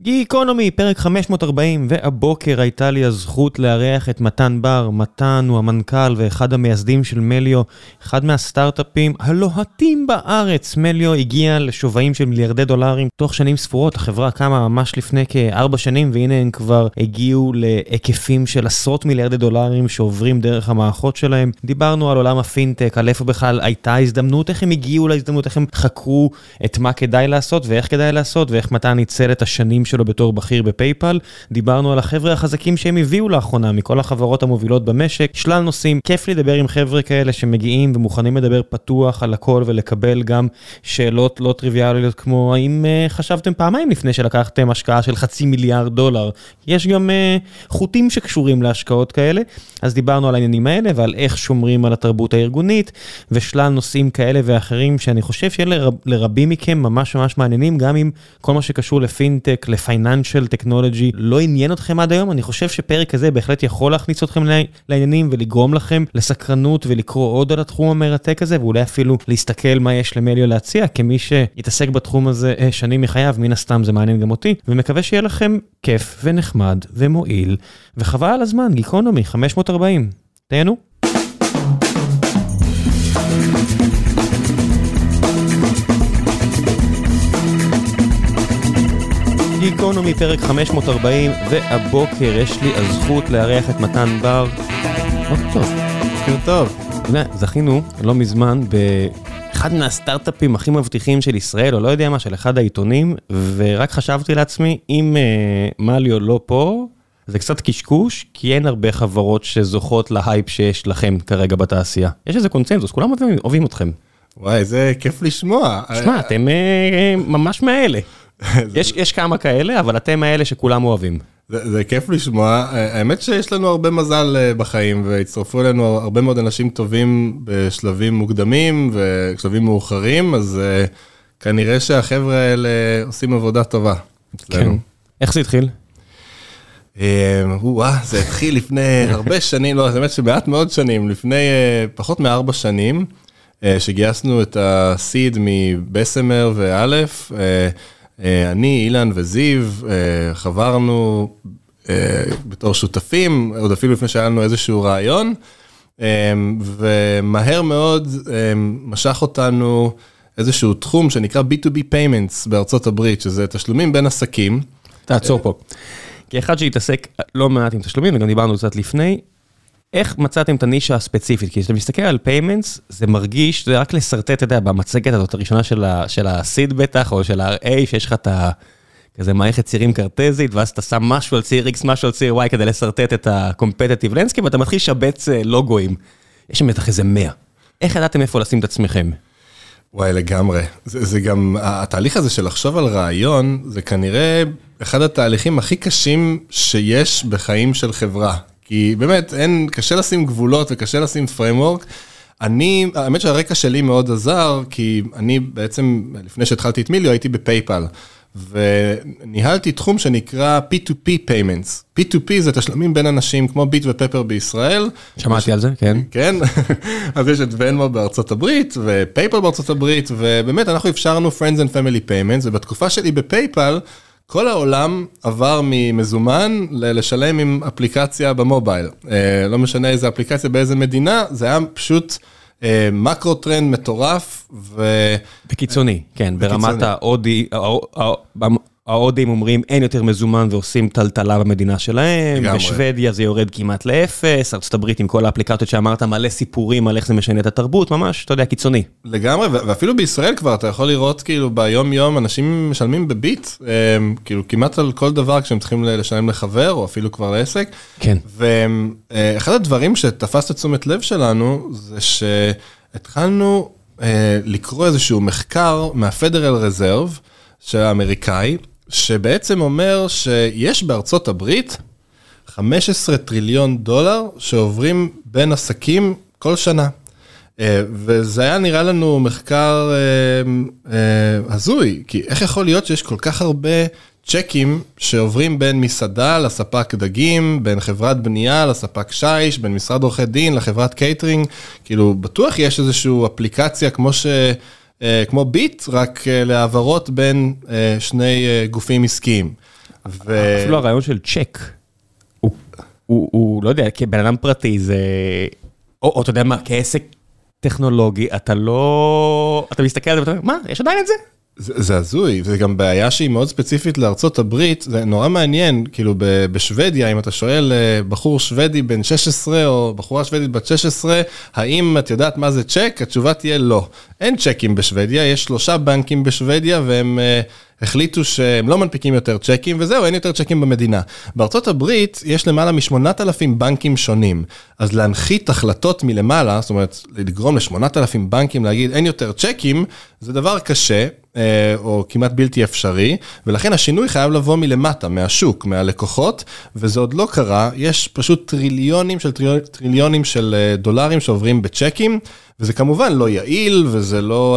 גיקונומי, פרק 540, והבוקר הייתה לי הזכות לארח את מתן בר. מתן הוא המנכ"ל ואחד המייסדים של מליו, אחד מהסטארט-אפים הלוהטים בארץ. מליו הגיע לשווים של מיליארדי דולרים תוך שנים ספורות. החברה קמה ממש לפני כ4 שנים, והנה הם כבר הגיעו להיקפים של עשרות מיליארדי דולרים שעוברים דרך המערכות שלהם. דיברנו על עולם הפינטק, על איפה בכלל הייתה הזדמנות, איך הם הגיעו להזדמנות, איך הם חקרו את מה כדאי לעשות ואיך כדאי לעשות, ואיך מתן ניצל את השנים שלו בתור בכיר בפייפל. דיברנו על החבר'ה החזקים שהם הביאו לאחרונה מכל החברות המובילות במשק. שלל נושאים, כיף לדבר עם חבר'ה כאלה שמגיעים ומוכנים לדבר פתוח על הכל ולקבל גם שאלות לא טריוויאליות כמו האם חשבתם פעמיים לפני שלקחתם השקעה של $500 מיליארד. יש גם חוטים שקשורים להשקעות כאלה. אז דיברנו על העניינים האלה ועל איך שומרים על התרבות הארגונית ושלל נושאים כאלה ואחרים שאני חושב שיהיה לרבים מכם ממש ממש מעניינים, גם אם כל מה שקשור לפינטק, לפייננשל טכנולוגי לא עניין אתכם עד היום. אני חושב שפרק כזה בהחלט יכול להכניס אתכם לעניינים ולגרום לכם לסקרנות ולקרוא עוד על התחום המרתק הזה, ואולי אפילו להסתכל מה יש למליו להציע, כמי שיתעסק בתחום הזה שנים מחייו. מן הסתם זה מעניין גם אותי, ומקווה שיהיה לכם כיף ונחמד ומועיל וחבל על הזמן. גיקונומי 540, תהנו. גיקונומי פרק 540, והבוקר יש לי הזכות לארח את מתן בר. בוקר טוב. זכינו לא מזמן באחד מהסטארט-אפים הכי מבטיחים של ישראל, או לא יודע מה, של אחד העיתונים, ורק חשבתי לעצמי, אם מליו לא פה, זה קצת קשקוש, כי אין הרבה חברות שזוכות להייפ שיש לכם כרגע בתעשייה. יש איזה קונצנזוס, כולם אוהבים אתכם. וואי, זה כיף לשמוע. שמע, אתם ממש מאלה. יש כמה כאלה, אבל אתם האלה שכולם אוהבים. זה כיף לשמוע. האמת שיש לנו הרבה מזל בחיים, והצטרפו אלינו הרבה מאוד אנשים טובים בשלבים מוקדמים ושלבים מאוחרים, אז כנראה שהחבר'ה האלה עושים עבודה טובה. כן. איך זה התחיל? זה התחיל לפני הרבה שנים, לא, באמת שמעט מאוד שנים, לפני פחות מ4 שנים, שגייסנו את הסיד מבסמר ואלף, אני, אילן וזיו, חברנו בתור שותפים, עוד אפילו לפני שהיה לנו איזשהו רעיון, ומהר מאוד משך אותנו איזשהו תחום שנקרא B2B Payments בארצות הברית, שזה תשלומים בין עסקים. תעצור פה. כאחד שהתעסק לא מעט עם תשלומים, וגם דיברנו קצת לפני, איך מצאתם את הנישה הספציפית? כי כשאתה מסתכל על payments, זה מרגיש, זה רק לסרטט, אתה יודע, במצגת הזאת הראשונה של הסיד בטח, או של ה-RA, שיש לך את כזה מערכת צירים קרטזית, ואז אתה שם משהו על ציר X, משהו על ציר Y, כדי לסרטט את ה-competitive landscape, ואתה מתחיל לשבץ לוגויים. יש שם בטח איזה 100. איך ידעתם איפה לשים את עצמכם? וואי, לגמרי. זה גם, התהליך הזה של לחשוב על רעיון, זה כנראה אחד התהליכים הכי קשים שיש בחיים של חברה. כי באמת, קשה לשים גבולות וקשה לשים framework. האמת שהרקע שלי מאוד עזר, כי אני בעצם, לפני שהתחלתי את מליו, הייתי בפייפל, וניהלתי תחום שנקרא P2P Payments. P2P זה תשלומים בין אנשים כמו ביט ופפר בישראל. שמעתי על זה, כן. כן, אז יש את ונמו בארצות הברית, ופייפל בארצות הברית, ובאמת אנחנו אפשרנו Friends and Family Payments, ובתקופה שלי בפייפל, כל העולם עבר ממזומן לשלם עם אפליקציה במובייל. לא משנה איזה אפליקציה באיזה מדינה, זה היה פשוט מקרו טרנד מטורף. בקיצוני, כן, ברמת ההודים אומרים אין יותר מזומן ועושים טלטלה במדינה שלהם, בשוודיה זה יורד כמעט לאפס, ארצות הברית עם כל האפליקציות שאמרת מלא סיפורים על איך זה משנה את התרבות, ממש, אתה יודע, קיצוני. לגמרי, ואפילו בישראל כבר אתה יכול לראות כאילו ביום יום אנשים משלמים בביט, כאילו כמעט על כל דבר כשהם צריכים לשלם לחבר או אפילו כבר לעסק. כן. ואחד הדברים שתפס את תשומת לב שלנו זה שהתחלנו לקרוא איזשהו מחקר מהפדרל רזרב, של האמריקאי, שבעצם אומר שיש בארצות הברית $15 טריליון שעוברים בין עסקים כל שנה. וזה היה נראה לנו מחקר הזוי, כי איך יכול להיות שיש כל כך הרבה צ'קים שעוברים בין מסעדה לספק דגים, בין חברת בנייה לספק שיש, בין משרד עורכי דין לחברת קייטרינג, כאילו בטוח יש איזושהי אפליקציה כמו ביט, רק להעברות בין שני גופים עסקיים. אפילו הרעיון של צ'ק, הוא לא יודע, כבן אדם פרטי זה, או אתה יודע מה, כעסק טכנולוגי, אתה מסתכל על זה ואתה אומר, מה, יש עדיין את זה? זה הזוי, וזה גם בעיה שהיא מאוד ספציפית לארצות הברית, זה נורא מעניין, כאילו בשוודיה, אם אתה שואל בחור שוודי בן 16 או בחורה שוודית בת 16, האם את יודעת מה זה צ'ק? התשובה תהיה לא. אין צ'קים בשוודיה, יש 3 בנקים בשוודיה, והם החליטו שהם לא מנפיקים יותר צ'קים, וזהו, אין יותר צ'קים במדינה. בארצות הברית יש למעלה מ8,000 בנקים שונים, אז להנחית החלטות מלמעלה, זאת אומרת, לגרום ל8,000 בנקים להגיד אין יותר צ'קים, זה דבר קשה, או כמעט בלתי אפשרי, ולכן השינוי חייב לבוא מלמטה, מהשוק, מהלקוחות, וזה עוד לא קרה, יש פשוט טריליונים של דולרים שעוברים בצ'קים, וזה כמובן לא יעיל, וזה לא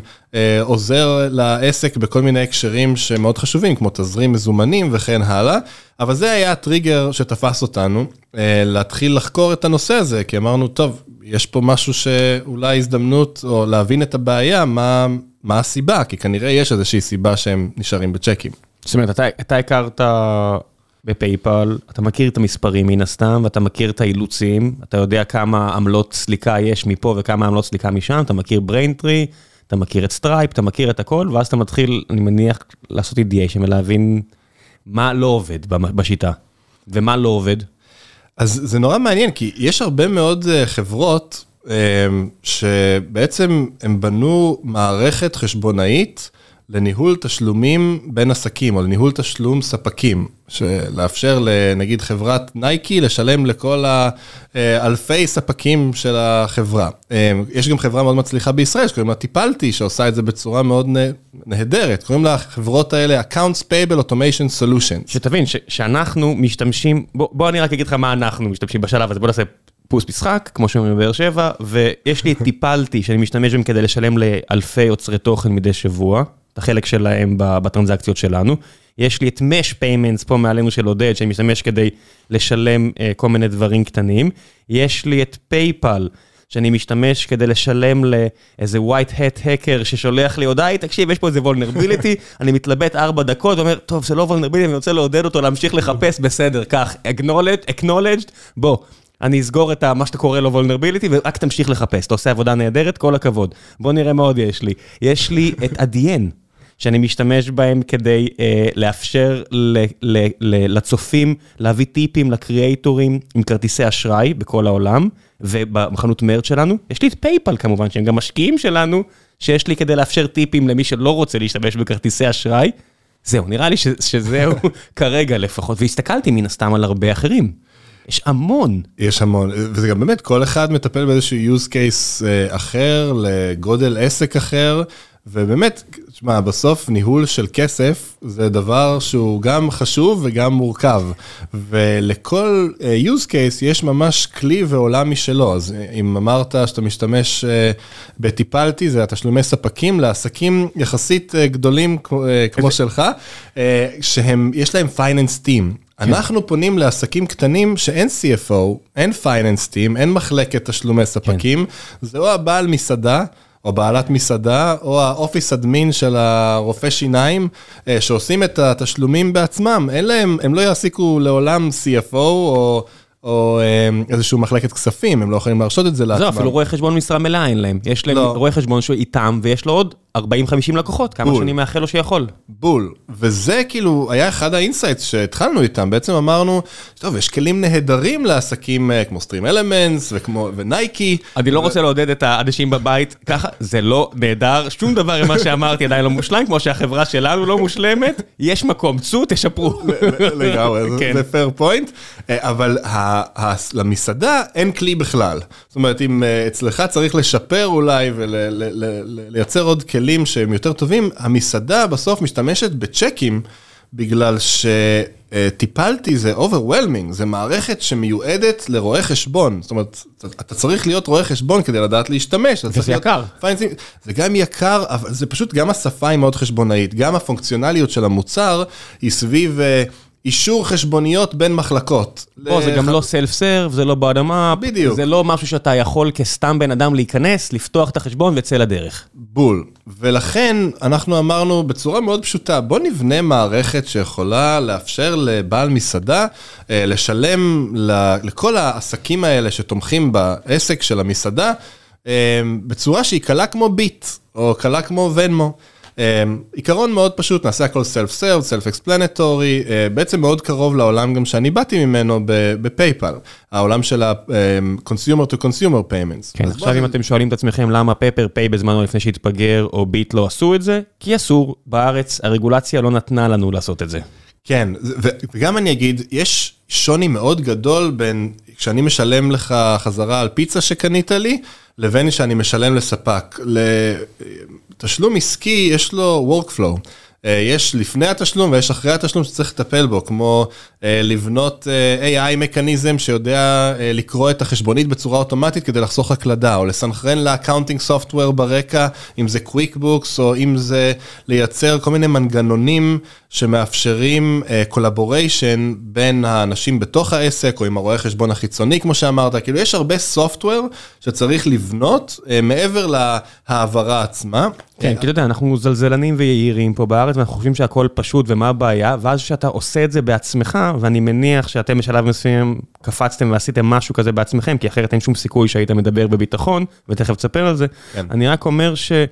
עוזר לעסק בכל מיני הקשרים שמאוד חשובים, כמו תזרים מזומנים וכן הלאה, אבל זה היה הטריגר שתפס אותנו, להתחיל לחקור את הנושא הזה, כי אמרנו, טוב, יש פה משהו שאולי הזדמנות, או להבין את הבעיה, מה הסיבה, כי כנראה יש איזושהי סיבה שהם נשארים בצ'קים. זאת אומרת, אתה הכרת בפייפל, אתה מכיר את המספרים מן הסתם, ואתה מכיר את האילוצים, אתה יודע כמה עמלות סליקה יש מפה וכמה עמלות סליקה משם, אתה מכיר בריינטרי, אתה מכיר את סטרייפ, אתה מכיר את הכל, ואז אתה מתחיל, אני מניח, לעשות אידיאשן ולהבין מה לא עובד בשיטה, ומה לא עובד. אז זה נורא מעניין, כי יש הרבה מאוד חברות שבעצם הם בנו מערכת חשבונאית לניהול תשלומים בין עסקים, או לניהול תשלום ספקים, שלאפשר לנגיד חברת נייקי לשלם לכל האלפי ספקים של החברה. יש גם חברה מאוד מצליחה בישראל, שקוראים לה טיפלתי, שעושה את זה בצורה מאוד נהדרת. קוראים לה חברות האלה Accounts Payable Automation Solutions. שתבין, שאנחנו משתמשים, בוא אני רק אגיד לך מה אנחנו משתמשים בשלב הזה, בוא נעשה פוס משחק, כמו שאומרים בבאר שבע, ויש לי את טיפלתי, שאני משתמש בהם כדי לשלם לאלפי אוצרי תוכן מדי שבוע, את החלק שלהם בטרנזקציות שלנו. יש לי את Mesh Payments פה מעלינו של עודד, שאני משתמש כדי לשלם כל מיני דברים קטנים. יש לי את PayPal, שאני משתמש כדי לשלם לאיזה white hat hacker ששולח לי הודעה, תקשיב, יש פה איזה vulnerability, אני מתלבט 4 דקות, ואומר, טוב, זה לא vulnerability, אני רוצה לעודד אותו, להמשיך לחפש, בסדר, כך, acknowledged, בוא. אני אסגור את מה שאתה קורא לו vulnerability, ורק תמשיך לחפש. אתה עושה עבודה נהדרת, כל הכבוד. בוא נראה מה עוד יש לי. יש לי את אדיין, שאני משתמש בהם כדי לאפשר לצופים, להביא טיפים לקריאטורים עם כרטיסי אשראי בכל העולם, ובחנות מרץ שלנו. יש לי את פייפל כמובן, שהם גם משקיעים שלנו, שיש לי כדי לאפשר טיפים למי שלא רוצה להשתמש בכרטיסי אשראי. זהו, נראה לי שזהו כרגע לפחות, והסתכלתי מן הסתם על הרבה אחרים. יש המון. יש המון, וזה גם באמת, כל אחד מטפל באיזשהו use case אחר, לגודל עסק אחר, ובאמת, תשמע, בסוף ניהול של כסף, זה דבר שהוא גם חשוב וגם מורכב, ולכל use case יש ממש כלי ועולם משלו, אז אם אמרת שאתה משתמש בטיפלתי, זה התשלומי ספקים לעסקים יחסית גדולים כמו שלך, שהם, יש להם finance team, אנחנו פונים לעסקים קטנים שאין CFO, אין finance team, אין מחלקת תשלומי ספקים, זה או הבעל מסעדה, או בעלת מסעדה, או האופיס אדמין של הרופא שיניים, שעושים את התשלומים בעצמם, הם לא יעסיקו לעולם CFO, או איזשהו מחלקת כספים, הם לא יכולים להרשות את זה לעצמם. זהו, אפילו רואה חשבון משרה מלאה אין להם. יש להם רואה חשבון שהוא איתם, ויש לו עוד 40-50 לקוחות, כמה שאני מאחל לו שיכול. בול. וזה כאילו היה אחד האינסייטס שהתחלנו איתם. בעצם אמרנו, טוב, יש כלים נהדרים לעסקים כמו סטרים אלמנטס ונייקי. אני לא רוצה לעודד את האנשים בבית, ככה, זה לא נהדר. שום דבר ממה שאמרתי עדיין לא מושלם, כמו שהחברה שלנו לא מושלמת. יש מקום, צאו, תשפרו. לגמרי, זה פייר פוינט. אבל למסעדה אין כלי בכלל. זאת אומרת, אם אצלך צריך לשפר אולי ולייצר עוד כלים שהם יותר טובים, המסעדה בסוף משתמשת בצ'קים, בגלל שטיפלתי זה overwhelming, זה מערכת שמיועדת לרואי חשבון. זאת אומרת, אתה צריך להיות רואה חשבון כדי לדעת להשתמש. וזה יקר. זה גם יקר, אבל זה פשוט גם השפה היא מאוד חשבונאית, גם הפונקציונליות של המוצר היא סביב אישור חשבוניות בין מחלקות. זה גם לא סלף-סרב, זה לא באדמה, בדיוק. זה לא משהו שאתה יכול כסתם בן אדם להיכנס, לפתוח את החשבון ויצא לדרך. בול. ולכן אנחנו אמרנו בצורה מאוד פשוטה, בוא נבנה מערכת שיכולה לאפשר לבעל מסעדה, לשלם לכל העסקים האלה שתומכים בעסק של המסעדה, בצורה שהיא קלה כמו ביט, או קלה כמו ונמו. עיקרון מאוד פשוט, נעשה הכל self-serve, self-explanatory, בעצם מאוד קרוב לעולם גם שאני באתי ממנו בפייפל, העולם של ה-consumer to consumer payments. כן, עכשיו אם אתם שואלים את עצמכם למה פייפר-פיי בזמנו לפני שהתפגר או ביט לא עשו את זה, כי אסור, בארץ הרגולציה לא נתנה לנו לעשות את זה. כן, וגם אני אגיד, יש שוני מאוד גדול בין כשאני משלם לך חזרה על פיצה שקנית לי, לבין שאני משלם לספק. לתשלום עסקי יש לו workflow. יש לפני התשלום ויש אחרי התשלום שצריך לטפל בו, כמו לבנות AI מקניזם שיודע לקרוא את החשבונית בצורה אוטומטית כדי לחסוך הקלדה, או לסנכרן לאקאונטינג סופטוור ברקע, אם זה QuickBooks, או אם זה לייצר כל מיני מנגנונים שמאפשרים collaboration בין האנשים בתוך העסק, או עם הרואה חשבון החיצוני, כמו שאמרת. כאילו יש הרבה סופטוור שצריך לבנות מעבר להעברה עצמה. כן, כי אתה יודע, אנחנו זלזלנים ויעירים פה בארץ, ואנחנו חושבים שהכל פשוט ומה הבעיה, ואז שאתה עושה את זה בעצמך, ואני מניח שאתם בשלב מסוים קפצתם ועשיתם משהו כזה בעצמכם, כי אחרת אין שום סיכוי שהיית מדבר בביטחון, ותכף תספר על זה. כן. אני רק אומר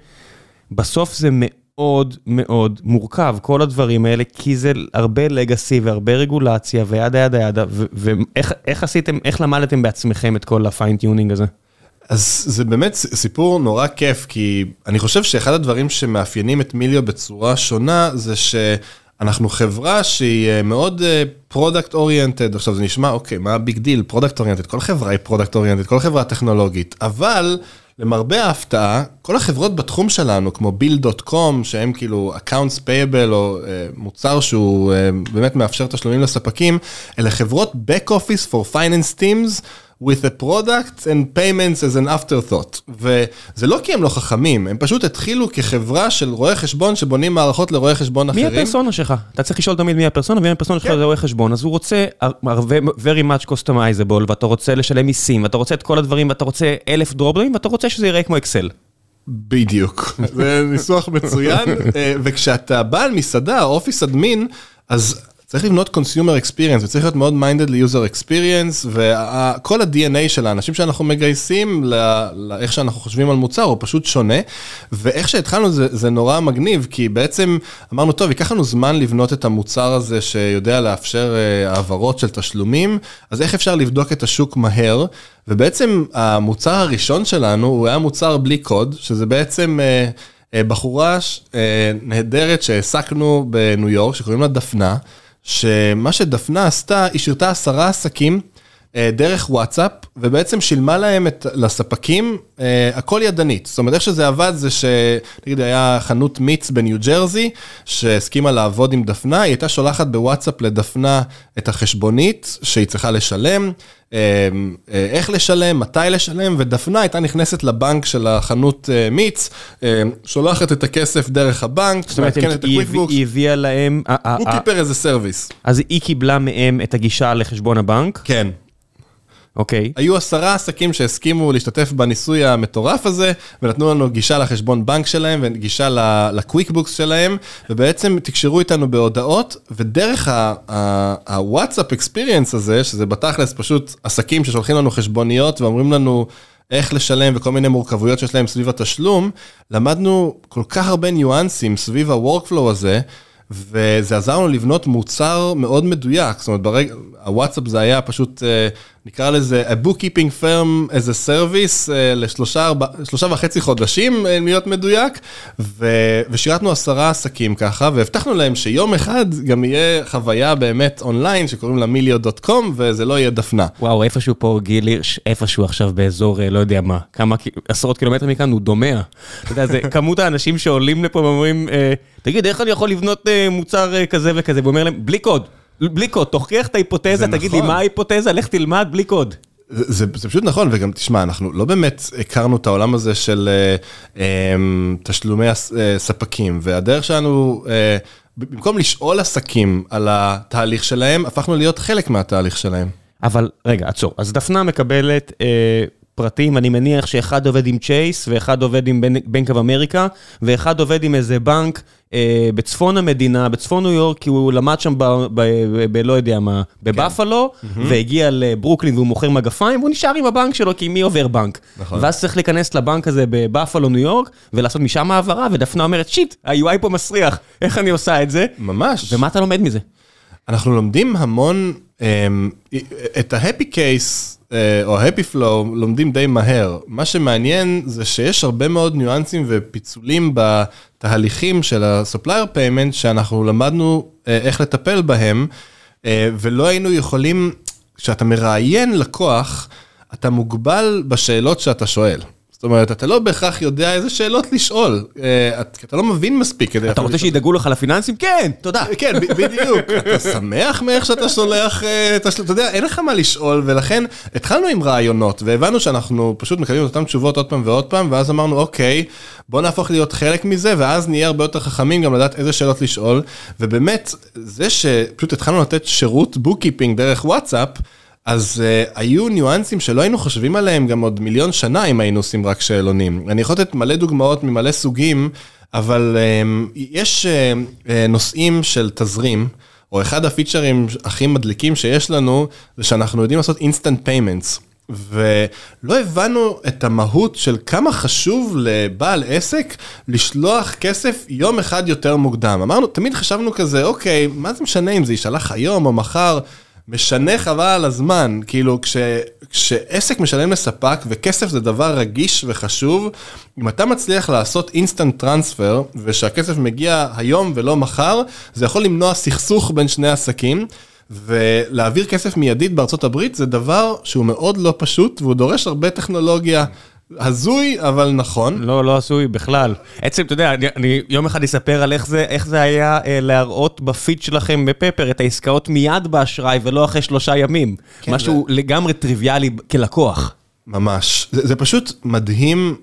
שבסוף זה מאוד מאוד מורכב, כל הדברים האלה, כי זה הרבה לגאסי והרבה רגולציה, וידה, ואיך עשיתם, איך למדתם בעצמכם את כל הפיינטיונינג הזה? אז זה באמת סיפור נורא כיף, כי אני חושב שאחד הדברים שמאפיינים את מיליו בצורה שונה, זה שאנחנו חברה שהיא מאוד פרודקט אוריינטד, עכשיו זה נשמע, אוקיי, מה הביג דיל? פרודקט אוריינטד, כל חברה היא פרודקט אוריינטד, כל חברה טכנולוגית, אבל למרבה ההפתעה, כל החברות בתחום שלנו, כמו bill.com, שהם כאילו accounts payable, או מוצר שהוא באמת מאפשר תשלומים לספקים, אלה חברות back office for finance teams, with a product and payments as an afterthought. וזה לא כי הם לא חכמים, הם פשוט התחילו כחברה של רואי חשבון שבונים מערכות לרואי חשבון אחרים. מי הפרסונה שלך? אתה צריך לשאול תמיד מי הפרסונה, ואם הפרסונה שלך זה רואי חשבון, אז הוא רוצה very much customizable, ואתה רוצה לשלם מיסים, ואתה רוצה את כל הדברים, ואתה רוצה 1,000 דרובלים, ואתה רוצה שזה יראה כמו אקסל. בדיוק. זה ניסוח מצוין, וכשאתה בעל מסעדה, אופיס אדמין, אז צריך לבנות consumer experience, וצריך להיות מאוד minded ל-user experience, וכל ה-DNA של האנשים שאנחנו מגייסים, לאיך שאנחנו חושבים על מוצר, הוא פשוט שונה, ואיך שהתחלנו זה נורא מגניב, כי בעצם אמרנו, טוב, ייקח לנו זמן לבנות את המוצר הזה, שיודע לאפשר העברות של תשלומים, אז איך אפשר לבדוק את השוק מהר, ובעצם המוצר הראשון שלנו, הוא היה מוצר בלי קוד, שזה בעצם בחורה נהדרת שהעסקנו בניו יורק, שקוראים לה דפנה, שמה שדפנה עשתה, היא שירתה 10 עסקים דרך וואטסאפ, ובעצם שילמה להם לספקים הכל ידנית. זאת אומרת, איך שזה עבד זה נגיד היה חנות מיץ בניו ג'רזי, שהסכימה לעבוד עם דפנה, היא הייתה שולחת בוואטסאפ לדפנה את החשבונית שהיא צריכה לשלם, איך לשלם, מתי לשלם, ודפנה הייתה נכנסת לבנק של החנות מיץ, שולחת את הכסף דרך הבנק, זאת אומרת, היא הביאה להם Bookkeeper as a service. אז היא קיבלה מהם את הגישה לחשבון הבנק? כן. אוקיי. היו 10 עסקים שהסכימו להשתתף בניסוי המטורף הזה, ונתנו לנו גישה לחשבון בנק שלהם, וגישה לקוויקבוקס שלהם, ובעצם תקשרו איתנו בהודעות, ודרך הוואטסאפ אקספיריאנס הזה, שזה בתכלס פשוט עסקים ששולחים לנו חשבוניות, ואומרים לנו איך לשלם, וכל מיני מורכבויות שיש להם סביב התשלום, למדנו כל כך הרבה ניואנסים סביב הוורקפלואו הזה, וזה עזר לנו לבנות מוצר מאוד מדויק, זאת אומרת, הוואטסאפ זה היה פשוט, נקרא לזה, a bookkeeping firm as a service, ל3.5 חודשים, להיות מדויק, ושירתנו 10 עסקים ככה, והבטחנו להם שיום אחד גם יהיה חוויה באמת אונליין, שקוראים לה milio.com, וזה לא יהיה דפנה. וואו, איפשהו פה גיל הירש, איפשהו עכשיו באזור, לא יודע מה, כמה עשרות קילומטרים מכאן, הוא דומע. אתה יודע, זה כמות האנשים שעולים לפה ואומרים, תגיד, איך אני יכול לבנות מוצר כזה וכזה? והוא אומר להם, בלי קוד. בלי קוד, תוכיח את ההיפותזה, תגיד לי מה ההיפותזה, לך תלמד בלי קוד. זה פשוט נכון, וגם תשמע, אנחנו לא באמת הכרנו את העולם הזה של תשלומי ספקים, והדרך שלנו במקום לשאול עסקים על התהליך שלהם, הפכנו להיות חלק מהתהליך שלהם. אבל רגע, עצור. אז דפנה מקבלת פרטים, אני מניח שאחד עובד עם צ'ייס, ואחד עובד עם בנק אוף אמריקה, ואחד עובד עם איזה בנק בצפון המדינה, בצפון ניו יורק, כי הוא למד שם לא יודע מה, בבאפלו, והגיע לברוקלין והוא מוכר מגפיים, והוא נשאר עם הבנק שלו, כי מי עובר בנק? ואז צריך להיכנס לבנק הזה בבאפלו, ניו יורק, ולעשות משם העברה, ודפנה אומרת, שיט, ה-UI פה מסריח, איך אני עושה את זה? ממש. ומה אתה לומד מזה? אנחנו לומדים המון, את ה-happy case, או ה-happy flow, לומדים די מהר. מה שמעניין זה שיש הרבה מאוד ניואנסים ופיצולים בתהליכים של ה-supplier payment, שאנחנו למדנו איך לטפל בהם, ולא היינו יכולים, כשאתה מראיין לקוח, אתה מוגבל בשאלות שאתה שואל. זאת אומרת, אתה לא בהכרח יודע איזה שאלות לשאול, אתה לא מבין מספיק. אתה רוצה שידאגו לך לפיננסים? כן, תודה. כן, בדיוק. אתה שמח מאיך שאתה שולח, אתה יודע, אין לך מה לשאול, ולכן התחלנו עם רעיונות, והבנו שאנחנו פשוט מקבלים את אותם תשובות עוד פעם ועוד פעם, ואז אמרנו, אוקיי, בוא נהפוך להיות חלק מזה, ואז נהיה הרבה יותר חכמים גם לדעת איזה שאלות לשאול, ובאמת, זה שפשוט התחלנו לתת שירות בוקקיפינג דרך וואטסאפ, אז היו ניואנסים שלא היינו חושבים עליהם גם עוד מיליון שנה אם היינו עושים רק שאלונים. אני יכול לתת מלא דוגמאות ממלא סוגים, אבל יש נושאים של תזרים, או אחד הפיצ'רים הכי מדליקים שיש לנו, זה שאנחנו יודעים לעשות instant payments, ולא הבנו את המהות של כמה חשוב לבעל עסק לשלוח כסף יום אחד יותר מוקדם. אמרנו, תמיד חשבנו כזה, אוקיי, מה זה משנה אם זה יישלח היום או מחר, משנה חבל על הזמן, כאילו כשעסק משלם לספק וכסף זה דבר רגיש וחשוב, אם אתה מצליח לעשות אינסטנט טרנספר ושהכסף מגיע היום ולא מחר, זה יכול למנוע סכסוך בין שני עסקים, ולהעביר כסף מיידית בארצות הברית זה דבר שהוא מאוד לא פשוט, והוא דורש הרבה טכנולוגיה, הזוי, אבל נכון. לא הזוי בכלל. עצם, אתה יודע, אני יום אחד אספר על איך זה היה להראות בפיד שלכם בפפר את העסקאות מיד באשראי, ולא אחרי 3 ימים. משהו לגמרי טריוויאלי כלקוח. ממש. זה פשוט מדהים,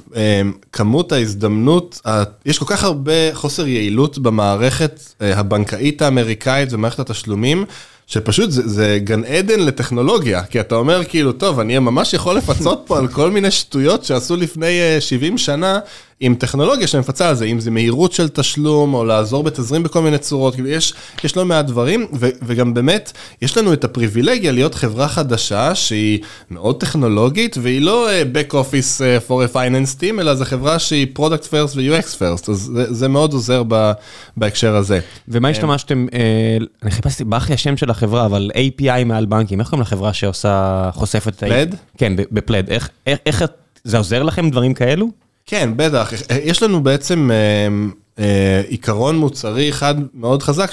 כמות ההזדמנות, יש כל כך הרבה חוסר יעילות במערכת הבנקאית האמריקאית ומערכת התשלומים, שפשוט זה גן עדן לטכנולוגיה, כי אתה אומר כאילו, טוב, אני ממש יכול לפצות פה על כל מיני שטויות שעשו לפני 70 שנה, עם טכנולוגיה שמפצה על זה, אם זה מהירות של תשלום, או לעזור בתזרים בכל מיני צורות, כאילו יש לא מעט דברים, וגם באמת, יש לנו את הפריבילגיה להיות חברה חדשה, שהיא מאוד טכנולוגית, והיא לא back office for a finance team, אלא זו חברה שהיא product first ו-UX first, אז זה מאוד עוזר בהקשר הזה. ומה השתמשתם, אני חיפשתי, באחי השם של החברה, אבל API מעל בנקים, איך קוראים לחברה שעושה, חושפת? פלד? כן, בפלד. איך זה עוזר לכם דברים כאלו? כן, בטח. יש לנו בעצם עיקרון מוצרי אחד מאוד חזק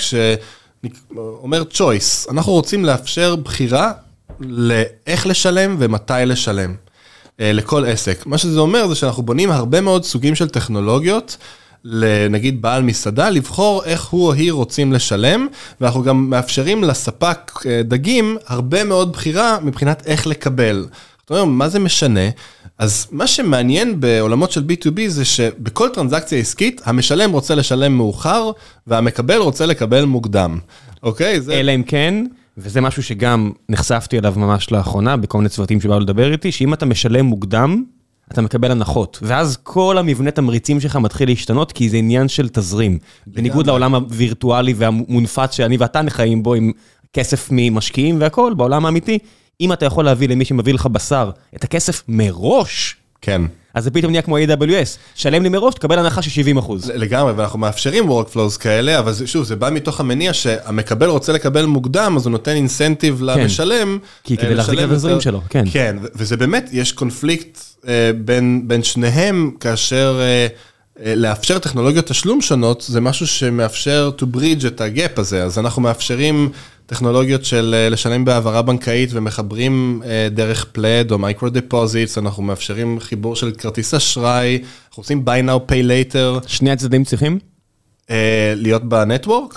שאומר choice. אנחנו רוצים לאפשר בחירה לאיך לשלם ומתי לשלם לכל עסק. מה שזה אומר זה שאנחנו בונים הרבה מאוד סוגים של טכנולוגיות, לנגיד בעל מסעדה, לבחור איך הוא או היא רוצים לשלם, ואנחנו גם מאפשרים לספק דגים הרבה מאוד בחירה מבחינת איך לקבל. זאת אומרת, מה זה משנה? אז מה שמעניין בעולמות של B2B זה שבכל טרנזקציה עסקית, המשלם רוצה לשלם מאוחר, והמקבל רוצה לקבל מוקדם. אוקיי? אלא אם כן, וזה משהו שגם נחשפתי אליו ממש לאחרונה, בכל מיני צוותים שבאו לדבר איתי, שאם אתה משלם מוקדם, אתה מקבל הנחות, ואז כל המבנה תמריצים שלך מתחיל להשתנות, כי זה עניין של תזרים. בניגוד לעולם הווירטואלי והמונפץ שאני ואתה נחיים בו, עם כסף ממשקיעים והכל, בעולם האמיתי, אם אתה יכול להביא למי שמביא לך בשר את הכסף מראש, כן. אז זה פתאום נהיה כמו AWS, שלם לי מראש, תקבל הנחה של 70%. לגמרי, ואנחנו מאפשרים workflows כאלה, אבל שוב, זה בא מתוך המניע שהמקבל רוצה לקבל מוקדם, אז הוא נותן אינסנטיב למשלם. כי כדי להחזיק את התזרים שלו, כן. כן, וזה באמת, יש קונפליקט בין שניהם, כאשר לאפשר טכנולוגיות תשלום שונות, זה משהו שמאפשר to bridge את הגאפ הזה, אז אנחנו מאפשרים טכנולוגיות של לשלם בהעברה בנקאית ומחברים דרך פלד או מייקרו דפוזיטס, אנחנו מאפשרים חיבור של כרטיס אשראי, אנחנו עושים buy now pay later. שני הצדדים צריכים? להיות בנטוורק? כן.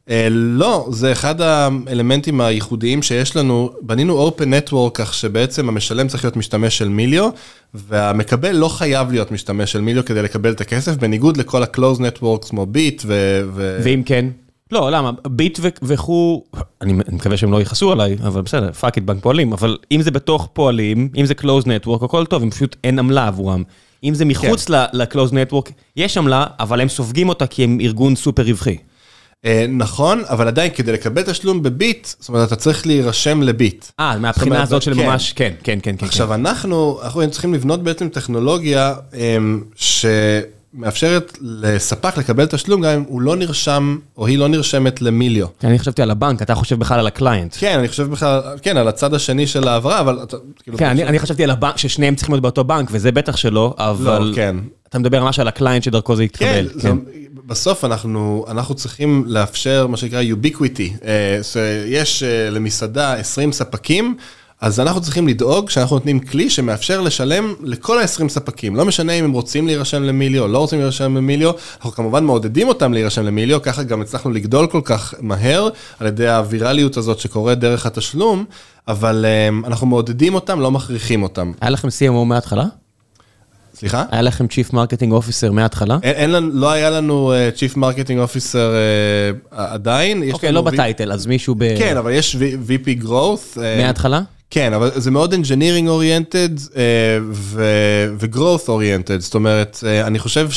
לא, זה אחד האלמנטים הייחודיים שיש לנו, בנינו Open Network, כך שבעצם המשלם צריך להיות משתמש של מיליו, והמקבל לא חייב להיות משתמש של מיליו כדי לקבל את הכסף, בניגוד לכל ה-Closed Networks כמו ביט ואם כן? לא, למה? ביט וכו, אני מקווה שהם לא יכעסו עליי, אבל בסדר, פאק איט בנק פועלים, אבל אם זה בתוך פועלים, אם זה Closed Network, הכל טוב, אם פשוט אין עמלה עבורם. אם זה מחוץ ל-Closed Network, יש עמלה, אבל הם סופגים אותה כי הם ארגון סופר רווחי. נכון, אבל עדיין כדי לקבל תשלום בביט, זאת אומרת, אתה צריך להירשם לביט. מהבחינה הזאת של ממש, כן. עכשיו, אנחנו צריכים לבנות בעצם טכנולוגיה שמאפשרת לספק לקבל תשלום, גם אם הוא לא נרשם, או היא לא נרשמת למיליו. אני חשבתי על הבנק, אתה חושב בכלל על הקליינט. כן, אני חושב בכלל, כן, על הצד השני של העברה, אבל... כן, אני חשבתי על הבנק, ששניהם צריכים להיות באותו בנק, וזה בטח שלא, אבל... אתה מדבר ממש על הקליינט שדרכו זה יתקבל. כן, בסוף אנחנו צריכים לאפשר מה שנקרא ubiquity, יש למסעדה 20 ספקים, אז אנחנו צריכים לדאוג שאנחנו נותנים כלי שמאפשר לשלם לכל ה-20 ספקים, לא משנה אם הם רוצים להירשם למיליו או לא רוצים להירשם למיליו, אנחנו כמובן מעודדים אותם להירשם למיליו, ככה גם הצלחנו לגדול כל כך מהר, על ידי הווירליות הזאת שקורית דרך התשלום, אבל אנחנו מעודדים אותם, לא מכריחים אותם. היה לכם CMO מההתחלה? סליחה? היה לכם Chief Marketing Officer מההתחלה? לא היה לנו Chief Marketing Officer עדיין. אוקיי, לא בטייטל, אז מישהו כן, אבל יש VP Growth. מההתחלה? כן, אבל זה מאוד engineering oriented ו-growth oriented, זאת אומרת, אני חושב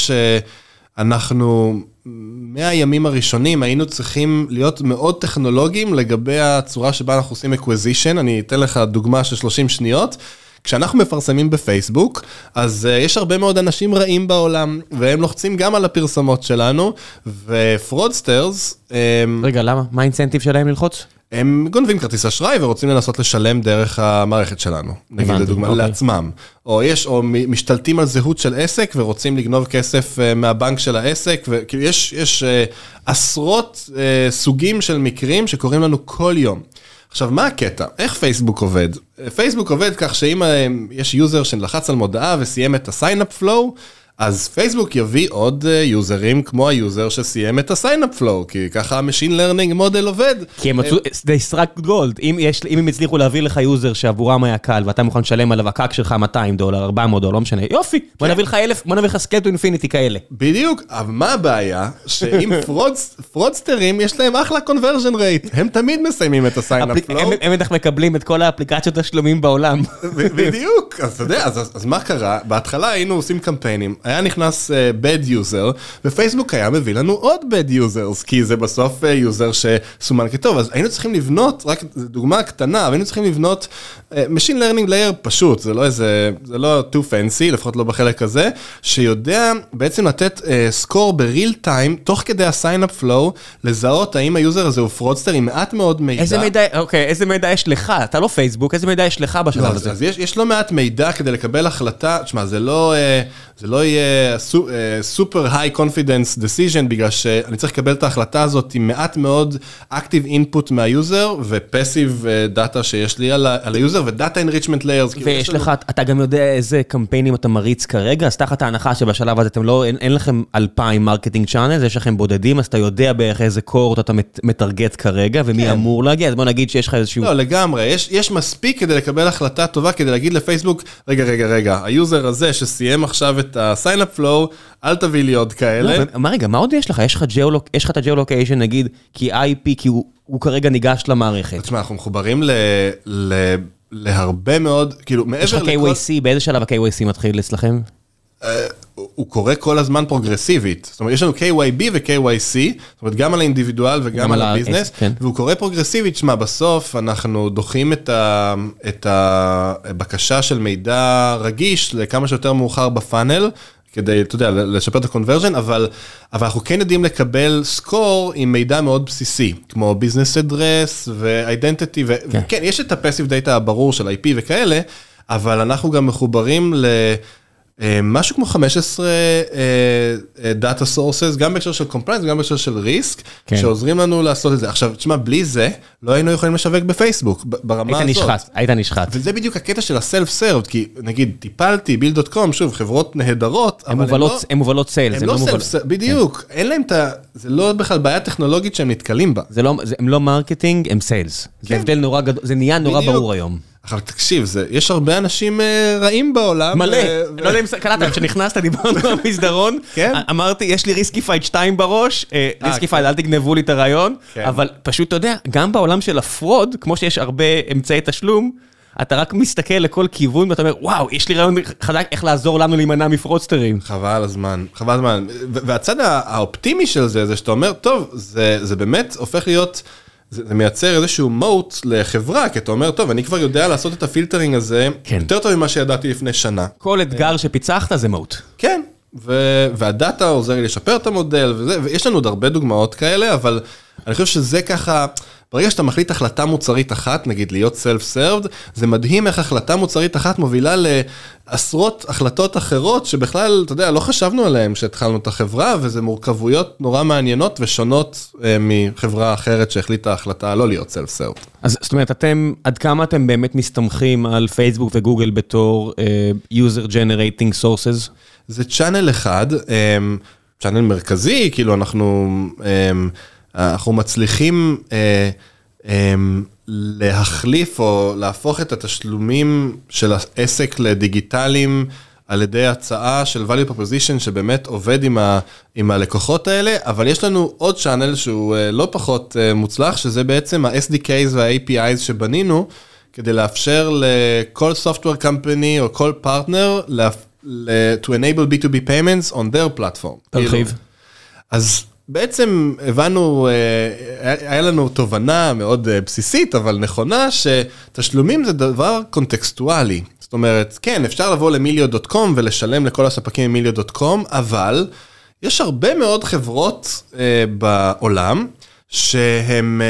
שאנחנו מהימים הראשונים היינו צריכים להיות מאוד טכנולוגיים לגבי הצורה שבה אנחנו עושים acquisition, אני אתן לך דוגמה של 30 שניות, כשאנחנו מפרסמים בפייסבוק, אז יש הרבה מאוד אנשים רעים בעולם, והם לוחצים גם על הפרסומות שלנו, ופרודסטרס... רגע, למה? מה האינסנטיב שלהם ללחוץ? הם גונבים כרטיס אשראי ורוצים לנסות לשלם דרך המערכת שלנו, נגיד לדוגמה, לעצמם. או משתלטים על זהות של עסק ורוצים לגנוב כסף מהבנק של העסק, וכאילו יש עשרות סוגים של מקרים שקוראים לנו כל יום. עכשיו, מה הקטע? איך פייסבוק עובד? פייסבוק עובד כך שאם יש יוזר שלחץ על מודעה וסיים את ה-sign-up flow, אז פייסבוק יביא עוד יוזרים כמו היוזר שסיים את ה-sign-up flow, כי ככה ה-machine learning model עובד. כי הם מצאו, they struck gold. אם הם הצליחו להביא לך יוזר שעבורם היה קל, ואתה מוכן לשלם עליו הקק שלך $200, $400, לא משנה, יופי, בוא נביא לך 1,000, בוא נביא לך scale to infinity כאלה. בדיוק, אבל מה הבעיה? שאם פרודסטרים יש להם אחלה conversion rate, הם תמיד מסיימים את ה-sign-up flow. הם בטח מקבלים את כל האפליקציות השלומים בעולם. בדיוק, אז אתה יודע, אז מה קרה? בהתחלה היינו עושים קמפיינים, היה נכנס bad user, ופייסבוק היה מביא לנו עוד bad users, כי זה בסוף user שסומן כטוב, אז היינו צריכים לבנות, רק דוגמה קטנה, אבל היינו צריכים לבנות machine learning layer פשוט, זה לא too fancy, לפחות לא בחלק הזה, שיודע בעצם לתת סקור בריל טיים, תוך כדי ה-sign-up flow, לזהות האם היוזר הזה הוא פרודסטר עם מעט מאוד מידע. איזה מידע יש לך? אתה לא פייסבוק, איזה מידע יש לך בשלב הזה? אז יש לא מעט מידע כדי לקבל החלטה, תשמע, זה לא יהיה super high confidence decision, בגלל שאני צריך לקבל את ההחלטה הזאת עם מעט מאוד active input מהיוזר, ו-passive data שיש לי על היוזר, ו-data enrichment layers. ויש לך, אתה גם יודע איזה קמפיינים אתה מריץ כרגע, אז תחת ההנחה שבשלב הזה אין לכם 2,000 מרקטינג צ'אנל, יש לכם בודדים, אז אתה יודע בערך איזה קורט אתה מטרגט כרגע, ומי אמור להגיע, אז בוא נגיד שיש לך איזשהו... לא, לגמרי, יש מספיק כדי לקבל החלטה טובה, כדי להגיד לפייסבוק, רגע, היוזר הזה שסיים עכשיו את ה-sign-up flow, אל תביא לי עוד כאלה. רגע, מה עוד יש לך? יש לך את ה-geolocation, נגיד, כי IP, כי הוא כרגע ניגש למערכת. תשמע, אנחנו מחוברים להרבה מאוד, כאילו, מעבר לכל... יש לך KYC, באיזה שלב ה-KYC מתחיל אצלכם? הוא קורה כל הזמן פרוגרסיבית. זאת אומרת, יש לנו KYB ו-KYC, זאת אומרת, גם על האינדיבידואל וגם על הביזנס, והוא קורה פרוגרסיבית. שמה, בסוף אנחנו דוחים את הבקשה של מידע רגיש לכמה שיותר מאוחר בפאנל, כדי, אתה יודע, לשפר את הקונברז'ן, אבל אנחנו כן יודעים לקבל סקור עם מידע מאוד בסיסי, כמו ביזנס אדרס ו-identity, וכן, יש את הפסיב דאטה הברור של IP וכאלה, אבל אנחנו גם מחוברים משהו כמו 15 דאטה סורסס, גם בהקשר של קומפליינס וגם בהקשר של ריסק, שעוזרים לנו לעשות את זה. עכשיו, תשמע, בלי זה, לא היינו יכולים לשווק בפייסבוק, ברמה הזאת. היית נשחט. וזה בדיוק הקטע של הסלף-סרב, כי נגיד, טיפלתי, ביל.קום, שוב, חברות נהדרות, הם מובלות סייל. הם לא סלף-סרב, בדיוק, אין להם את ה... זה לא בכלל בעיה טכנולוגית שהם נתקלים בה. הם לא מרקטינג, הם סיילס. זה הבדל נורא גדול, זה נהיה נורא ברור היום. עכשיו תקשיב, יש הרבה אנשים רעים בעולם. מלא, לא יודע אם קלטת, כשנכנסת דיברנו במסדרון, אמרתי, יש לי ריסקיפייד 2 בראש, ריסקיפייד, אל תגנבו לי את הרעיון, אבל פשוט אתה יודע, גם בעולם של הפרוד, כמו שיש הרבה אמצעי תשלום, אתה רק מסתכל לכל כיוון, ואתה אומר, וואו, יש לי רעיון חדק, איך לעזור לנו להימנע מפרודסטרים. חבל הזמן, חבל הזמן. והצד האופטימי של זה, זה שאתה אומר, טוב, זה באמת הופך להיות... זה מייצר איזשהו מוט לחברה, כי אתה אומר, טוב, אני כבר יודע לעשות את הפילטרינג הזה, יותר טוב ממה שידעתי לפני שנה. כל אתגר שפיצחת זה מוט. כן, והדאטה עוזר לי לשפר את המודל, ויש לנו עוד הרבה דוגמאות כאלה, אבל אני חושב שזה ככה, ברגע שאתה מחליט החלטה מוצרית אחת, נגיד להיות self-served, זה מדהים איך החלטה מוצרית אחת מובילה לעשרות החלטות אחרות, שבכלל, אתה יודע, לא חשבנו עליהן שהתחלנו את החברה, וזה מורכבויות נורא מעניינות ושונות מחברה אחרת שהחליטה החלטה לא להיות self-served. אז זאת אומרת, עד כמה אתם באמת מסתמכים על פייסבוק וגוגל בתור user generating sources? זה צ'אנל אחד, צ'אנל מרכזי, כאילו אנחנו מצליחים להחליף או להפוך את התשלומים של העסק לדיגיטליים על ידי הצעה של value proposition שבאמת עובד עם הלקוחות האלה, אבל יש לנו עוד צ'אנל שהוא לא פחות מוצלח, שזה בעצם ה-SDKs וה-APIs שבנינו, כדי לאפשר לכל software company או כל partner to enable B2B payments on their platform. תרחיב. אז בעצם הבנו, היה לנו תובנה מאוד בסיסית, אבל נכונה, שתשלומים זה דבר קונטקסטואלי. זאת אומרת, כן, אפשר לבוא למילio.com ולשלם לכל הספקים ממילio.com, אבל יש הרבה מאוד חברות בעולם, שהן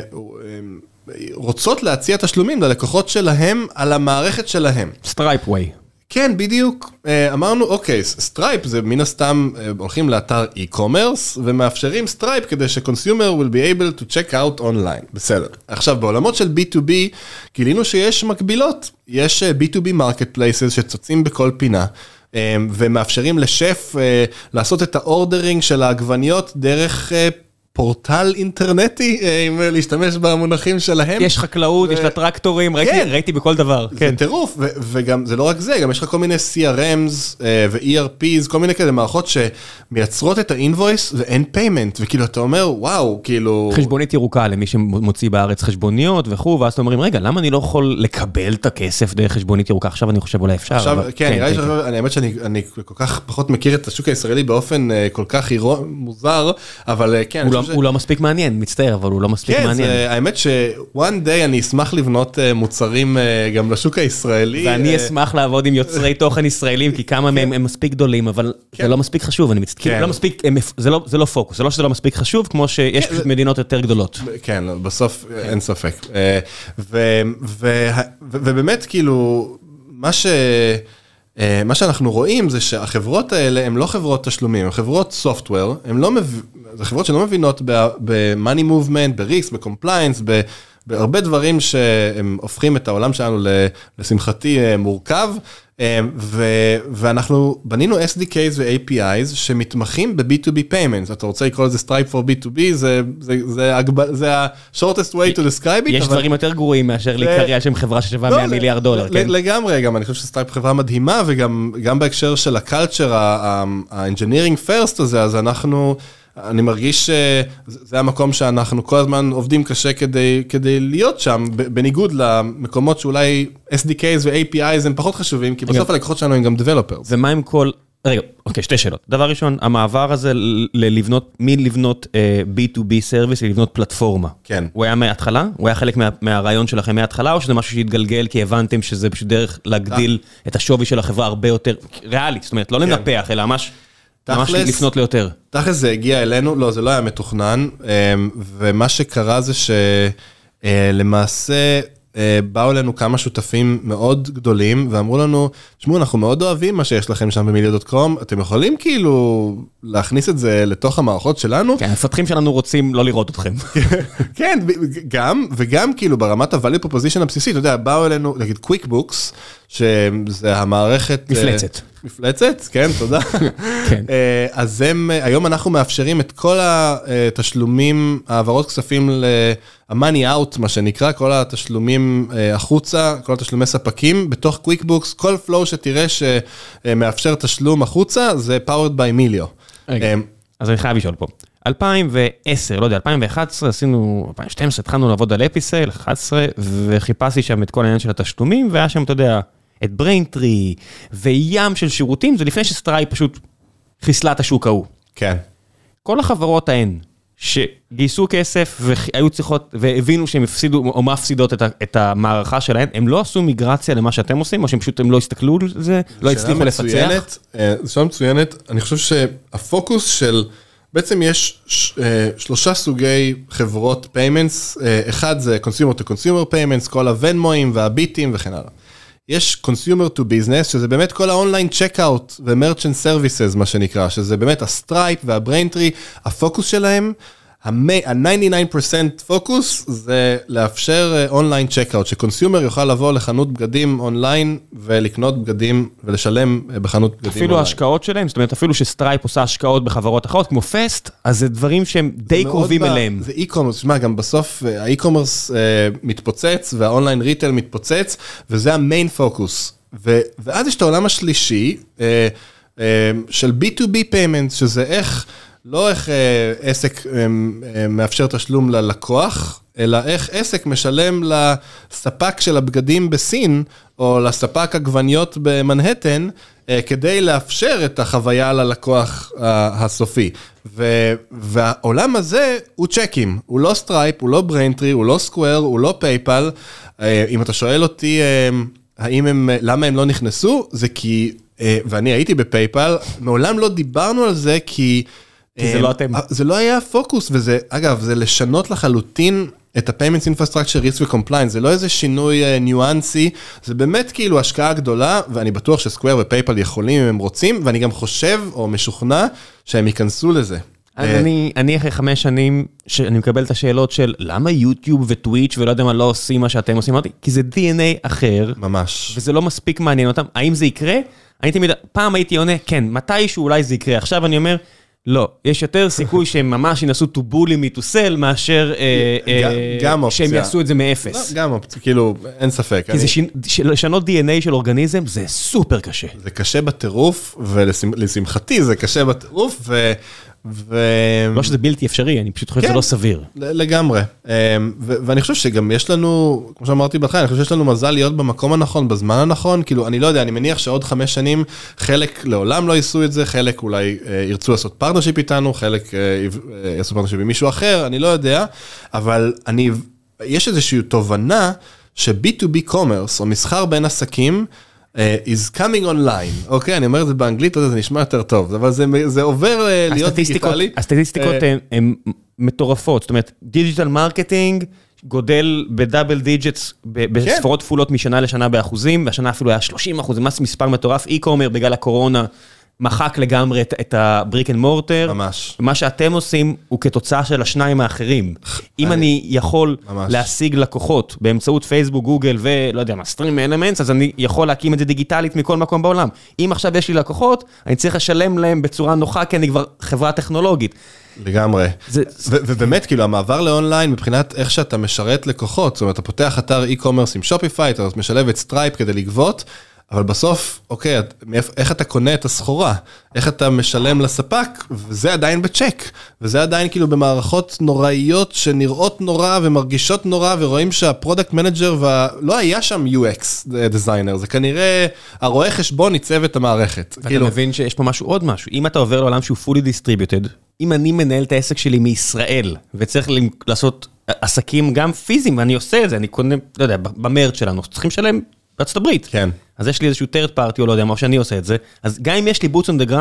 רוצות להציע תשלומים ללקוחות שלהם על המערכת שלהם. סטרייפ-ווי. כן, בדיוק. אמרנו, אוקיי, סטרייפ זה מן הסתם, הולכים לאתר e-commerce, ומאפשרים סטרייפ כדי ש-consumer will be able to check out online. בסדר. עכשיו, בעולמות של B2B, גילינו שיש מקבילות. יש B2B marketplaces שצוצים בכל פינה, ומאפשרים לשף לעשות את האורדרינג של העגבניות דרך פורטל אינטרנטי, אם להשתמש במונחים שלהם. יש חקלאות, יש לה טרקטורים, ראיתי בכל דבר. זה טירוף, וגם זה לא רק זה, גם יש לך כל מיני CRMs ו-ERPs, כל מיני כאלה מערכות שמייצרות את האינבויס ואין פיימנט, וכאילו אתה אומר, וואו, כאילו... חשבונית ירוקה למי שמוציא בארץ חשבוניות וכו', ואז אתם אומרים, רגע, למה אני לא יכול לקבל את הכסף דרך חשבונית ירוקה? עכשיו אני חושב אולי אפשר. עכשיו, כן, האמת שאני כל כך פחות מכיר את השוק הישראלי באופן כל כך מוזר, אבל כן, הוא לא מספיק מעניין, מצטער, אבל הוא לא מספיק מעניין. כן, האמת ש-one day אני אשמח לבנות מוצרים גם לשוק הישראלי. ואני אשמח לעבוד עם יוצרי תוכן ישראלים, כי כמה מהם הם מספיק גדולים, אבל זה לא מספיק חשוב, אני מצטער, זה לא פוקוס, זה לא שזה לא מספיק חשוב, כמו שיש פשוט מדינות יותר גדולות. כן, בסוף אין ספק. ובאמת, כאילו, מה שאנחנו רואים זה שהחברות האלה הן לא חברות תשלומים, הן חברות סופטוור, זה חברות שלא מבינות ב-money movement, ב-risk, ב-compliance, בהרבה דברים שהם הופכים את העולם שלנו לשמחתי מורכב, ואנחנו בנינו SDKs ו-APIs שמתמחים ב-B2B payments, אתה רוצה לקרוא לזה Stripe for B2B, זה ה-shortest way to describe it. יש דברים יותר גרועים מאשר להיקרא שהם חברה ששווה $100 מיליארד, כן? לגמרי, גם אני חושב שסטרייפ חברה מדהימה, וגם בהקשר של ה-culture, ה-engineering first הזה, אז אני מרגיש שזה המקום שאנחנו כל הזמן עובדים קשה כדי להיות שם, בניגוד למקומות שאולי SDKs ו-APIs הם פחות חשובים, כי בסוף הלקוחות שלנו הם גם developers. ומה עם כל... רגע, אוקיי, שתי שאלות. דבר ראשון, המעבר הזה מלבנות B2B סרוויס ללבנות פלטפורמה. כן. הוא היה מההתחלה? הוא היה חלק מהרעיון שלכם מההתחלה, או שזה משהו שהתגלגל כי הבנתם שזה פשוט דרך להגדיל את השווי של החברה הרבה יותר ריאלית, זאת אומרת, לא לנפח, אלא ממש לפנות ליותר. תכל'ס זה הגיע אלינו, לא, זה לא היה מתוכנן, ומה שקרה זה שלמעשה באו אלינו כמה שותפים מאוד גדולים, ואמרו לנו, תשמעו, אנחנו מאוד אוהבים מה שיש לכם שם במיליה.קום, אתם יכולים כאילו להכניס את זה לתוך המערכות שלנו? כן, המפתחים שלנו רוצים לא לראות אתכם. כן, וגם כאילו ברמת ה-value proposition הבסיסית, אתה יודע, באו אלינו, נגיד QuickBooks, שזה המערכת... מפלצת, כן, תודה. אז היום אנחנו מאפשרים את כל התשלומים, העברות כספים ל-money out, מה שנקרא, כל התשלומים החוצה, כל התשלומי ספקים, בתוך QuickBooks, כל flow שתראה שמאפשר תשלום החוצה, זה powered by Melio. אז אני חייב לשאול פה. 2010, לא יודע, 2011, עשינו, 2012, התחלנו לעבוד על אפיסל, 11, וחיפשתי שם את כל העניין של התשלומים, והיה שם, אתה יודע, את בריינטרי, וים של שירותים, זה לפני שסטרייפ פשוט חיסלה את השוק ההוא. כן. כל החברות ההן, שגייסו כסף, והיו צריכות, והבינו שהם הפסידו, או מפסידות את המערכה שלהן, הם לא עשו מיגרציה למה שאתם עושים, או שהם פשוט לא הסתכלו על זה, לא הצליחו לפצח? זו שאלה מצוינת, אני חושב שהפוקוס של, בעצם יש 3 סוגי חברות payments, אחד זה consumer to consumer payments, כל הוונמואים והביטים וכן הלאה. יש consumer to business, שזה באמת כל האונליין צ'קאוט ו-merchant services, מה שנקרא, שזה באמת הסטרייפ והבריינטרי, הפוקוס שלהם, ה-99% פוקוס זה לאפשר אונליין צ'קאוט, שקונסיומר יוכל לבוא לחנות בגדים אונליין ולקנות בגדים ולשלם בחנות בגדים אונליין. אפילו ההשקעות שלהם, זאת אומרת, אפילו שסטרייפ עושה השקעות בחברות אחרות, כמו פסט, אז זה דברים שהם די קרובים אליהם. זה e-commerce, שמה, גם בסוף האי-קומרס מתפוצץ והאונליין ריטל מתפוצץ, וזה המיין פוקוס. ואז יש את העולם השלישי של B2B payments, שזה איך... לא איך עסק מאפשר תשלום ללקוח, אלא איך עסק משלם לספק של הבגדים בסין, או לספק עגבניות במנהטן, כדי לאפשר את החוויה ללקוח הסופי. והעולם הזה הוא צ'קים, הוא לא סטרייפ, הוא לא בריינטרי, הוא לא סקוואר, הוא לא פייפל. אם אתה שואל אותי למה הם לא נכנסו, זה כי, ואני הייתי בפייפל, מעולם לא דיברנו על זה כי... כי זה לא אתם. זה לא היה הפוקוס, וזה, אגב, זה לשנות לחלוטין את ה-Payments Infrastructure Risk ו-Compliance, זה לא איזה שינוי ניואנסי, זה באמת כאילו השקעה גדולה, ואני בטוח שסקוואר ופייפל יכולים אם הם רוצים, ואני גם חושב או משוכנע שהם ייכנסו לזה. אז אני אחרי 5 שנים, שאני מקבל את השאלות של למה יוטיוב וטוויץ' ולא יודע מה לא עושים מה שאתם עושים, אמרתי, כי זה DNA אחר. ממש. וזה לא מספיק מעניין אותם. האם זה יקרה? פעם הייתי עונה, כן, מתישהו אולי זה יקרה. עכשיו אני אומר, לא, יש יותר סיכוי שהם ממש ינסו to bully me to sell, מאשר שהם יעשו את זה מאפס. גם אופציה, כאילו, אין ספק. כי לשנות DNA של אורגניזם זה סופר קשה. זה קשה בטירוף, ולשמחתי זה קשה בטירוף, לא שזה בלתי אפשרי, אני פשוט חושב שזה לא סביר. לגמרי. ואני חושב שגם יש לנו, כמו שאמרתי בהתחלה, אני חושב שיש לנו מזל להיות במקום הנכון, בזמן הנכון, כאילו, אני לא יודע, אני מניח שעוד 5 שנים, חלק לעולם לא ייסו את זה, חלק אולי ירצו לעשות פרטנרשיפ איתנו, חלק יעשו פרטנרשיפ עם מישהו אחר, אני לא יודע, אבל יש איזושהי תובנה ש-B2B commerce, או מסחר בין עסקים, is coming online, אוקיי, אני אומר את זה באנגלית, זה נשמע יותר טוב, אבל זה עובר להיות דיגיטלי. הסטטיסטיקות הן מטורפות, זאת אומרת, דיג'יטל מרקטינג גודל בדאבל דיג'טס, בספרות כפולות משנה לשנה באחוזים, והשנה אפילו היה 30%, זה מספר מטורף, אי-קומר בגלל הקורונה, מחק לגמרי את הבריק אנד מורטר. ממש. מה שאתם עושים הוא כתוצאה של השניים האחרים. אם אני יכול להשיג לקוחות באמצעות פייסבוק, גוגל ולא יודע מה, סטרים אלמנטס, אז אני יכול להקים את זה דיגיטלית מכל מקום בעולם. אם עכשיו יש לי לקוחות, אני צריך לשלם להם בצורה נוחה, כי אני כבר חברה טכנולוגית. לגמרי. ובאמת, כאילו, המעבר לאונליין, מבחינת איך שאתה משרת לקוחות, זאת אומרת, אתה פותח אתר אי-קומרס עם שופיפיי, אתה משלב את סטרייפ כדי לגבות, אבל בסוף, אוקיי, איך אתה קונה את הסחורה? איך אתה משלם לספק? וזה עדיין בצ'ק. וזה עדיין כאילו במערכות נוראיות שנראות נורא ומרגישות נורא, ורואים שהפרודקט מנג'ר לא היה שם UX דיזיינר. זה כנראה הרואה חשבון ניצב את המערכת. ואתה מבין שיש פה עוד משהו. אם אתה עובר לעולם שהוא fully distributed, אם אני מנהל את העסק שלי מישראל, וצריך לעשות עסקים גם פיזיים, ואני עושה את זה, אני קונה, לא יודע, במרץ שלנו, צריכים לשלם בארצות הברית. כן. אז יש לי איזשהו third party, או לא יודע מה, שאני עושה את זה, אז גם אם יש לי boots on the ground,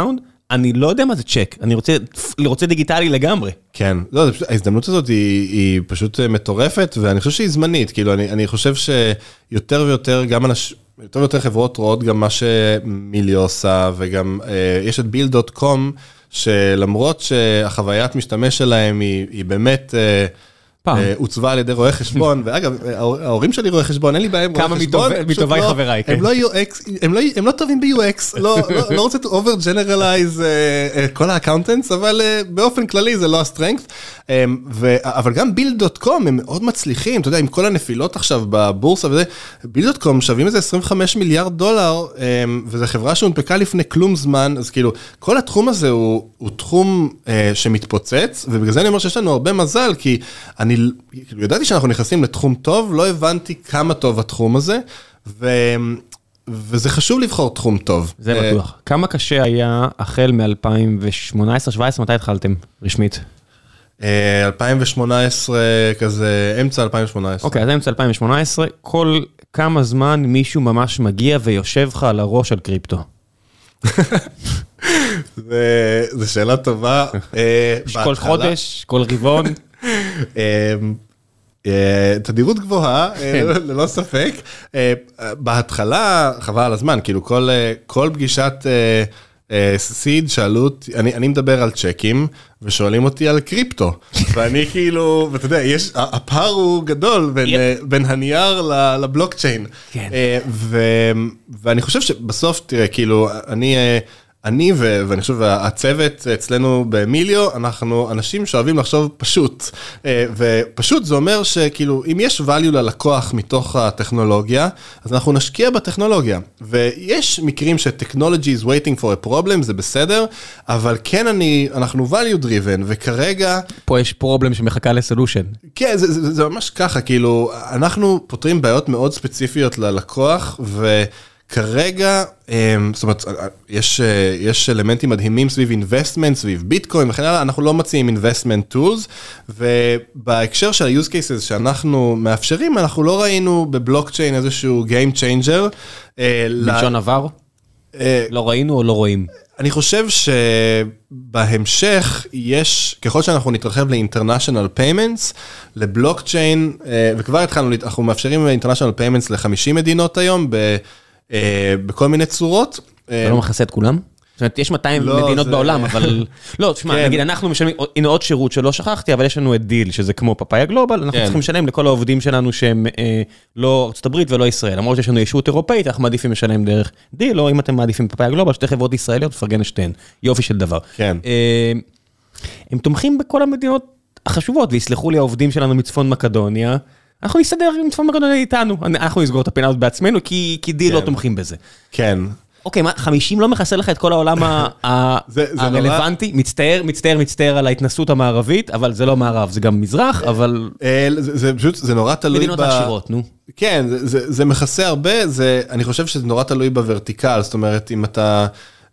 אני לא יודע מה זה צ'ק, אני רוצה דיגיטלי לגמרי. כן, לא, ההזדמנות הזאת היא פשוט מטורפת, ואני חושב שהיא זמנית, כאילו, אני חושב שיותר ויותר, גם יותר ויותר חברות רואות גם מה שמיליו עושה, וגם יש את build.com, שלמרות שהחוויית משתמש שלהם היא באמת עוצבה על ידי רואי חשבון, ואגב, ההורים שלי רואי חשבון, אין לי בעיה עם רואי חשבון. כמה מטובי חבריי, כן. הם לא טובים ב-UX, לא רוצה to over generalize כל האקאונטנטס, אבל באופן כללי זה לא הסטרנגט, אבל גם build.com הם מאוד מצליחים, אתה יודע, עם כל הנפילות עכשיו בבורסה וזה, build.com שווים איזה $25 מיליארד, וזו חברה שהונפקה לפני כלום זמן, אז כאילו, כל התחום הזה הוא תחום שמתפוצץ, ובגלל זה אני אומר שיש לנו הרבה מזל, כי אני ידעתי שאנחנו נכנסים לתחום טוב, לא הבנתי כמה טוב התחום הזה, וזה חשוב לבחור תחום טוב. זה בטוח. כמה קשה היה החל מ-2018-2017, מתי התחלתם רשמית? 2018, כזה, אמצע 2018. אוקיי, אז אמצע 2018, כל כמה זמן מישהו ממש מגיע ויושב לך על הראש על קריפטו? זו שאלה טובה. כל חודש, כל רבעון. תדירות גבוהה, ללא ספק. בהתחלה, חבל על הזמן, כאילו כל פגישת סיד שאלו אותי, אני מדבר על צ'קים, ושואלים אותי על קריפטו, ואני כאילו, ואתה יודע, הפער הוא גדול בין הנייר לבלוקצ'יין, ואני חושב שבסוף, תראה, כאילו, אני ואני חושב הצוות אצלנו במיליו, אנחנו אנשים שאוהבים לחשוב פשוט, ופשוט זה אומר שכאילו אם יש value ללקוח מתוך הטכנולוגיה, אז אנחנו נשקיע בטכנולוגיה, ויש מקרים ש-technology is waiting for a problem, זה בסדר, אבל כן אנחנו value driven, וכרגע... פה יש problem שמחכה לסולושן. כן, זה ממש ככה, כאילו, אנחנו פותרים בעיות מאוד ספציפיות ללקוח, כרגע, זאת אומרת, יש אלמנטים מדהימים סביב investment, סביב ביטקוין וכן הלאה, אנחנו לא מציעים investment tools, ובהקשר של ה-use cases שאנחנו מאפשרים, אנחנו לא ראינו בבלוקצ'יין איזשהו game changer. בלשון עבר? לא ראינו או לא רואים? אני חושב שבהמשך יש, ככל שאנחנו נתרחב ל-international payments, לבלוקצ'יין, וכבר התחלנו, אנחנו מאפשרים international payments ל-50 מדינות היום, בכל מיני צורות. זה לא מכסה את כולם? זאת אומרת, יש 200 מדינות בעולם, אבל... לא, תשמע, נגיד, אנחנו משלמים, הנה עוד שירות שלא שכחתי, אבל יש לנו את דיל, שזה כמו פאפאיה גלובל, אנחנו צריכים לשלם לכל העובדים שלנו שהם לא ארצות הברית ולא ישראל. למרות שיש לנו ישות אירופאית, אנחנו מעדיפים לשלם דרך דיל, או אם אתם מעדיפים פאפאיה גלובל, שתי חברות ישראליות, פרגן שתיהן. יופי של דבר. כן. הם תומכים בכל המדינות החשובות, ויסלחו לי העובדים שלנו מצפון מקדוניה, אנחנו נסתדר עם צפון מקדוניה איתנו, אנחנו נסגור את הפינה הזאת בעצמנו, כי דיל לא תומכים בזה. כן. אוקיי, 50 לא מכסה לך את כל העולם הרלוונטי? מצטער על ההתנסות המערבית, אבל זה לא מערב, זה גם מזרח, אבל... זה פשוט, זה נורא תלוי מדינות העשירות, נו. כן, זה מכסה הרבה, אני חושב שזה נורא תלוי בוורטיקל, זאת אומרת, אם אתה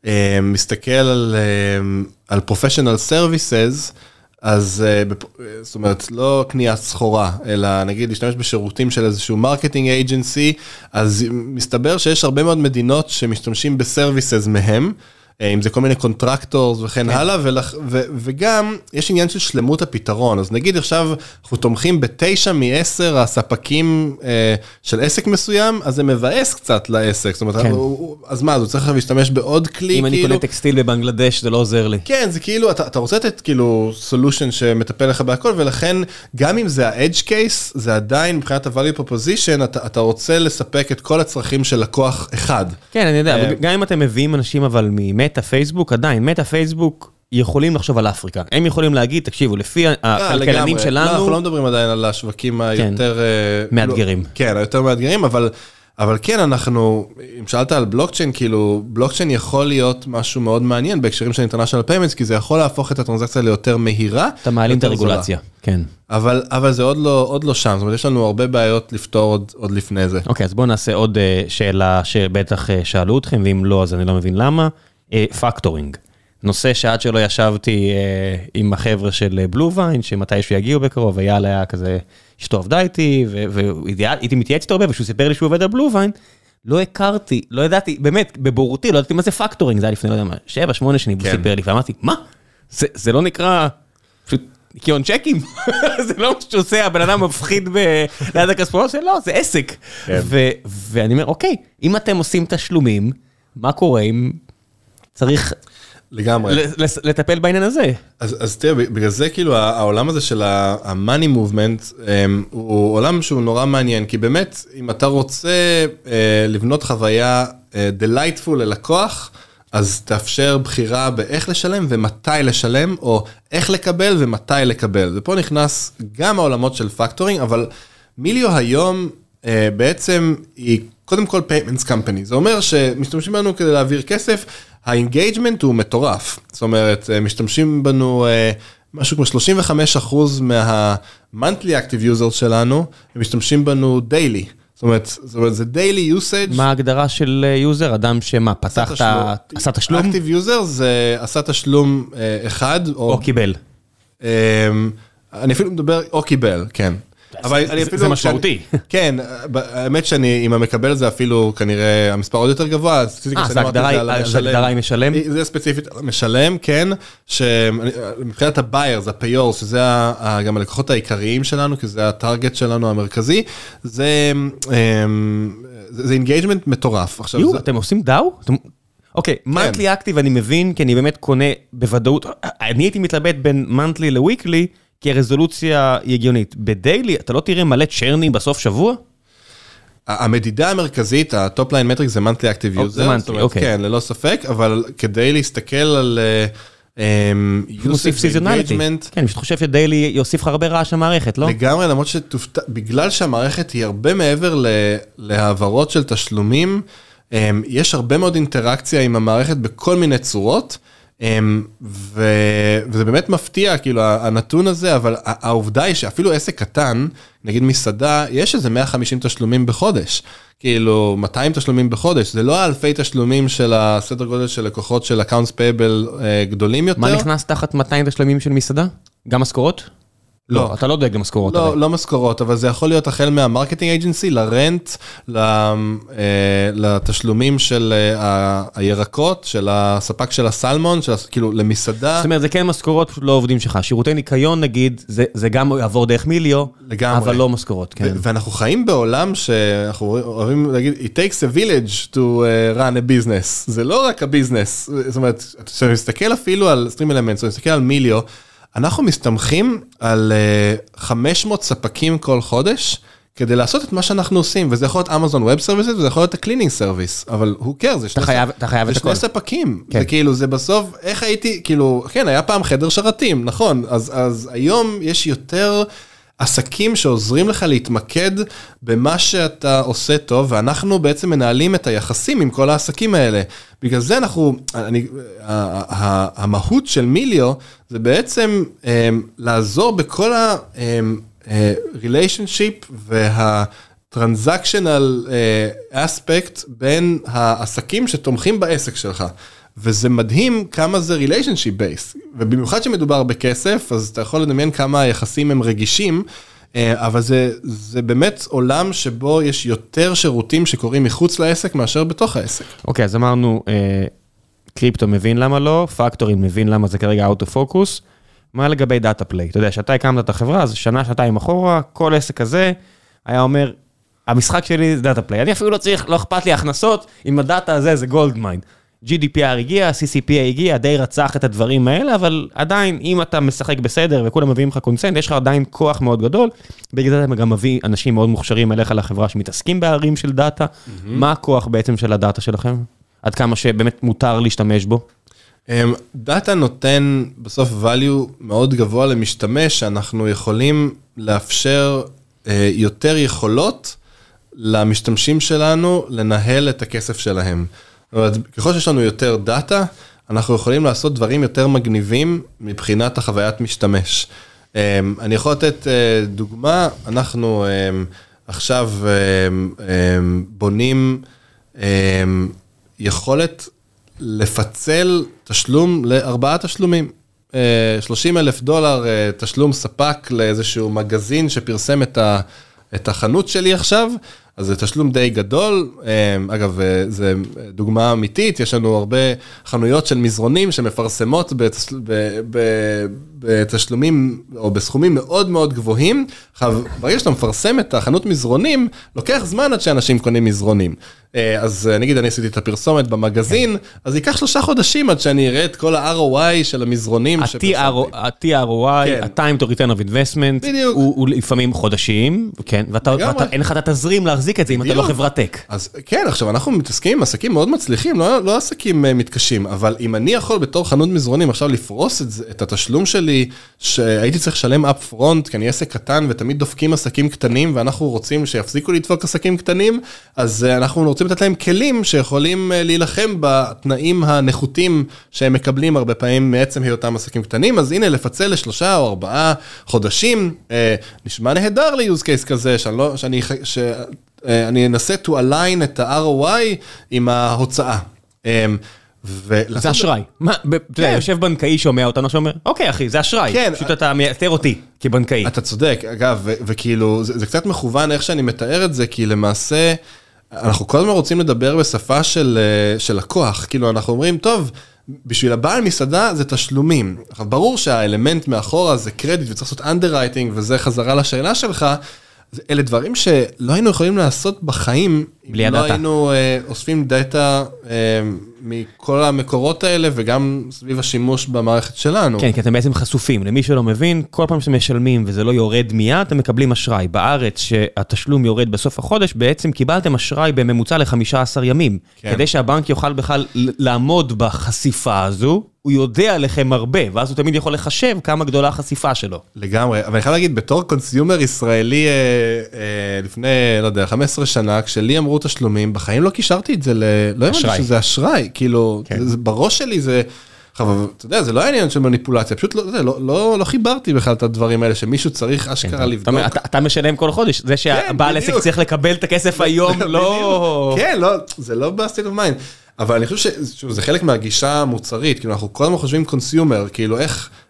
מסתכל על professional services, אז זאת אומרת, לא קניית סחורה, אלא נגיד להשתמש בשירותים של איזשהו מרקטינג אייג'נסי, אז מסתבר שיש הרבה מאוד מדינות שמשתמשים בסרוויסס מהם, אם זה כל מיני קונטרקטורס וכן הלאה, וגם יש עניין של שלמות הפתרון, אז נגיד עכשיו אנחנו תומכים ב9 מ10 הספקים של עסק מסוים, אז זה מבאס קצת לעסק, זאת אומרת, אז מה, אז הוא צריך להשתמש בעוד כלי, אם אני קונה טקסטיל בבנגלדש, זה לא עוזר לי. כן, זה כאילו, אתה רוצה לתת כאילו סולושן שמטפל לך בהכל, ולכן גם אם זה ה-edge case, זה עדיין מבחינת ה-value proposition, אתה רוצה לספק את כל הצרכים של לקוח אחד. כן, אני יודע, גם אם אתם מביאים אנשים אבל מטה פייסבוק, עדיין, מטה פייסבוק יכולים לחשוב על אפריקה. הם יכולים להגיד, תקשיבו, לפי הכלכלנים שלנו... אנחנו לא מדברים עדיין על השווקים היותר... מאתגרים. כן, היותר מאתגרים, אבל כן, אנחנו, אם שאלת על בלוקצ'יין, כאילו, בלוקצ'יין יכול להיות משהו מאוד מעניין בהקשרים של international payments, כי זה יכול להפוך את הטרנזקציה ליותר מהירה. אתה מעלים את הרגולציה, כן. אבל זה עוד לא שם, זאת אומרת, יש לנו הרבה בעיות לפתור עוד לפני זה. אוקיי, אז בואו נעשה עוד שאלה שבטח שאלו אתכם, ואם לא, אז אני לא מבין למה. פקטורינג. נושא שעד שלא ישבתי עם החבר'ה של בלו ויין, שמתי שיגיעו בקרוב, אייל היה כזה, אשתו עבדה איתי, והייתי מתייעץ איתו הרבה, ושהוא סיפר לי שהוא עובד על בלו ויין, לא הכרתי, לא ידעתי, באמת, בבורותי, לא ידעתי מה זה פקטורינג, זה היה לפני, לא יודע מה, 7-8 שנים, הוא סיפר לי, ואמרתי, מה? זה לא נקרא, פשוט, ניקיון צ'קים? זה לא מה שעושה, הבן אדם מפחיד ליד הכספות, לא, זה עסק. ואני אומר, אוקיי, אם אתם עושים תשלומים, מה קורה אם צריך לגמרי. לטפל בעניין הזה? אז תראה, בגלל זה כאילו העולם הזה של ה-money movement, הוא עולם שהוא נורא מעניין, כי באמת, אם אתה רוצה לבנות חוויה delightful ללקוח, אז תאפשר בחירה באיך לשלם ומתי לשלם, או איך לקבל ומתי לקבל. ופה נכנס גם העולמות של פקטורינג, אבל מיליו היום בעצם היא קודם כל payments company. זה אומר שמשתמשים בנו כדי להעביר כסף, האינגייג'מנט הוא מטורף. זאת אומרת, משתמשים בנו משהו כמו 35% מה-monthly active users שלנו, הם משתמשים בנו daily. זאת אומרת, זה daily usage. מה ההגדרה של יוזר? אדם שמה, פתח עשה תשלום? active user זה עשה תשלום אחד. או קיבל. אני אפילו מדבר, או קיבל, כן. זה משמעותי. כן, האמת שאני, אם המקבל זה אפילו כנראה המספר עוד יותר גבוה, אז ההגדרה היא משלם? זה ספציפית משלם, כן, שמבחינת הבייר, זה הפיור, שזה גם הלקוחות העיקריים שלנו, כי זה הטארגט שלנו המרכזי, זה אינגייג'מנט מטורף. אתם עושים דאו? אוקיי, monthly active אני מבין, כי אני באמת קונה בוודאות, אני הייתי מתלבט בין monthly ל-weekly, כי הרזולוציה היא הגיונית. בדיילי, אתה לא תראה מלא צ'רנים בסוף שבוע? המדידה המרכזית, ה-top line metric זה monthly active user. זה monthly, אוקיי. כן, ללא ספק, אבל כדי להסתכל על usage engagement. כן, אני חושב שדיילי יוסיף לך הרבה רעש המערכת, לא? לגמרי, למרות שבגלל שהמערכת היא הרבה מעבר להעברות של תשלומים, יש הרבה מאוד אינטראקציה עם המערכת בכל מיני צורות, וזה באמת מפתיע, כאילו, הנתון הזה, אבל העובדה היא שאפילו עסק קטן, נגיד מסעדה, יש איזה 150 תשלומים בחודש, כאילו 200 תשלומים בחודש, זה לא אלפי תשלומים של הסדר גודל של לקוחות של accounts payable גדולים יותר. מה נכנס תחת 200 תשלומים של מסעדה? גם משכורות? לא, אתה לא דואג למשכורות. לא משכורות, אבל זה יכול להיות החל מהמרקטינג אייג'נסי, לרנט, לתשלומים של הירקות, של הספק של הסלמון, כאילו למסעדה. זאת אומרת, זה כן משכורות, פשוט לא עובדים שלך. שירותי ניקיון, נגיד, זה גם יעבור דרך מיליו, אבל לא משכורות. ואנחנו חיים בעולם שאנחנו אוהבים להגיד, it takes a village to run a business. זה לא רק הביזנס. זאת אומרת, כשאני מסתכל אפילו על Stream Elements, או מסתכל על מיליו, אנחנו מסתמכים על 500 ספקים כל חודש, כדי לעשות את מה שאנחנו עושים, וזה יכול להיות Amazon Web Services, וזה יכול להיות ה-Cleaning Service, אבל who cares, זה שני ספקים, זה כאילו, זה בסוף, איך הייתי, כאילו, כן, היה פעם חדר שרתים, נכון, אז היום יש יותר עסקים שעוזרים לך להתמקד במה שאתה עושה טוב, ואנחנו בעצם מנהלים את היחסים עם כל העסקים האלה. בגלל זה המהות של מיליו, זה בעצם לעזור בכל ה-relationship וה-transactional aspect בין העסקים שתומכים בעסק שלך. וזה מדהים כמה זה relationship based, ובמיוחד שמדובר בכסף, אז אתה יכול לדמיין כמה היחסים הם רגישים, אבל זה באמת עולם שבו יש יותר שירותים שקורים מחוץ לעסק מאשר בתוך העסק. אוקיי, אז אמרנו, קריפטו מבין למה לא, פקטורים מבין למה זה כרגע out of focus, מה לגבי דאטה פליי? אתה יודע, שאתה הקמת את החברה, אז שנה, שנתיים אחורה, כל עסק הזה היה אומר, המשחק שלי זה דאטה פליי, אני אפילו לא צריך, לא אכפת לי הכנסות, עם הדאטה הזה זה גולד מיין. GDPR הגיע, CCPA הגיע, די רצח את הדברים האלה, אבל עדיין, אם אתה משחק בסדר וכולם מביאים לך קונסנט, יש לך עדיין כוח מאוד גדול, בגלל זה אתה גם מביא אנשים מאוד מוכשרים אליך לחברה שמתעסקים בערים של דאטה. מה הכוח בעצם של הדאטה שלכם? עד כמה שבאמת מותר להשתמש בו? דאטה נותן בסוף value מאוד גבוה למשתמש, שאנחנו יכולים לאפשר יותר יכולות למשתמשים שלנו לנהל את הכסף שלהם. ככל שיש לנו יותר דאטה, אנחנו יכולים לעשות דברים יותר מגניבים מבחינת החוויית משתמש. אני יכול לתת דוגמה, אנחנו עכשיו בונים יכולת לפצל תשלום ל4 תשלומים. $30,000 תשלום ספק לאיזשהו מגזין שפרסם את החנות שלי עכשיו, אז זה תשלום די גדול, אגב, זה דוגמה אמיתית, יש לנו הרבה חנויות של מזרונים שמפרסמות בתשלומים או בסכומים מאוד מאוד גבוהים, ברגע שאתה מפרסם את החנות מזרונים, לוקח זמן עד שאנשים קונים מזרונים. אז נגיד אני עשיתי את הפרסומת במגזין, אז ייקח 3 חודשים עד שאני אראה את כל ה-ROI של המזרונים. ה-TROI, ה-Time to Return of Investment, הוא לפעמים חודשים, ואין לך את התזרים להחזיק את זה אם אתה לא חברת טק. אז כן, עכשיו אנחנו מתעסקים עם עסקים מאוד מצליחים, לא עסקים מתקשים, אבל אם אני יכול בתור חנות מזרונים עכשיו לפרוס את התשלום שלי, שהייתי צריך לשלם up front, כי אני עסק קטן ותמיד דופקים עסקים קטנים, ואנחנו רוצים שיפסיקו לדפוק עסקים קטנים, אז אנחנו רוצים לתת להם כלים שיכולים להילחם בתנאים הנחותים שהם מקבלים הרבה פעמים מעצם היותם עסקים קטנים, אז הנה לפצל ל3 או 4 חודשים, נשמע נהדר ל-use case כזה, שאני אנסה to align את ה-ROI עם ההוצאה. זה אשראי. אתה יודע, יושב בנקאי שומע אותנו שאומר, אוקיי אחי, זה אשראי, פשוט אתה מייתר אותי כבנקאי. אתה צודק, אגב, וכאילו, זה קצת מכוון איך שאני מתאר את זה, כי למעשה, אנחנו כל הזמן רוצים לדבר בשפה של לקוח, כאילו אנחנו אומרים, טוב, בשביל הבעל מסעדה זה תשלומים. ברור שהאלמנט מאחורה זה קרדיט וצריך לעשות underwriting, וזה חזרה לשאלה שלך, אלה דברים שלא היינו יכולים לעשות בחיים, אם לא היינו אוספים דאטה מכל המקורות האלה, וגם סביב השימוש במערכת שלנו. כן, כי אתם בעצם חשופים. למי שלא מבין, כל פעם שאתם משלמים וזה לא יורד מיד, אתם מקבלים אשראי. בארץ שהתשלום יורד בסוף החודש, בעצם קיבלתם אשראי בממוצע ל-15 ימים. כדי שהבנק יוכל בכלל לעמוד בחשיפה הזו, הוא יודע עליכם הרבה, ואז הוא תמיד יכול לחשב כמה גדולה החשיפה שלו. לגמרי, אבל אני חייב להגיד, בתור קונסיומר ישראלי לפני, לא יודע, 15 שנה, כשלי אמרו תשלומים, בחיים לא קישרתי את זה, לא הבנתי שזה אשראי, כאילו, בראש שלי זה, אתה יודע, זה לא העניין של מניפולציה, פשוט לא חיברתי בכלל את הדברים האלה, שמישהו צריך אשכרה לבדוק. אתה משלם כל חודש, זה שהבעל עסק צריך לקבל את הכסף היום, לא... כן, זה לא ב-state of mind. אבל אני חושב שזה חלק מהגישה המוצרית, כאילו אנחנו כל הזמן חושבים קונסיומר, כאילו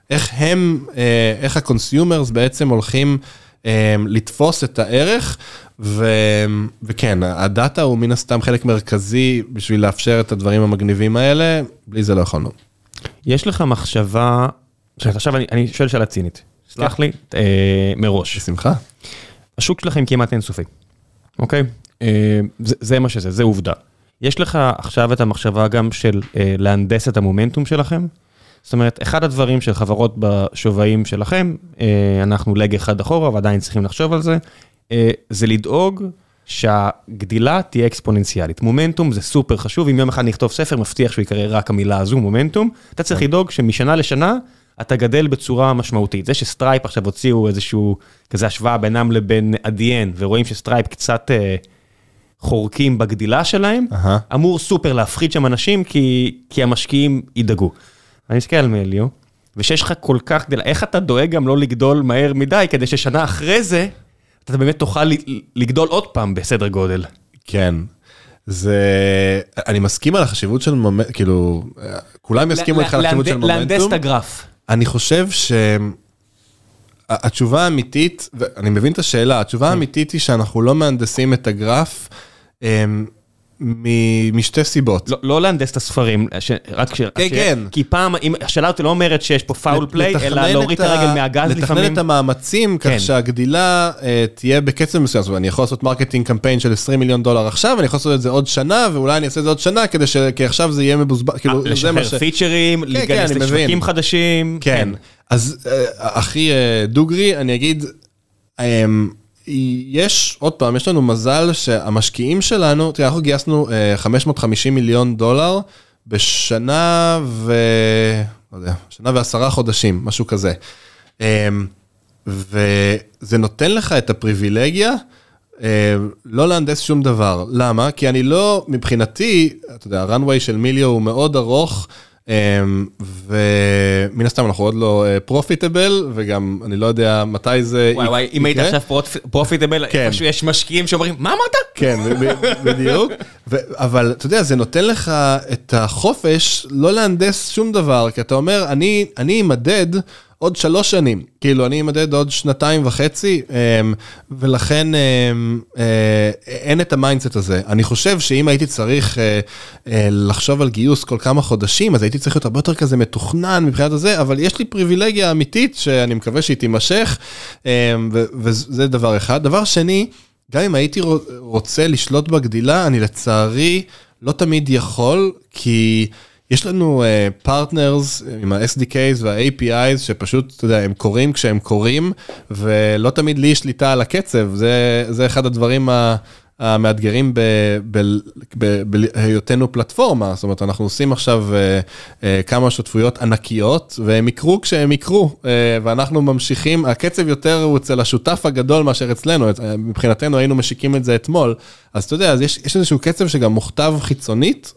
איך הקונסיומרס בעצם הולכים לתפוס את הערך, וכן, הדאטה הוא מן הסתם חלק מרכזי בשביל לאפשר את הדברים המגניבים האלה, בלי זה לא יכולנו. יש לך מחשבה, עכשיו אני שואל שאלה צינית, סלח לי, מראש. בשמחה. השוק שלכם כמעט אינסופי, אוקיי? זה מה שזה, זה עובדה. יש לך עכשיו את המחשבה גם של להנדס את המומנטום שלכם? זאת אומרת, אחד הדברים של חברות בשווים שלכם, אנחנו לג אחד אחורה, ועדיין צריכים לחשוב על זה, זה לדאוג שהגדילה תהיה אקספוננציאלית. מומנטום זה סופר חשוב, אם יום אחד נכתוב ספר, מבטיח שהוא יקרא רק המילה הזו, מומנטום, אתה צריך לדאוג שמשנה לשנה, אתה גדל בצורה משמעותית. זה שסטרייפ עכשיו הוציאו איזשהו, כזה השוואה בינם לבין עדיין, ורואים שסטרייפ קצת... חורקים בגדילה שלהם, אמור סופר להפחיד שם אנשים, כי המשקיעים ידאגו. אני מסתכל על מליו, ושיש לך כל כך גדלה, איך אתה דואג גם לא לגדול מהר מדי, כדי ששנה אחרי זה, אתה באמת תוכל לגדול עוד פעם בסדר גודל. כן, אני מסכים על החשיבות של מומנטום, כאילו, כולם יסכימו איתך על החשיבות של מומנטום. להנדס את הגרף. אני חושב התשובה האמיתית, ואני מבין את השאלה, התשובה האמיתית היא שאנחנו לא מהנדסים את הגרף משתי סיבות. לא להנדס את הספרים, כי פעם, השאלה אותי לא אומרת שיש פה פאול פליי, אלא להוריד את הרגל מהגז לפעמים. לתכנן את המאמצים, כך שהגדילה תהיה בקצב מסוים. אני יכול לעשות מרקטינג קמפיין של $20 מיליון עכשיו, אני יכול לעשות את זה עוד שנה, ואולי אני אעשה את זה עוד שנה, כי עכשיו זה יהיה מבוזבז. לשחרר פיצ'רים, להיכנס לשווקים חדשים. כן. אז אחי דוגרי, אני אגיד, עוד פעם, יש לנו מזל שהמשקיעים שלנו, תראה, אנחנו גייסנו $550 מיליון בשנה לא יודע, שנה ו10 חודשים, משהו כזה. וזה נותן לך את הפריבילגיה, לא להנדס שום דבר. למה? כי אני לא, מבחינתי, אתה יודע, הרנווי של מיליו הוא מאוד ארוך, ומן הסתם אנחנו עוד לא פרופיטבל, וגם אני לא יודע מתי זה יקרה. וואי, אם היית עכשיו פרופיטבל, איפשהו יש משקיעים שאומרים, מה אמרת? כן, בדיוק. אבל אתה יודע, זה נותן לך את החופש לא להנדס שום דבר, כי אתה אומר, אני אמדד עוד 3 שנים, כאילו אני אמדד עוד 2.5, ולכן אין את המיינדסט הזה. אני חושב שאם הייתי צריך לחשוב על גיוס כל כמה חודשים, אז הייתי צריך להיות הרבה יותר כזה מתוכנן מבחינת הזה, אבל יש לי פריבילגיה אמיתית שאני מקווה שהיא תימשך, וזה דבר אחד. דבר שני, גם אם הייתי רוצה לשלוט בגדילה, אני לצערי לא תמיד יכול, כי יש לנו פרטנרס עם ה-SDKs וה-APIs שפשוט, אתה יודע, הם קוראים כשהם קוראים, ולא תמיד לי שליטה על הקצב. זה אחד הדברים המאתגרים בהיותנו פלטפורמה. זאת אומרת, אנחנו עושים עכשיו כמה שותפויות ענקיות, והם יקרו כשהם יקרו, ואנחנו ממשיכים, הקצב יותר הוא אצל השותף הגדול מאשר אצלנו, מבחינתנו היינו משיקים את זה אתמול, אז אתה יודע, אז יש איזשהו קצב שגם מוכתב חיצונית,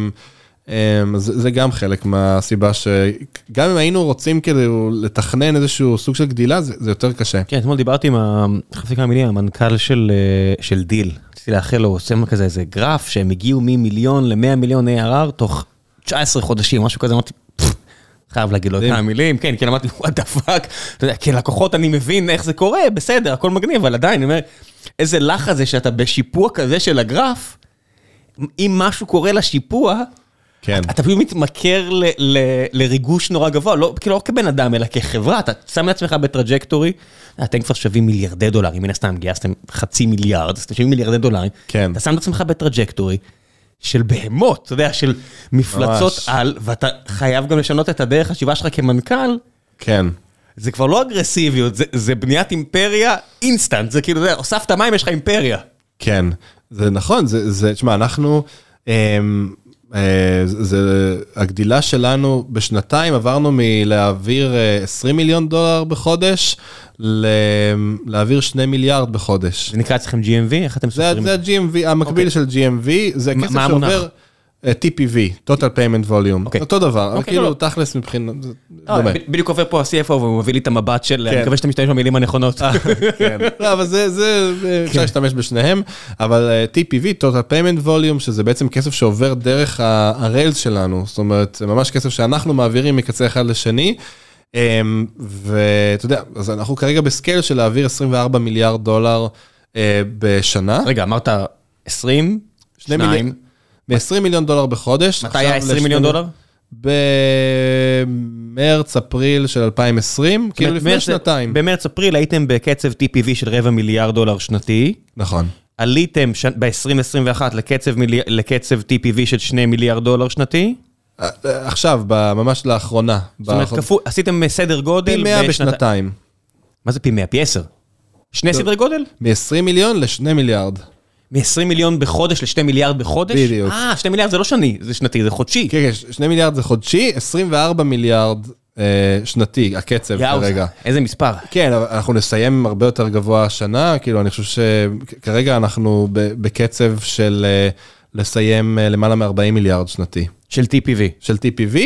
זה גם חלק מהסיבה שגם אם היינו רוצים כאילו לתכנן איזשהו סוג של גדילה, זה יותר קשה. כן, אתמול דיברתי עם חפי כמה מילים, המנכ"ל של דיל. רציתי לאחל לו, עושה כזה איזה גרף, שהם הגיעו ממיליון ל100 מיליון ARR, תוך 19 חודשים, משהו כזה, אמרתי, חייב להגיד לו כמה מילים, כן, כי אמרתי, what the fuck, אתה יודע, כלקוחות אני מבין איך זה קורה, בסדר, הכל מגניב, אבל עדיין, אני אומר, איזה לחץ זה שאתה בשיפוע כזה של הגרף, אם משהו קורה לשיפוע, כן. אתה פשוט מתמכר לריגוש נורא גבוה, לא כבן אדם, אלא כחברה, אתה שם לעצמך בטראג'קטורי, אתם כבר שווים מיליארדי דולרים, מן הסתם גייסתם 500 מיליארד, אז אתם שווים מיליארדי דולרים, כן. אתה שם את עצמך בטראג'קטורי, של בהמות, אתה יודע, של מפלצות על, ואתה חייב גם לשנות את הדרך השיבה שלך כמנכ"ל, כן. זה כבר לא אגרסיביות, זה בניית אימפריה אינסטנט, זה כאילו, הוספת מים, יש לך אימפריה. כן, זה נכון, תשמע, אנחנו, הגדילה שלנו בשנתיים עברנו מלהעביר $20 מיליון בחודש, להעביר 2 מיליארד בחודש. זה נקרא אצלכם GMV? איך אתם סופרים? זה ה-GMV, המקביל של GMV, זה כסף שעובר TPV, Total Payment Volume, אותו דבר, אבל כאילו תכלס מבחינת, בדיוק עובר פה ה-CFO, והוא מביא לי את המבט של, אני מקווה שאתה משתמש במילים הנכונות. לא, אבל זה, אפשר להשתמש בשניהם, אבל TPV, Total Payment Volume, שזה בעצם כסף שעובר דרך ה-Rails שלנו, זאת אומרת, זה ממש כסף שאנחנו מעבירים מקצה אחד לשני, ואתה יודע, אז אנחנו כרגע בסקייל של להעביר $24 מיליארד בשנה. רגע, אמרת 20? 2? ב-$20 מיליון בחודש. מתי היה $20 מיליון? במרץ, אפריל של 2020, כאילו לפני שנתיים. במרץ, אפריל הייתם בקצב TPV של $250 מיליון שנתי. נכון. עליתם ב-2021 לקצב TPV של $2 מיליארד שנתי. עכשיו, ממש לאחרונה. זאת אומרת, עשיתם סדר גודל. פי 100 בשנתיים. מה זה פי 100? פי 10? שני סדרי גודל? מ-20 מיליון ל2 מיליארד. מ-20 מיליון בחודש ל2 מיליארד בחודש? בדיוק. 2 מיליארד זה לא שני, זה שנתי, זה חודשי. כן, 2 מיליארד זה חודשי, 24 מיליארד שנתי, הקצב כרגע. איזה מספר. כן, אנחנו נסיים הרבה יותר גבוה השנה, כאילו אני חושב שכרגע אנחנו בקצב של לסיים למעלה מ-40 מיליארד שנתי. של TPV. של TPV,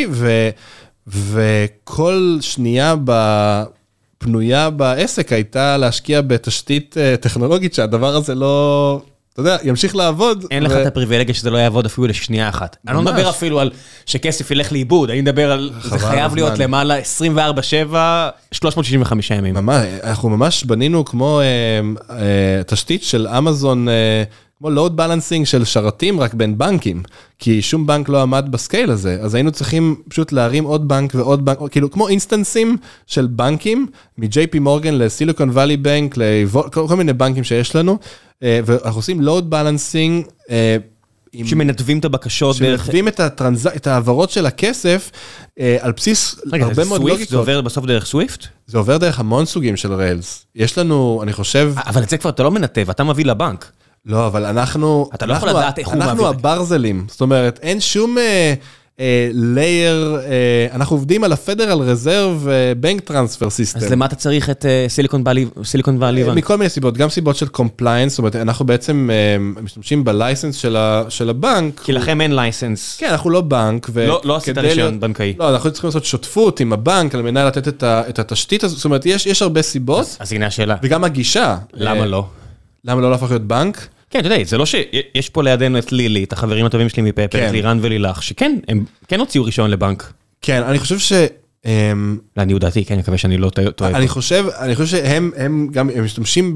וכל שנייה פנויה בעסק הייתה להשקיע בתשתית טכנולוגית שהדבר הזה לא, אתה יודע, ימשיך לעבוד. אין לך את הפריבילגיה שזה לא יעבוד אפילו לשנייה אחת. אני לא מדבר אפילו על שכסף ילך לאיבוד, אני מדבר על, זה חייב להיות למעלה 24/7, 365 ימים. אנחנו ממש בנינו כמו תשתית של אמזון, כמו load balancing של שרתים רק בין בנקים, כי שום בנק לא עמד בסקייל הזה, אז היינו צריכים פשוט להרים עוד בנק ועוד בנק, כאילו כמו אינסטנסים של בנקים, מ-JP מורגן לסיליקון ואלי בנק, כל מיני בנקים שיש לנו, ואנחנו עושים load balancing, שמנתבים את הבקשות דרך... שמנתבים את העברות של הכסף, על בסיס הרבה מאוד לוגיקות. זה עובר בסוף דרך סוויפט? זה עובר דרך המון סוגים של ריילס. יש לנו, אני חושב... אבל את זה כבר אתה לא מנתב, אתה מביא לבנק. לא, אבל אנחנו... אתה לא יכול לדעת איך הוא מעביר. אנחנו הברזלים, זאת אומרת, אין שום לייר, אנחנו עובדים על ה-Federal Reserve Bank Transfer System. אז למה אתה צריך את סיליקון ואלי בנק? מכל מיני סיבות, גם סיבות של compliance, זאת אומרת, אנחנו בעצם משתמשים בלייסנס של הבנק. כי לכם אין לייסנס. כן, אנחנו לא בנק. לא עשית רישיון בנקאי. לא, אנחנו צריכים לעשות שותפות עם הבנק, על מנת לתת את התשתית הזאת, זאת אומרת, יש הרבה סיבות. אז הנה השאלה. וגם הגישה. למה לא? למה לא להפוך להיות בנק? כן, אתה יודע, זה לא שיש פה לידינו את לילי, את החברים הטובים שלי מפפר, את לירן ולילך, שכן, הם כן הוציאו רישיון לבנק. כן, אני חושב לעניות דעתי, כן, אני מקווה שאני לא טועה. אני חושב שהם גם משתמשים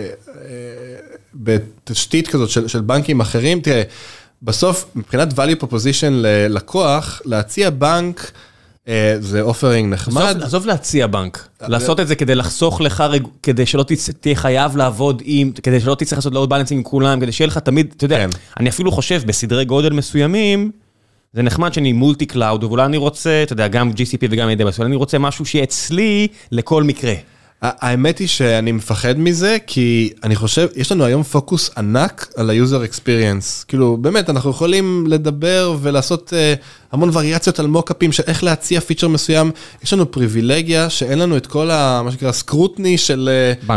בתשתית כזאת של בנקים אחרים. תראה, בסוף, מבחינת value proposition ללקוח, להציע בנק, זה אופרינג נחמד. עזוב להציע בנק, לעשות את זה כדי לחסוך לך, כדי שלא תהיה חייב לעבוד עם, כדי שלא תצטרך לעשות load balancing עם כולם, כדי שיהיה לך תמיד, אתה יודע, אני אפילו חושב בסדרי גודל מסוימים, זה נחמד שאני מולטי קלאוד, ואולי אני רוצה, אתה יודע, גם GCP וגם AWS, אבל אני רוצה משהו שיהיה אצלי לכל מקרה. האמת היא שאני מפחד מזה, כי אני חושב, יש לנו היום פוקוס ענק על ה-user experience. כאילו, באמת, אנחנו יכולים לדבר ולעשות המון וריאציות על מוקאפים של איך להציע פיצ'ר מסוים. יש לנו פריבילגיה שאין לנו את כל מה שנקרא סקרוטני של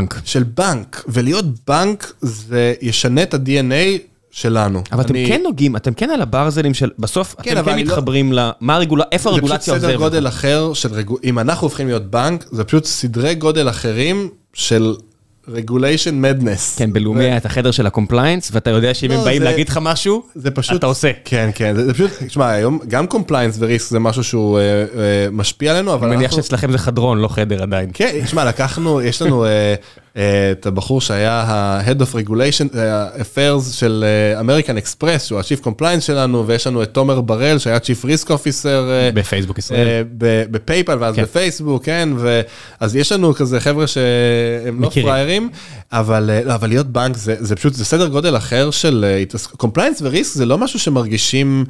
בנק. ולהיות בנק זה ישנה את ה-DNA שלנו. אבל אתם כן נוגעים, אתם כן על הברזלים של, בסוף אתם כן מתחברים איפה הרגולציה עוזרת? זה פשוט סדר גודל אחר, אם אנחנו הופכים להיות בנק, זה פשוט סדרי גודל אחרים של regulation madness. כן, בלאומי היה את החדר של הקומפליינס, ואתה יודע שאם הם באים להגיד לך משהו, אתה עושה. כן, כן, זה פשוט, תשמע, היום גם קומפליינס וריסק זה משהו שהוא משפיע עלינו, אבל אני מניח שאצלכם זה חדרון, לא חדר עדיין. כן, תשמע, יש לנו את הבחור שהיה ה-Head of Regulation Affairs של American Express, שהוא ה-Chief Compliance שלנו, ויש לנו את תומר בראל, שהיה Chief Risk Officer. בפייסבוק ישראל. בפייפל, ואז בפייסבוק, כן, אז יש לנו כזה חבר'ה שהם לא פריירים, אבל להיות בנק זה פשוט, זה סדר גודל אחר של Compliance וריסק, זה לא משהו שמרגישים,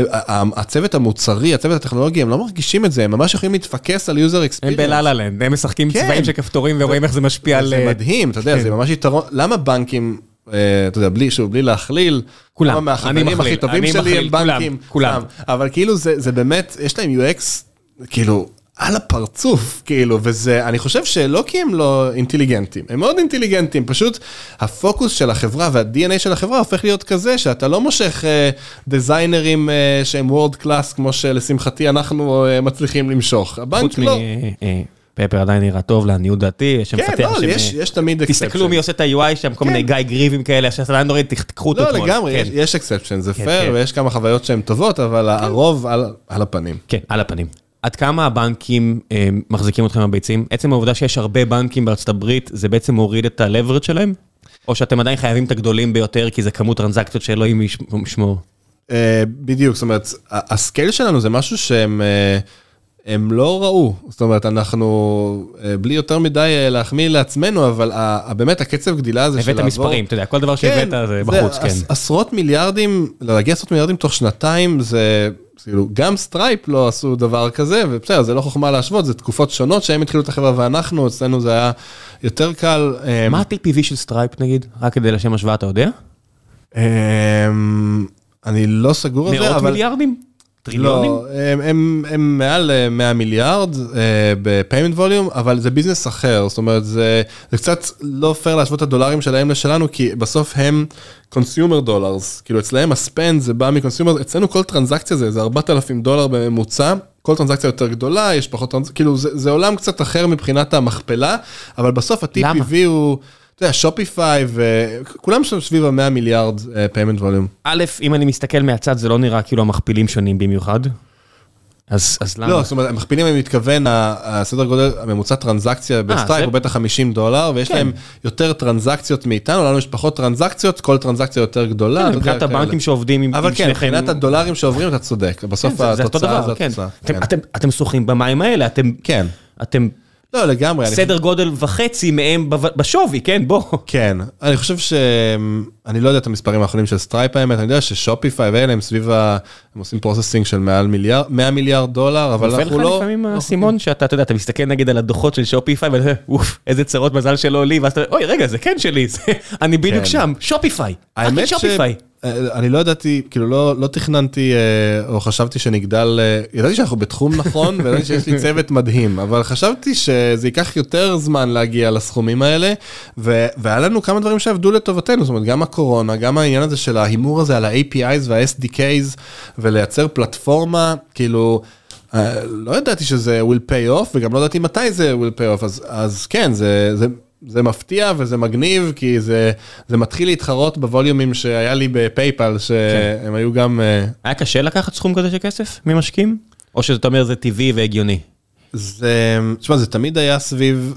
הצוות המוצרי, הצוות הטכנולוגי, הם לא מרגישים את זה, הם ממש יכולים להתפקס על user experience. הם בלהלנד, הם משחקים צבעים של כפתורים ורואים איך זה משפיע על... זה מדהים, אתה יודע, זה ממש יתרון. למה בנקים, אתה יודע, בלי להכליל, כולם, מהחברים הכי טובים שלי הם בנקים, כולם. אבל כאילו זה באמת, יש להם UX, כאילו, על הפרצוף, כאילו, וזה, אני חושב שלא כי הם לא אינטליגנטים, הם מאוד אינטליגנטים, פשוט הפוקוס של החברה וה-DNA של החברה הופך להיות כזה, שאתה לא מושך דיזיינרים שהם וורד קלאס, כמו שלשמחתי אנחנו מצליחים למשוך. הבנק לא. פפר עדיין נראה טוב לעניות דעתי, כן, לא, יש תמיד אקספשן. תסתכלו מי עושה את ה-UI שם, כל מיני גיא גריבים כאלה, שאתה עדיין נוריד, תקחו אותו. לא, לגמרי, יש אקספשן, זה פייר, ויש כמה חוויות שהן טובות, אבל הרוב על הפנים. כן, על הפנים. עד כמה הבנקים מחזיקים אתכם הביצים? עצם העובדה שיש הרבה בנקים בארצות הברית, זה בעצם מוריד את ה-leverage שלהם? או שאתם עדיין חייבים את הגדולים ביותר, כי זה כמות טרנזקציות שאלוהים ישמור? בדיוק, זאת אומרת, הסקייל שלנו זה משהו שהם לא ראו, זאת אומרת, אנחנו בלי יותר מדי להחמיא לעצמנו, אבל באמת הקצב גדילה הזה של לעבור... הבאת מספרים, אתה יודע, כל דבר שהבאת זה בחוץ, כן. עשרות מיליארדים, להגיע עשרות מיליארדים תוך שנתיים, זה... גם סטרייפ לא עשו דבר כזה, ובסדר, זה לא חוכמה להשוות, זה תקופות שונות שהם התחילו את החברה ואנחנו, אצלנו זה היה יותר קל. מה ה-TPV של סטרייפ נגיד? רק כדי לשם השוואה, אתה יודע? אני לא סגור על זה, אבל... מאות מיליארדים? טריליונים? לא, הם מעל 100 מיליארד בפיימנט ווליום, אבל זה ביזנס אחר, זאת אומרת, זה קצת לא פייר להשוות את הדולרים שלהם לשלנו, כי בסוף הם consumer dollars, כאילו אצלהם הספנד זה בא מקונסיומר, אצלנו כל טרנזקציה זה $4,000 בממוצע, כל טרנזקציה יותר גדולה, יש פחות טרנזקציה, כאילו זה עולם קצת אחר מבחינת המכפלה, אבל בסוף ה-TPV הוא... אתה יודע, שופיפיי וכולם שם סביב ה-100 מיליארד פיימנט ווליום. א', אם אני מסתכל מהצד, זה לא נראה כאילו המכפילים שונים במיוחד. אז למה? לא, זאת אומרת, המכפילים הם מתכוון, הסדר גודל, הממוצע טרנזקציה בסטרייפ הוא בטח $50, ויש להם יותר טרנזקציות מאיתנו, לנו יש פחות טרנזקציות, כל טרנזקציה יותר גדולה. מבחינת הבנקים שעובדים עם אבל כן, מבחינת הדולרים שעוברים, אתה צודק. בסוף התוצאה זה התוצאה. אתם שוחים במים האלה, אתם... לא, לגמרי. סדר גודל וחצי מהם בשווי, כן, בוא. כן, אני חושב אני לא יודע את המספרים האחרונים של סטרייפ האמת, אני יודע ששופיפיי ואלה הם סביב הם עושים פרוססינג של מעל $100 מיליארד, אבל אנחנו לא... לפעמים הסימון שאתה יודע, אתה מסתכל נגיד על הדוחות של שופיפיי, ואתה אומר, אוף, איזה צרות מזל שלא לי, ואז אתה אומר, אוי, רגע, זה כן שלי, אני בדיוק שם, שופיפיי, האמת אני לא ידעתי, כאילו לא תכננתי או חשבתי שנגדל, ידעתי שאנחנו בתחום נכון, וידעתי שיש לי צוות מדהים, אבל חשבתי שזה ייקח יותר זמן להגיע לסכומים האלה, והיה לנו כמה דברים שעבדו לטובתנו, זאת אומרת, גם הקורונה, גם העניין הזה של ההימור הזה על ה-APIs וה-SDKs, ולייצר פלטפורמה, כאילו, לא ידעתי שזה will pay off, וגם לא ידעתי מתי זה will pay off, אז כן, זה מפתיע וזה מגניב, כי זה מתחיל להתחרות בווליומים שהיה לי בפייפל, שהם היו גם... היה קשה לקחת סכום כזה של כסף ממשקיעים? או שאתה אומר זה טבעי והגיוני? תשמע, זה תמיד היה סביב,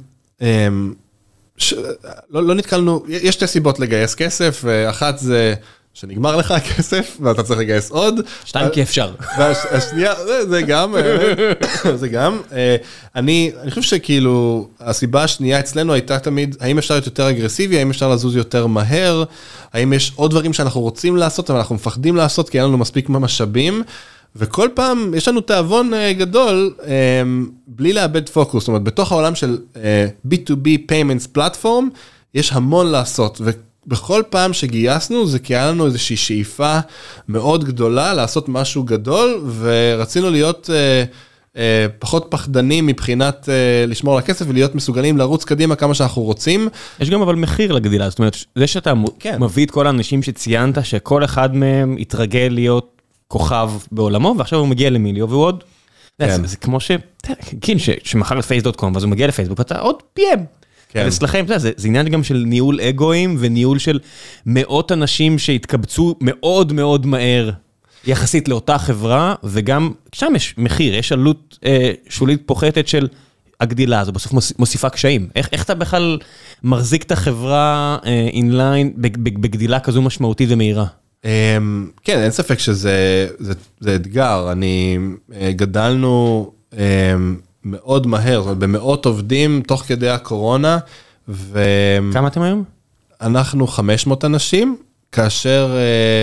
לא נתקלנו, יש שתי סיבות לגייס כסף, אחת זה שנגמר לך הכסף, ואתה צריך לגייס עוד. 2 כי אפשר. והשנייה, זה גם, אני חושב שכאילו, הסיבה השנייה אצלנו הייתה תמיד, האם אפשר להיות יותר אגרסיבי, האם אפשר לזוז יותר מהר, האם יש עוד דברים שאנחנו רוצים לעשות, אבל אנחנו מפחדים לעשות, כי אין לנו מספיק משאבים, וכל פעם יש לנו תאבון גדול, בלי לאבד פוקוס, זאת אומרת, בתוך העולם של B2B Payments Platform, יש המון לעשות, ובכל פעם שגייסנו, זה כי היה לנו איזושהי שאיפה מאוד גדולה, לעשות משהו גדול, ורצינו להיות פחות פחדנים מבחינת לשמור על הכסף, ולהיות מסוגלים לרוץ קדימה כמה שאנחנו רוצים. יש גם אבל מחיר לגדילה, זאת אומרת, זה שאתה מביא את כל האנשים שציינת, שכל אחד מהם יתרגל להיות כוכב בעולמו, ועכשיו הוא מגיע למיליו, והוא עוד, זה כמו שמחר לפייס.קום, ואז הוא מגיע לפייסבוק, ואתה עוד PM. אצלכם, זה עניין גם של ניהול אגואים, וניהול של מאות אנשים שהתקבצו מאוד מאוד מהר, יחסית לאותה חברה, וגם שם יש מחיר, יש עלות שולית פוחתת של הגדילה הזו, בסוף מוסיפה קשיים. איך אתה בכלל מחזיק את החברה אינליין בגדילה כזו משמעותית ומהירה? כן, אין ספק שזה אתגר. גדלנו מאוד מהר, זאת אומרת, במאות עובדים תוך כדי הקורונה. כמה אתם היום? אנחנו 500 אנשים, כאשר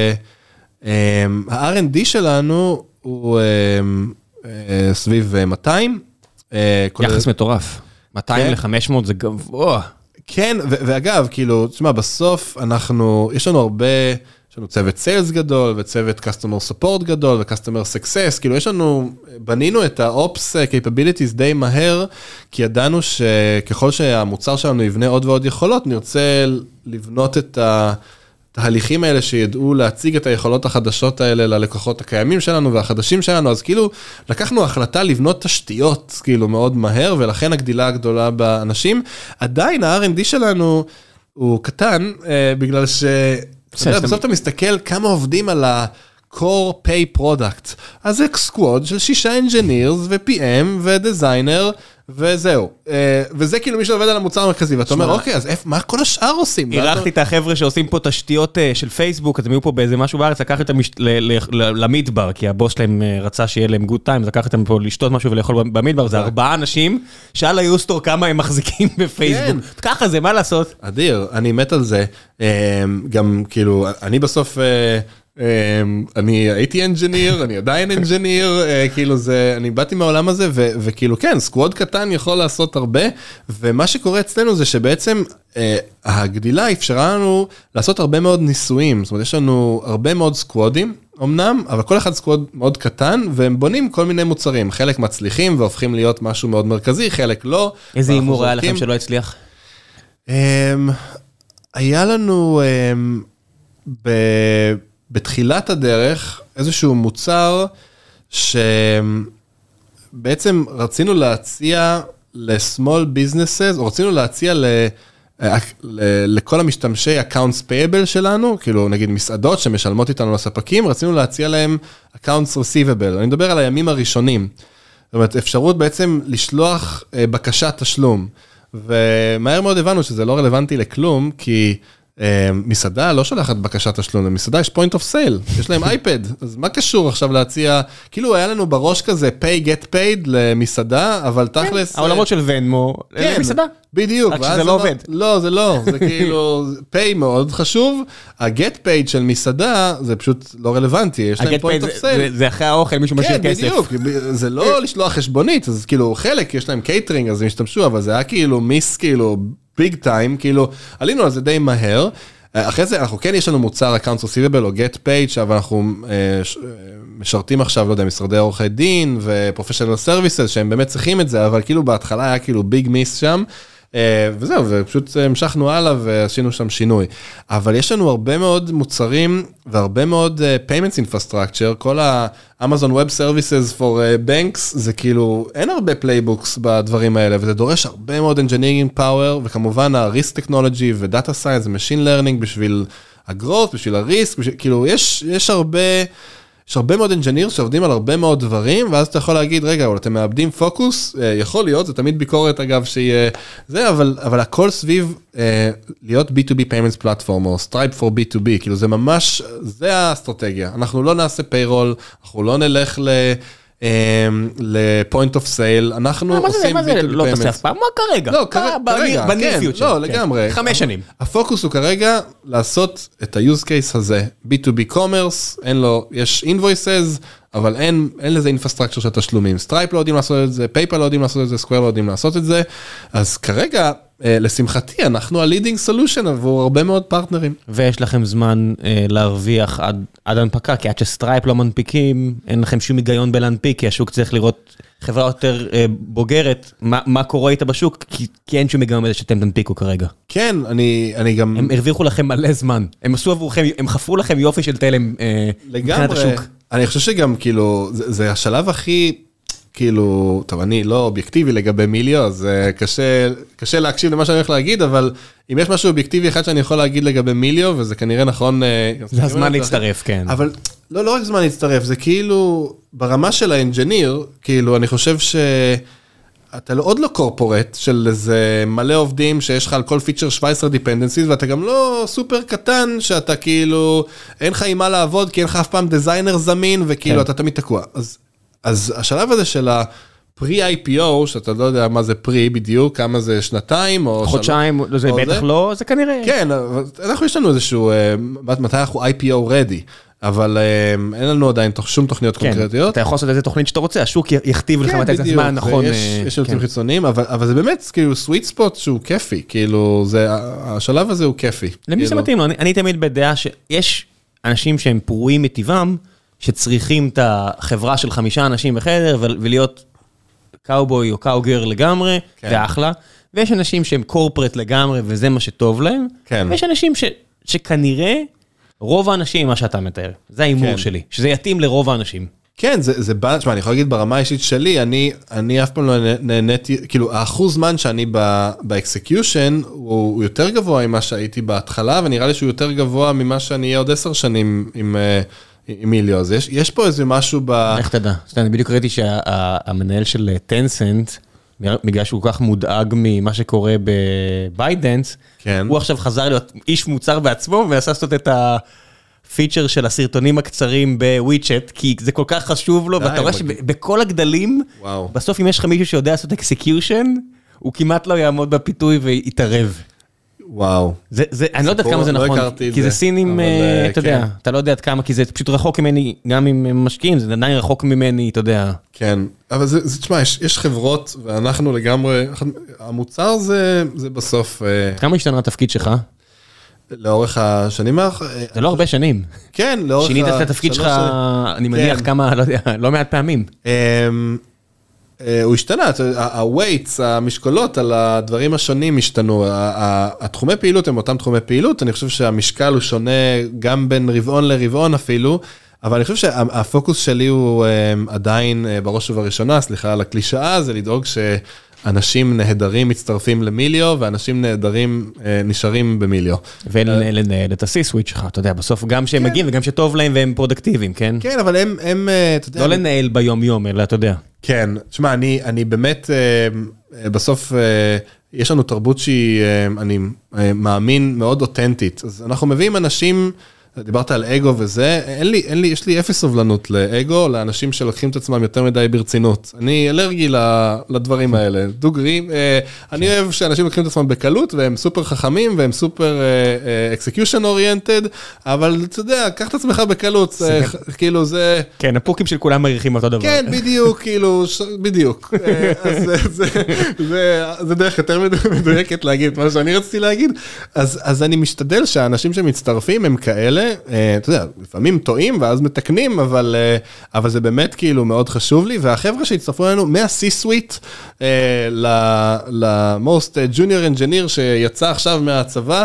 ה-R&D שלנו הוא סביב 200. יחס מטורף. 200 ל-500 זה גבוה. כן, ואגב, כאילו, תשמע, בסוף יש לנו הרבה, יש לנו צוות סיילס גדול, וצוות customer support גדול, ו-customer success, כאילו, בנינו את ה-ops capabilities די מהר, כי ידענו שככל שהמוצר שלנו יבנה עוד ועוד יכולות, נרצה לבנות את ההליכים האלה שידעו להציג את היכולות החדשות האלה ללקוחות הקיימים שלנו והחדשים שלנו, אז כאילו לקחנו החלטה לבנות תשתיות כאילו מאוד מהר, ולכן הגדילה הגדולה באנשים. עדיין ה-R&D שלנו הוא קטן, בגלל בסוף אתה מסתכל כמה עובדים על ה-core pay product, אז זה סקווד של 6 engineers ו-PM ו-designer, וזהו. וזה כאילו מי שעובד על המוצר המרכזי, ואתה אומר, אוקיי, אז מה כל השאר עושים? אירחתי את החבר'ה שעושים פה תשתיות של פייסבוק, אז הם היו פה באיזה משהו בארץ, לקח אותם למדבר, כי הבוס שלהם רצה שיהיה להם גוד טיים, לקח אותם פה לשתות משהו ולאכול במדבר, זה 4 אנשים, שאל היוסטור כמה הם מחזיקים בפייסבוק. ככה זה, מה לעשות? אדיר, אני מת על זה. גם כאילו, אני בסוף אני הייתי אנג'יניר, אני עדיין אנג'יניר, כאילו זה, אני באתי מהעולם הזה, וכאילו כן, סקווד קטן יכול לעשות הרבה, ומה שקורה אצלנו זה שבעצם הגדילה אפשרה לנו לעשות הרבה מאוד ניסויים, זאת אומרת, יש לנו הרבה מאוד סקוודים, אמנם, אבל כל אחד סקווד מאוד קטן, והם בונים כל מיני מוצרים, חלק מצליחים והופכים להיות משהו מאוד מרכזי, חלק לא. איזה אימור היה לכם שלא הצליח? היה לנו בתחילת הדרך איזשהו מוצר שבעצם רצינו להציע ל-small businesses, או רצינו להציע לכל המשתמשי accounts payable שלנו, כאילו נגיד מסעדות שמשלמות איתנו לספקים, רצינו להציע להם accounts receivable. אני מדבר על הימים הראשונים. זאת אומרת, אפשרות בעצם לשלוח בקשת תשלום. ומהר מאוד הבנו שזה לא רלוונטי לכלום, כי מסעדה לא שולחת בקשת תשלום, למסעדה יש point of sale, יש להם אייפד, אז מה קשור עכשיו להציע, כאילו היה לנו בראש כזה pay get paid למסעדה, אבל תכלס... העולמות של ונמו, למסעדה. בדיוק. רק שזה לא עובד. לא, זה לא, זה כאילו, pay מאוד חשוב, ה-get paid של מסעדה, זה פשוט לא רלוונטי, יש להם point of sale. זה אחרי האוכל, מישהו משאיר כסף. כן, בדיוק, זה לא לשלוח חשבונית, אז כאילו חלק יש להם קייטרינג, אז הם השתמשו, אבל זה היה כאילו מיס, כאילו ביג טיים, כאילו עלינו על זה די מהר. אחרי זה אנחנו כן יש לנו מוצר accounts receivable או get paid, אבל אנחנו משרתים עכשיו, לא יודע, משרדי עורכי דין ו-professional services שהם באמת צריכים את זה, אבל כאילו בהתחלה היה כאילו ביג מיס שם, וזהו, ופשוט המשכנו הלאה ועשינו שם שינוי. אבל יש לנו הרבה מאוד מוצרים והרבה מאוד payments infrastructure, כל ה-Amazon Web Services for Banks, זה כאילו, אין הרבה playbooks בדברים האלה, וזה דורש הרבה מאוד engineering power, וכמובן ה-risk technology ו-data science ו-machine learning בשביל ה-growth, בשביל ה-risk, כאילו יש הרבה... יש הרבה מאוד אנג'יניר שעובדים על הרבה מאוד דברים, ואז אתה יכול להגיד, רגע, אבל אתם מאבדים פוקוס, יכול להיות, זה תמיד ביקורת אגב שיהיה זה, אבל הכל סביב להיות B2B Payments Platform, או Stripe for B2B, כאילו זה ממש, זה האסטרטגיה. אנחנו לא נעשה פיירול, אנחנו לא נלך לפוינט אוף סייל, אנחנו עושים מה זה לא תעשה אף פעם? מה כרגע? לא, כרגע, כן, לא, לגמרי. 5 שנים. הפוקוס הוא כרגע לעשות את ה-use case הזה, B2B commerce, אין לו, יש invoices, אבל אין לזה אינפרסטרקצ'ר של תשלומים. סטרייפ לא יודעים לעשות את זה, פייפל לא יודעים לעשות את זה, סקוואר לא יודעים לעשות את זה, אז כרגע, לשמחתי, אנחנו ה-leading solution עבור הרבה מאוד פרטנרים. ויש לכם זמן להרוויח עד הנפקה, כי עד שסטרייפ לא מנפיקים, אין לכם שום היגיון בלהנפיק, כי השוק צריך לראות חברה יותר בוגרת, מה קורה איתה בשוק, כי אין שום היגיון בזה שאתם תנפיקו כרגע. כן, אני גם... הם הרוויחו לכם מלא זמן, הם עשו עבורכם, הם חפרו לכם יופי של תלם מבחינת השוק. אני חושב שגם כאילו, זה השלב הכי... כאילו, טוב, אני לא אובייקטיבי לגבי מיליו, אז קשה להקשיב למה שאני הולך להגיד, אבל אם יש משהו אובייקטיבי אחד שאני יכול להגיד לגבי מיליו, וזה כנראה נכון... זה הזמן להצטרף, כן. אבל לא רק זמן להצטרף, זה כאילו, ברמה של האנג'יניר, כאילו, אני חושב שאתה עוד לא קורפורט של איזה מלא עובדים שיש לך על כל פיצ'ר 17 dependencies, ואתה גם לא סופר קטן, שאתה כאילו, אין לך עם מה לעבוד, כי אין לך אף פעם דיזיינר זמין, וכאילו, אתה תמיד תקוע. אז השלב הזה של ה-pre-IPO, שאתה לא יודע מה זה pre בדיוק, כמה זה שנתיים או... חודשיים, זה בטח לא, זה כנראה... כן, אנחנו יש לנו איזשהו, מתי אנחנו IPO ready, אבל אין לנו עדיין שום תוכניות קונקרטיות. אתה יכול לעשות איזה תוכנית שאתה רוצה, השוק יכתיב לך מתי זה זמן, נכון. יש יוצאים חיצוניים, אבל זה באמת כאילו sweet spot שהוא כיפי, כאילו השלב הזה הוא כיפי. למי שמתאים לו, אני תמיד בדעה שיש אנשים שהם פרועים מטבעם, שצריכים את החברה של 5 אנשים בחדר, ולהיות קאובוי או קאוגר לגמרי, זה אחלה. ויש אנשים שהם קורפרט לגמרי, וזה מה שטוב להם. ויש אנשים שכנראה, רוב האנשים, מה שאתה מתאר, זה האימור שלי, שזה יתאים לרוב האנשים. כן, זה בא, שמה, אני יכול להגיד ברמה האישית שלי, אני אף פעם לא נהניתי, כאילו, האחוז זמן שאני באקסקיושן, הוא יותר גבוה ממה שהייתי בהתחלה, ונראה לי שהוא יותר גבוה ממה שאני אהיה עוד 10 שנים עם מיליו, אז יש פה איזה משהו איך תדע? אני בדיוק ראיתי שהמנהל של טנסנט, בגלל שהוא כל כך מודאג ממה שקורה בביידנס, הוא עכשיו חזר להיות איש מוצר בעצמו, ועשה לעשות את הפיצ'ר של הסרטונים הקצרים בוויצ'ט, כי זה כל כך חשוב לו, ואתה רואה שבכל הגדלים, בסוף אם יש לך מישהו שיודע לעשות אקסקיושן, הוא כמעט לא יעמוד בפיתוי ויתערב. וואו. אני לא יודעת כמה זה נכון, כי זה סינים, אתה יודע, אתה לא יודע עד כמה, כי זה פשוט רחוק ממני, גם אם משקיעים, זה עדיין רחוק ממני, אתה יודע. כן, אבל זה, תשמע, יש חברות, ואנחנו לגמרי, המוצר זה בסוף... כמה השתנה התפקיד שלך? לאורך השנים זה לא הרבה שנים. כן, לאורך... שינית את התפקיד שלך, אני מניח כמה, לא יודע, לא מעט פעמים. הוא השתנה, ה-weights, המשקולות על הדברים השונים השתנו, התחומי פעילות הם אותם תחומי פעילות, אני חושב שהמשקל הוא שונה גם בין רבעון לרבעון אפילו, אבל אני חושב שהפוקוס שלי הוא עדיין בראש ובראשונה, סליחה על הקלישאה, זה לדאוג שאנשים נהדרים מצטרפים למיליו, ואנשים נהדרים נשארים במיליו. ולנהל את ה-C-Switch שלך, אתה יודע, בסוף גם שהם מגיעים וגם שטוב להם והם פרודקטיביים, כן? כן, אבל הם, אתה יודע... לא לנהל ביום יום, אלא אתה יודע. כן, תשמע, אני באמת, בסוף יש לנו תרבות שהיא, אני מאמין, מאוד אותנטית. אז אנחנו מביאים אנשים, דיברת על אגו וזה, יש לי אפס סובלנות לאגו, לאנשים שלוקחים את עצמם יותר מדי ברצינות. אני אלרגי לדברים האלה. דוגרי, אני אוהב שאנשים לוקחים את עצמם בקלות, והם סופר חכמים, והם סופר execution oriented, אבל אתה יודע, קח את עצמך בקלות, כאילו זה... כן, הפוקים של כולם מריחים אותו דבר. כן, בדיוק, כאילו, בדיוק. אז זה דרך יותר מדויקת להגיד מה שאני רציתי להגיד. אז אני משתדל שהאנשים שמצטרפים הם כאלה, אתה יודע, לפעמים טועים ואז מתקנים, אבל זה באמת כאילו מאוד חשוב לי, והחבר'ה שהצטרפו לנו מה-C-Suite ל-Most Junior Engineer שיצא עכשיו מהצבא,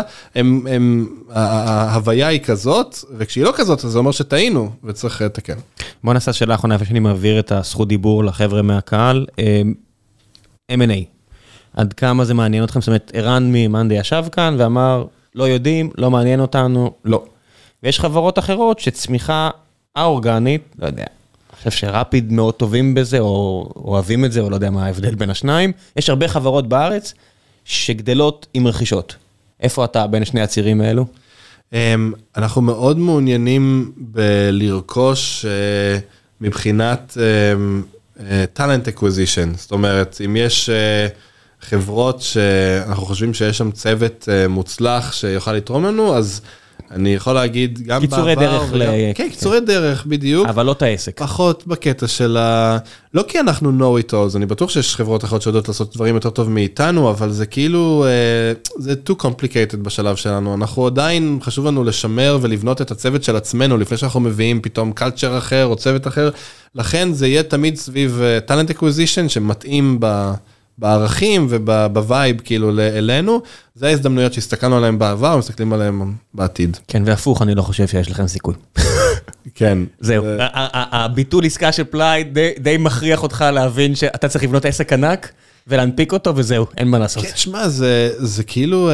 ההוויה היא כזאת, וכשהיא לא כזאת, אז זה אומר שטעינו, וצריך לתקן. בוא נעשה שאלה האחרונה, לפני שאני מעביר את הזכות דיבור לחבר'ה מהקהל, M&A. עד כמה זה מעניין אתכם? זאת אומרת, ערן ממנדי ישב כאן ואמר, לא יודעים, לא מעניין אותנו, לא. ויש חברות אחרות שצמיחה האורגנית, לא יודע, אני חושב שרפיד מאוד טובים בזה, או אוהבים את זה, או לא יודע מה ההבדל בין השניים. יש הרבה חברות בארץ שגדלות עם רכישות. איפה אתה בין שני הצירים האלו? אנחנו מאוד מעוניינים בלרכוש מבחינת talent acquisition, זאת אומרת, אם יש חברות שאנחנו חושבים שיש שם צוות מוצלח שיוכל לתרום לנו, אז אני יכול להגיד גם קיצורי דרך. כן, קיצורי דרך, בדיוק. אבל לא את העסק. פחות בקטע של לא כי אנחנו know it all, אני בטוח שיש חברות אחרות שיודעות לעשות דברים יותר טוב מאיתנו, אבל זה כאילו, זה too complicated בשלב שלנו. אנחנו עדיין, חשוב לנו לשמר ולבנות את הצוות של עצמנו, לפני שאנחנו מביאים פתאום culture אחר או צוות אחר. לכן זה יהיה תמיד סביב talent acquisition שמתאים בערכים ובווייב כאילו אלינו, זה ההזדמנויות שהסתכלנו עליהם בעבר, מסתכלים עליהם בעתיד. כן, והפוך, אני לא חושב שיש לכם סיכוי. כן. זהו, הביטול עסקה של פליי די מכריח אותך להבין שאתה צריך לבנות עסק ענק, ולהנפיק אותו וזהו, אין מה לעשות. כן, שמה, זה כאילו...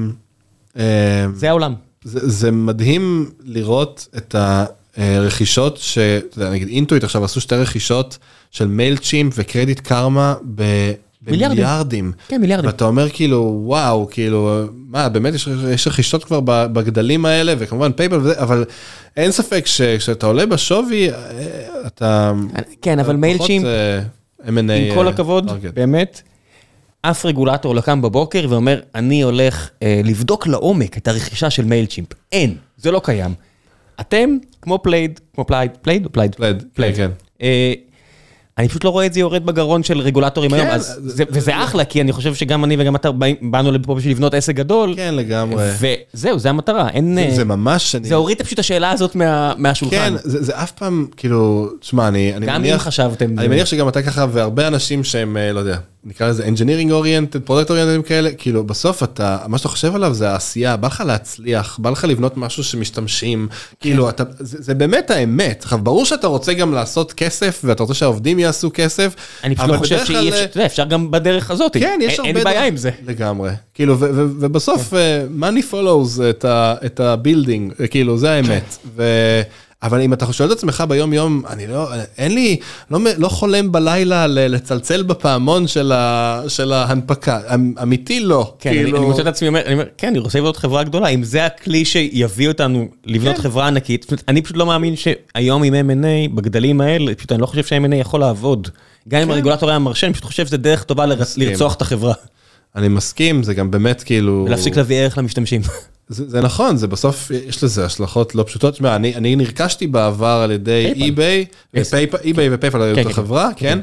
זה העולם. זה מדהים לראות את הרכישות, נגיד אינטואיט עכשיו עשו 2 רכישות של מיילצ'ימפ וקרדיט קרמה במיליארדים. כן, מיליארדים. ואתה אומר כאילו, וואו, כאילו, מה, באמת יש רכישות כבר בגדלים האלה, וכמובן פייפל וזה, אבל אין ספק שכשאתה עולה בשווי, אתה... כן, אבל מיילצ'ימפ, עם כל הכבוד, באמת, אף רגולטור לקם בבוקר ואומר, אני הולך לבדוק לעומק את הרכישה של מיילצ'ימפ. אין, זה לא קיים. אתם, כמו פלייד, פלייד או פלייד? פלייד, כן. אני פשוט לא רואה את זה יורד בגרון של רגולטורים היום, וזה אחלה, כי אני חושב שגם אני וגם אתה באנו לפה בשביל לבנות עסק גדול. כן, לגמרי. וזהו, זה המטרה. זה ממש... זה הוריד פשוט השאלה הזאת מהשולחן. כן, זה אף פעם, כאילו, תשמע, גם אם חשבתם... אני מניח שגם אתה ככה, והרבה אנשים שהם, לא יודע, נקרא לזה engineering oriented, product oriented כאלה, כאילו, בסוף אתה, מה שאתה חושב עליו זה העשייה, בא לך להצליח, בא לך לבנות משהו שמשתמשים, כאילו, זה באמת האמת. עכשיו, ברור שאתה רוצה גם לעשות כסף, ואתה רוצה שהעובדים יעשו כסף. אני פשוט לא חושב שאפשר גם בדרך הזאת. כן, יש הרבה... אין לי בעיה עם זה. לגמרי. כאילו, ובסוף, money follows את הבילדינג, כאילו, זה האמת. אבל אם אתה שואל את עצמך ביום יום, אני לא, אין לי, לא חולם בלילה לצלצל בפעמון של ההנפקה, אמיתי לא. כן, אני מוצא את עצמי, אני אומר, כן, אני רוצה לבנות חברה גדולה, אם זה הכלי שיביא אותנו לבנות חברה ענקית, אני פשוט לא מאמין שהיום עם M&A, בגדלים האלה, פשוט אני לא חושב ש-M&A יכול לעבוד. גם אם הרגולטור היה מרשה, אני פשוט חושב שזה דרך טובה לרצוח את החברה. אני מסכים, זה גם באמת כאילו... ולהפסיק להביא ערך למשתמשים. זה נכון, זה בסוף, יש לזה השלכות לא פשוטות. אני נרכשתי בעבר על ידי eBay ופייפל על אותה חברה, כן?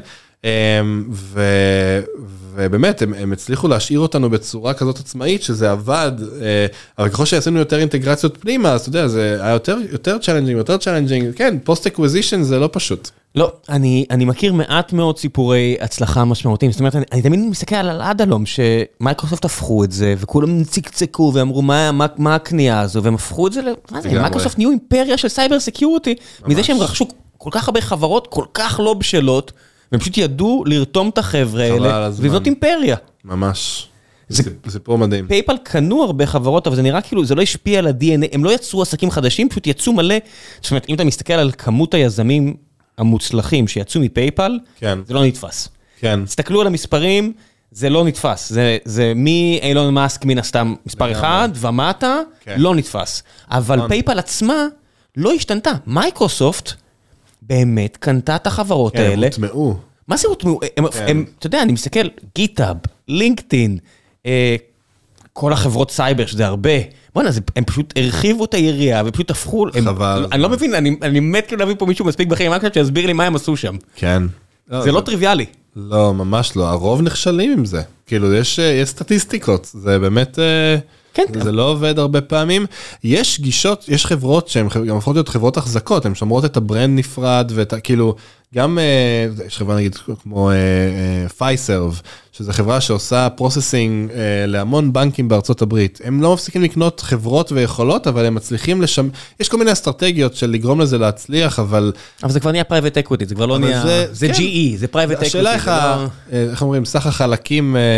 ובאמת, הם הצליחו להשאיר אותנו בצורה כזאת עצמאית, שזה עבד, אבל ככל שעשינו יותר אינטגרציות פנימה, אז אתה יודע, זה היה יותר צ'אלנג'ינג, כן, פוסט-אקוויזישן זה לא פשוט. לא, אני מכיר מעט מאוד סיפורי הצלחה משמעותיים, זאת אומרת, אני תמיד מסתכל על אדלום, שמייקרוסופט הפכו את זה, וכולם צקצקו ואמרו, מה הקנייה הזו, והם הפכו את זה, מה זה, מייקרוסופט נהיו אימפריה של סייבר סקיוריטי, מזה שהם רכשו כל כך הרבה חברות, כל כך לא בשלות, והם פשוט ידעו לרתום את החבר'ה האלה, ולבנות אימפריה. ממש. זה פה מדהים. פייפל קנו הרבה חברות, אבל זה נראה כאילו, זה לא השפיע על ה-DNA, הם לא יצרו עסקים חדשים, פשוט יצאו מלא, זאת אומרת, אם אתה מסתכל על כמות היזמים המוצלחים שיצאו מפייפל, זה לא נתפס. כן. תסתכלו על המספרים, זה לא נתפס. זה מאילון מאסק מן הסתם מספר אחד, ומטה, לא נתפס. אבל פייפל עצמה לא השתנתה. מייקרוסופט באמת קנתה את החברות האלה. כן, הם הוטמעו. מה זה הוטמעו? אתה יודע, אני מסתכל, גיטאב, לינקדאין, כל החברות סייבר, שזה הרבה. בוא'נה, הם פשוט הרחיבו את היריעה, ופשוט הפכו... חבל. אני לא מבין, אני מת כאילו להביא פה מישהו מספיק בחיים, רק שיסביר לי מה הם עשו שם. כן. זה לא טריוויאלי. לא, ממש לא. הרוב נכשלים עם זה. כאילו, יש סטטיסטיקות. זה באמת... זה לא עובד הרבה פעמים. יש גישות, יש חברות שהן גם הופכות להיות חברות החזקות, הן שומרות את הברנד נפרד, וכאילו, גם, יש חברה נגיד כמו פייסרב, שזו חברה שעושה פרוססינג להמון בנקים בארצות הברית. הם לא מפסיקים לקנות חברות ויכולות, אבל הם מצליחים יש כל מיני אסטרטגיות של לגרום לזה להצליח, אבל... אבל זה כבר נהיה פרייבט אקוויטי, זה כבר לא נהיה... זה GE, זה פרייבט אקוויטי. השאלה איך אומרים, סך החלקים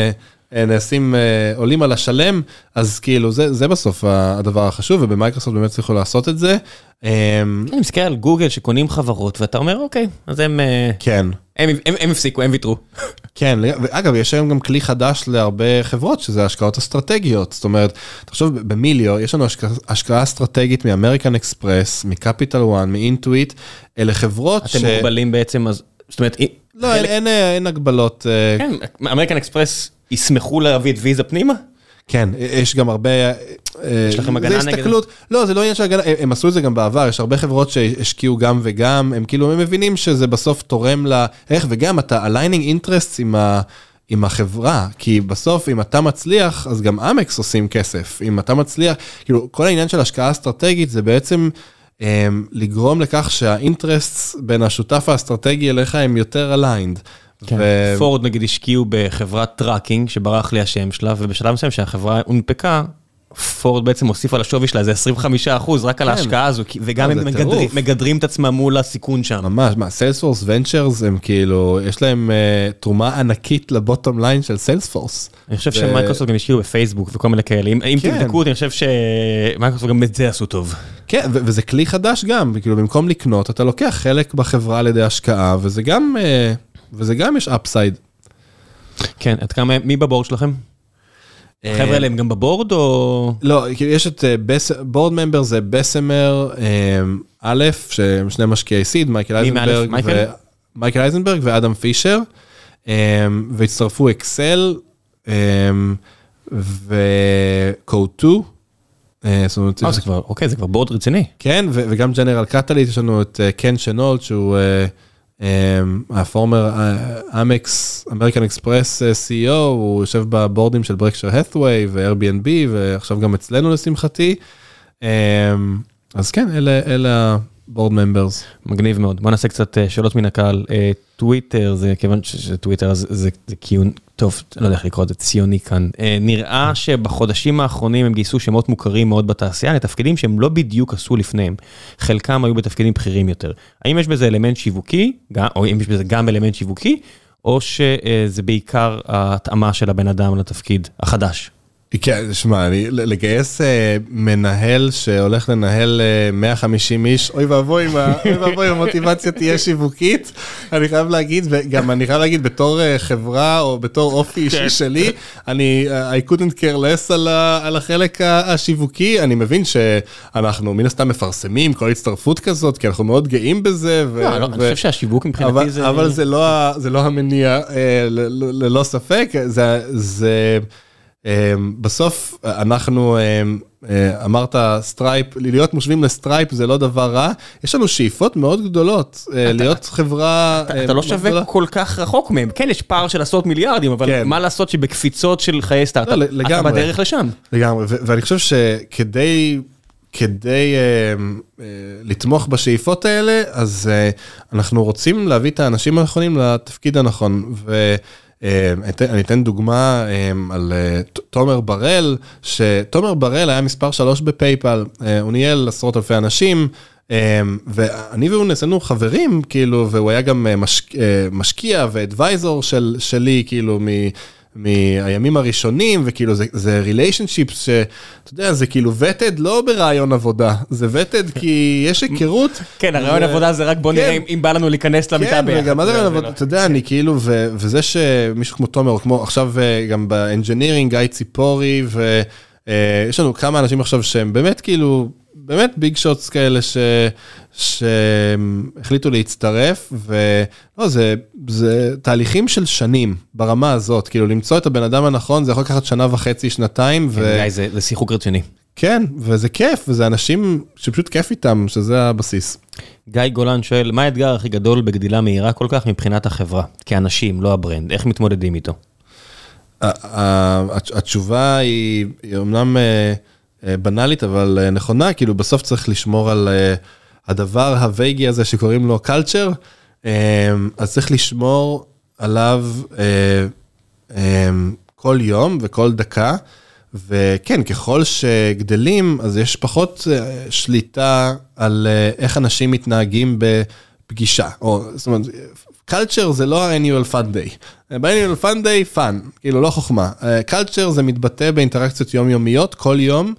נעשים, עולים על השלם, אז כאילו זה בסוף הדבר החשוב, ובמייקרוסופט באמת צריכו לעשות את זה. אני מסתכל על גוגל שקונים חברות, ואתה אומר, אוקיי, אז הם הפסיקו, הם ויתרו. כן, ואגב, יש היום גם כלי חדש להרבה חברות, שזה השקעות אסטרטגיות. זאת אומרת, תחשוב, במיליו, יש לנו השקעה אסטרטגית מאמריקן אקספרס, מקפיטל וואן, מאינטואיט, אלה חברות אתם מוגבלים בעצם, זאת אומרת... לא, אין הגבלות. כן, אמריקן אקספרס ישמחו להביא את ויזה פנימה? כן, יש גם הרבה... יש לכם הגנה נגד? לא, זה לא עניין של הגנה, הם עשו את זה גם בעבר, יש הרבה חברות שהשקיעו גם וגם, הם כאילו מבינים שזה בסוף תורם לערך, וגם אתה aligning interests עם החברה, כי בסוף אם אתה מצליח, אז גם אמקס עושים כסף, אם אתה מצליח, כאילו כל העניין של השקעה אסטרטגית זה בעצם לגרום לכך שהאינטרסטס בין השותף האסטרטגי אליך הם יותר aligned. פורד נגיד השקיעו בחברת טראקינג שברח לי השם שלה, ובשלב מסוים שהחברה הונפקה, פורד בעצם הוסיף על השווי שלה, זה 25% רק על ההשקעה הזו, וגם הם מגדרים את עצמם מול הסיכון שם. ממש, סיילספורס ונצ'רס הם כאילו, יש להם תרומה ענקית לבוטום ליין של סיילספורס. אני חושב שמייקרוסופט גם השקיעו בפייסבוק וכל מיני כאלה, אם תבדקו אותי, אני חושב שמייקרוסופט גם את זה עשו טוב. כן, וזה כלי חדש גם, כאילו במקום לקנות, אתה לוקח חלק בחברה על ידי השקעה, וזה גם יש אפסייד. כן, עד כמה, מי בבורד שלכם? חבר'ה האלה הם גם בבורד או? לא, יש את בורד ממבר, זה בסמר א', שהם שני משקיעי סיד, מייקל אייזנברג ואדם פישר, והצטרפו אקסל ו-Code2. אוקיי, זה כבר בורד רציני. כן, וגם ג'נרל קטליט, יש לנו את קן שנולט, שהוא הפורמר אמקס, אמריקן אקספרס CEO, הוא יושב בבורדים של ברקשר האת'ווי ו-Airbnb, ועכשיו גם אצלנו לשמחתי. אז כן, אלה הבורד ממברס. מגניב מאוד. בוא נעשה קצת שאלות מן הקהל. טוויטר, זה כיוון שטוויטר זה קיון, טוב, לא יודע איך לקרוא את זה, ציוני כאן. נראה שבחודשים האחרונים הם גייסו שמות מוכרים מאוד בתעשייה, לתפקידים שהם לא בדיוק עשו לפניהם. חלקם היו בתפקידים בכירים יותר. האם יש בזה אלמנט שיווקי, או אם יש בזה גם אלמנט שיווקי, או שזה בעיקר ההתאמה של הבן אדם לתפקיד החדש? כן, שמע, לגייס מנהל שהולך לנהל 150 איש, אוי ואבוי אם המוטיבציה תהיה שיווקית, אני חייב להגיד, וגם אני חייב להגיד בתור חברה או בתור אופי אישי שלי, I couldn't care less על החלק השיווקי, אני מבין שאנחנו מן הסתם מפרסמים כל הצטרפות כזאת, כי אנחנו מאוד גאים בזה. אני חושב שהשיווק מבחינתי זה... אבל זה לא המניע, ללא ספק, זה... בסוף אנחנו, אמרת סטרייפ, להיות מושבים לסטרייפ זה לא דבר רע, יש לנו שאיפות מאוד גדולות, להיות חברה... אתה לא שווה כל כך רחוק מהם, כן יש פער של עשרות מיליארדים, אבל מה לעשות שבקפיצות של חיי סטארט-אפ, אתה בדרך לשם. לגמרי, ואני חושב שכדי לתמוך בשאיפות האלה, אז אנחנו רוצים להביא את האנשים הנכונים לתפקיד הנכון, אני אתן דוגמה על תומר ברל, שתומר ברל היה מספר 3 בפייפל, הוא ניהל עשרות אלפי אנשים, ואני והוא נעשינו חברים, כאילו, והוא היה גם משקיע ואדוויזור שלי, כאילו, מהימים הראשונים, וכאילו זה relationships שאתה יודע, זה כאילו ותד לא ברעיון עבודה, זה ותד כי יש היכרות. כן, הרעיון עבודה זה רק בוא נראה אם בא לנו להיכנס למיטה ביחד. כן, וגם מה זה רעיון עבודה, אתה יודע, אני כאילו, וזה שמישהו כמו תומר, כמו עכשיו גם באנג'ינירינג, גיא ציפורי, ויש לנו כמה אנשים עכשיו שהם באמת כאילו, באמת ביג שוטס כאלה שהחליטו להצטרף, ולא, זה תהליכים של שנים ברמה הזאת, כאילו למצוא את הבן אדם הנכון, זה יכול לקחת 1.5 שנה, שנתיים. כן, זה שיחוק רציני. כן, וזה כיף, וזה אנשים שפשוט כיף איתם, שזה הבסיס. גיא גולן שואל, מה האתגר הכי גדול בגדילה מהירה כל כך מבחינת החברה? כאנשים, לא הברנד, איך מתמודדים איתו? התשובה היא אומנם בנאלית, אבל נכונה, כאילו בסוף צריך לשמור על הדבר הוויגי הזה שקוראים לו culture, אז צריך לשמור עליו כל יום וכל דקה, וכן, ככל שגדלים, אז יש פחות שליטה על איך אנשים מתנהגים בפגישה, או זאת אומרת, culture זה לא ה-annual fun day. ב-annual fun day, fun, כאילו לא חוכמה. culture זה מתבטא באינטראקציות יומיומיות, כל יום,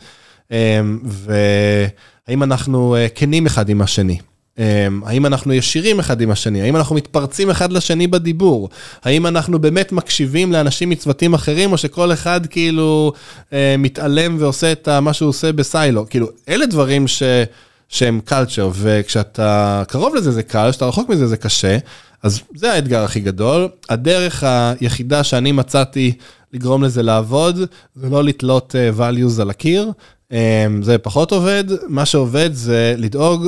והאם אנחנו כנים אחד עם השני. האם אנחנו ישירים אחד עם השני, האם אנחנו מתפרצים אחד לשני בדיבור, האם אנחנו באמת מקשיבים לאנשים מצוותים אחרים, או שכל אחד כאילו מתעלם ועושה את מה שהוא עושה בסיילו, כאילו אלה דברים שהם קלצ'ר, וכשאתה קרוב לזה זה קל, כשאתה רחוק מזה זה קשה, אז זה האתגר הכי גדול, הדרך היחידה שאני מצאתי לגרום לזה לעבוד, זה לא לתלות values על הקיר, זה פחות עובד, מה שעובד זה לדאוג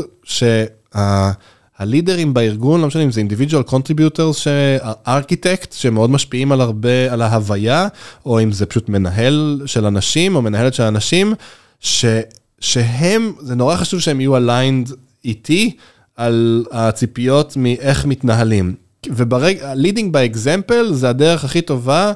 הלידרים בארגון, לא משנה אם זה individual contributors, ארכיטקט, שמאוד משפיעים על הרבה, על ההוויה, או אם זה פשוט מנהל של אנשים, או מנהלת של אנשים, שהם, זה נורא חשוב שהם יהיו aligned איתי, על הציפיות מאיך מתנהלים. leading by example, זה הדרך הכי טובה,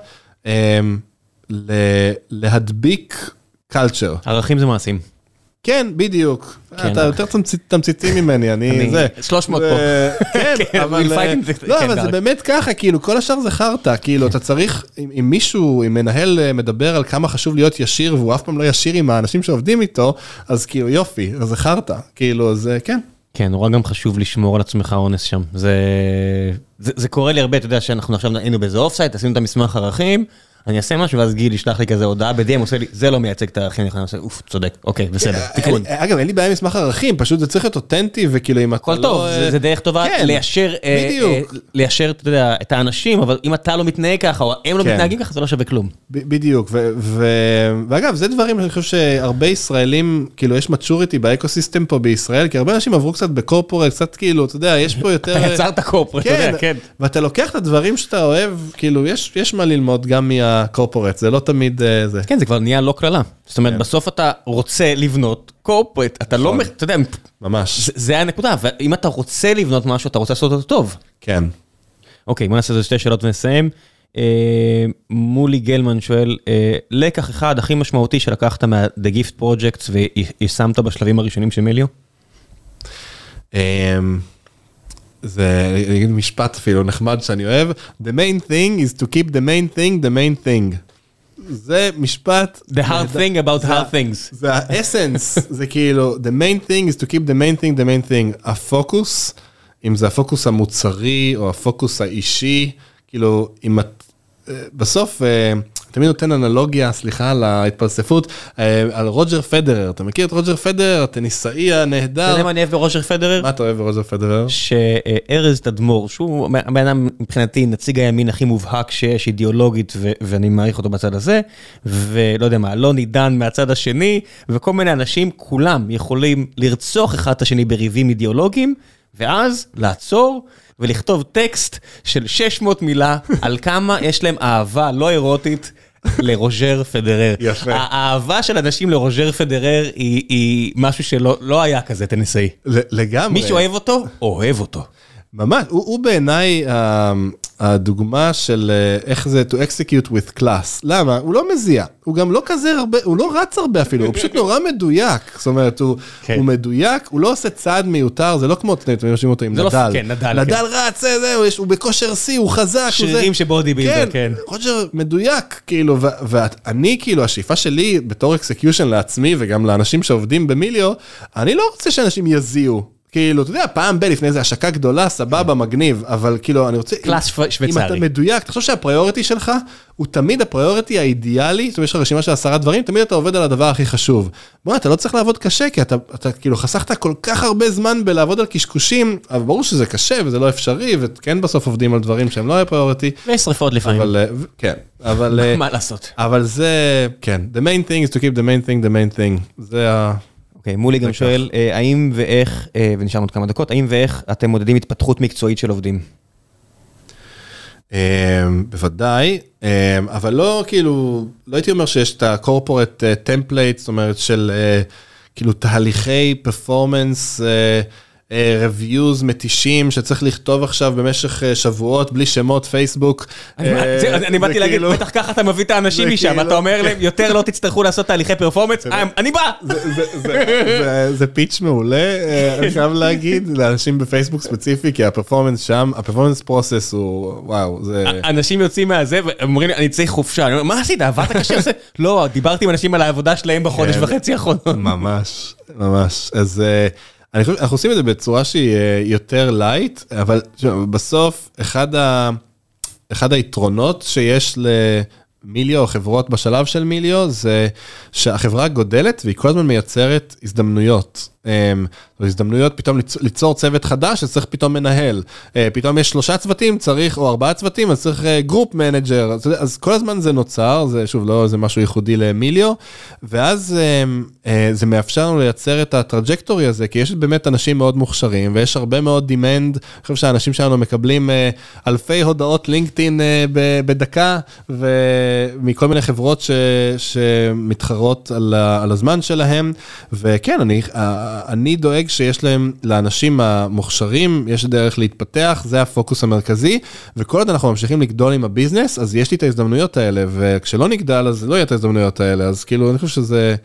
להדביק culture. ערכים זה מעשים. כן, בדיוק. אתה יותר תמציתי ממני, אני זה. 300 פה. כן, אבל זה באמת ככה, כאילו, כל השאר זה חרטה, כאילו, אתה צריך, אם מישהו, אם מנהל מדבר על כמה חשוב להיות ישיר, והוא אף פעם לא ישיר עם האנשים שעובדים איתו, אז כאילו, יופי, אז זה חרטה, כאילו, זה, כן. כן, נורא גם חשוב לשמור על עצמך אונס שם. זה קורה לי הרבה, אתה יודע, שאנחנו עכשיו היינו באיזה אוף-סייט, עשינו את המסמך ערכים, אני אעשה משהו, ואז גיל ישלח לי כזה הודעה בדיהם, עושה לי, זה לא מייצג את הערכים, אני עושה, אוף, צודק, אוקיי, בסדר, תיקון. אגב, אין לי בעיה עם מסמך ערכים, פשוט זה צריך להיות אותנטי, וכאילו אם אתה לא... הכל טוב, זה דרך טובה ליישר, אתה יודע, את האנשים, אבל אם אתה לא מתנהג ככה, או הם לא מתנהגים ככה, זה לא שווה כלום. בדיוק, ואגב, זה דברים, אני חושב שהרבה ישראלים, כאילו, יש maturity באקוסיסטם פה בישראל, כי הרבה אנשים עברו קצת בקורפורט, קצת כאילו, אתה יודע, יש פה יותר... אתה יצרת קורפורט, אתה יודע, כן. ואתה לוקח את הדברים שאתה אוהב, כאילו, יש מה ללמוד גם מהקורפורט, זה לא תמיד זה. כן, זה כבר נהיה לא כללה. זאת אומרת, בסוף אתה רוצה לבנות קורפורט, אתה לא, אתה יודע, ממש. זה הנקודה, ואם אתה רוצה לבנות משהו, אתה רוצה לעשות אותו טוב. כן. אוקיי, בוא נעשה את זה שתי שאלות ונסיים. מולי גלמן שואל, לקח אחד הכי משמעותי שלקחת מה-The Gift Projects וישמת בשלבים הראשונים של מליו? זה, אני אגיד משפט אפילו נחמד שאני אוהב, the main thing is to keep the main thing the main thing. זה משפט... The hard thing about hard things. זה האסנס, זה כאילו, the main thing is to keep the main thing the main thing. הפוקוס, אם זה הפוקוס המוצרי או הפוקוס האישי, כאילו, אם את... בסוף... תמיד נותן אנלוגיה, סליחה על ההתפלספות, על רוג'ר פדרר. אתה מכיר את רוג'ר פדרר? הטניסאי הנהדר. אתה יודע מה אני אוהב ברוג'ר פדרר? מה אתה אוהב ברוג'ר פדרר? שארז תדמור, שהוא בעצם מבחינתי נציג הימין הכי מובהק שיש אידיאולוגית, ואני מעריך אותו בצד הזה, ולא יודע מה, לא נידן מהצד השני, וכל מיני אנשים, כולם יכולים לרצוח אחד את השני בריבים אידיאולוגיים, ואז לעצור ולכתוב טקסט של 600 מילה על כמה יש להם אהבה לא אירוטית לרוג'ר פדרר. יפה. האהבה של אנשים לרוג'ר פדרר היא משהו שלא היה כזה טניסאי. לגמרי. מי שאוהב אותו, אוהב אותו. ממש, הוא בעיניי הדוגמה של איך זה to execute with class. למה? הוא לא מזיע. הוא גם לא כזה הרבה, הוא לא רץ הרבה אפילו, הוא פשוט נורא מדויק. זאת אומרת, הוא מדויק, הוא לא עושה צעד מיותר, זה לא כמו, אתם יושבים אותו עם נדל. נדל רץ, הוא בכושר סי, הוא חזק. שרירים שבודי בילדר, כן. רוג'ר מדויק, כאילו, ואני, כאילו, השאיפה שלי בתור execution לעצמי, וגם לאנשים שעובדים במיליו, אני לא רוצה שאנשים יזיעו. כאילו, אתה יודע, פעם לפני זה השקה גדולה, סבבה, מגניב, אבל כאילו, אני רוצה... קלאס שוויצרי. אם אתה מדויק, תחשוב שהפריוריטי שלך, הוא תמיד הפריוריטי האידיאלי, זאת אומרת, יש לך רשימה של 10 דברים, תמיד אתה עובד על הדבר הכי חשוב. בוא, אתה לא צריך לעבוד קשה, כי אתה כאילו חסכת כל כך הרבה זמן בלעבוד על קשקושים, אבל ברור שזה קשה, וזה לא אפשרי, וכן בסוף עובדים על דברים שהם לא הפריוריטי. ושריפות לפעמים. כן, אבל... מה לעשות? אבל זה, כן, the main thing is to keep the main thing, the main thing. זה אוקיי, מולי גם שואל, האם ואיך, ונשאר עוד כמה דקות, האם ואיך אתם מודדים התפתחות מקצועית של עובדים? בוודאי, אבל לא כאילו, לא הייתי אומר שיש את ה-corporate template, זאת אומרת של כאילו תהליכי פרפורמנס reviews מתישים שצריך לכתוב עכשיו במשך שבועות בלי שמות פייסבוק. אני באתי להגיד, בטח ככה אתה מביא את האנשים משם, אתה אומר להם, יותר לא תצטרכו לעשות תהליכי פרפורמנס, אני בא! זה פיץ' מעולה, אני חייב להגיד, לאנשים בפייסבוק ספציפי, כי הפרפורמנס שם, הפרפורמנס פרוסס הוא, וואו, זה... אנשים יוצאים מהזה, ואומרים לי, אני צריך חופשה, אני אומר, מה עשית, עבדת קשה? לא, דיברתי עם אנשים על העבודה שלהם בחודש וחצי האחרונות. ממש, ממש. אז אנחנו עושים את זה בצורה שהיא יותר לייט, אבל בסוף, אחד היתרונות שיש מיליו או חברות בשלב של מיליו, זה שהחברה גודלת והיא כל הזמן מייצרת הזדמנויות. הזדמנויות פתאום ליצור צוות חדש, אז צריך פתאום מנהל. פתאום יש 3 צוותים, צריך, או 4 צוותים, אז צריך גרופ מנג'ר. אז כל הזמן זה נוצר, זה שוב לא, זה משהו ייחודי למיליו, ואז זה מאפשר לנו לייצר את הטראג'קטורי הזה, כי יש באמת אנשים מאוד מוכשרים, ויש הרבה מאוד דימנד, אני חושב שהאנשים שלנו מקבלים אלפי הודעות לינקדאין בדקה, ומכל מיני חברות שמתחרות על הזמן שלהם, וכן, אני דואג שיש להם, לאנשים המוכשרים, יש דרך להתפתח, זה הפוקוס המרכזי, וכל עוד אנחנו ממשיכים לגדול עם הביזנס, אז יש לי את ההזדמנויות האלה, וכשלא נגדל, אז לא יהיה את ההזדמנויות האלה, אז כאילו, אני חושב שזה,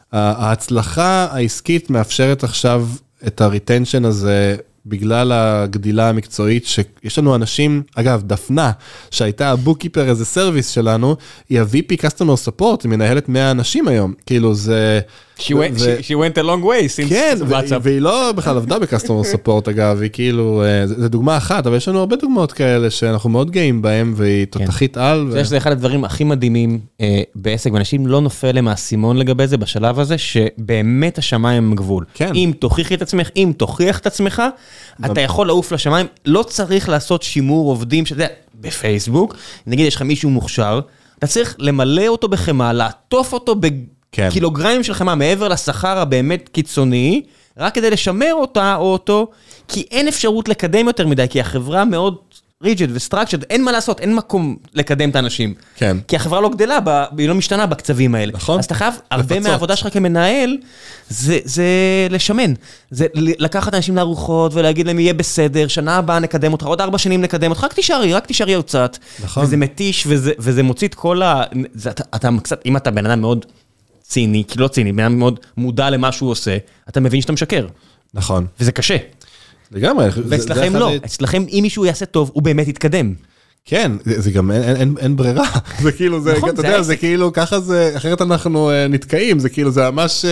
ההצלחה העסקית מאפשרת עכשיו את הריטנשן הזה, בגלל הגדילה המקצועית, שיש לנו אנשים, אגב, דפנה, שהייתה הבוקיפר איזה סרוויס שלנו, היא ה-VP Customer Support, היא מנהלת 100 אנשים היום, כאילו זה... She went a long way since כן, והיא לא בכלל עבדה ב-Customer Support, אגב, היא כאילו, זה דוגמה אחת, אבל יש לנו הרבה דוגמאות כאלה, שאנחנו מאוד גאים בהם, והיא תותחית על. זה אחד הדברים הכי מדהימים בעסק, ואנשים לא נופל להם האסימון לגבי זה בשלב הזה, שבאמת השמיים הם גבול. אם תוכיחי את עצמך, אם תוכיח את עצמך, אתה יכול לעוף לשמיים, לא צריך לעשות שימור עובדים, שזה בפייסבוק, נגיד יש לך מישהו מוכשר, אתה צריך למלא אותו בחמה, לעטוף אותו בקילוגרמים של חמה, מעבר לשכר הבאמת קיצוני, רק כדי לשמר אותה או אותו, כי אין אפשרות לקדם יותר מדי, כי החברה מאוד ריג'ד וסטרקצ'ד, אין מה לעשות, אין מקום לקדם את האנשים. כן. כי החברה לא גדלה, היא לא משתנה בקצבים האלה. נכון. אז אתה חייב, הרבה מהעבודה שלך כמנהל, זה לשמן. זה לקחת אנשים לארוחות ולהגיד להם, יהיה בסדר, שנה הבאה נקדם אותך, עוד 4 שנים נקדם אותך, רק תישארי עוד קצת. נכון. וזה מתיש, וזה מוציא את כל אתה קצת, אם אתה בן אדם מאוד ציני, כי לא ציני, בן אדם מאוד מודע למה שהוא עושה, אתה מבין שאתה משקר. נכון. וזה קשה. לגמרי. ואצלכם לא, אצלכם אם מישהו יעשה טוב, הוא באמת יתקדם. כן, זה גם אין ברירה, זה כאילו, אתה יודע, זה כאילו, ככה זה, אחרת אנחנו נתקעים, זה כאילו, זה ממש,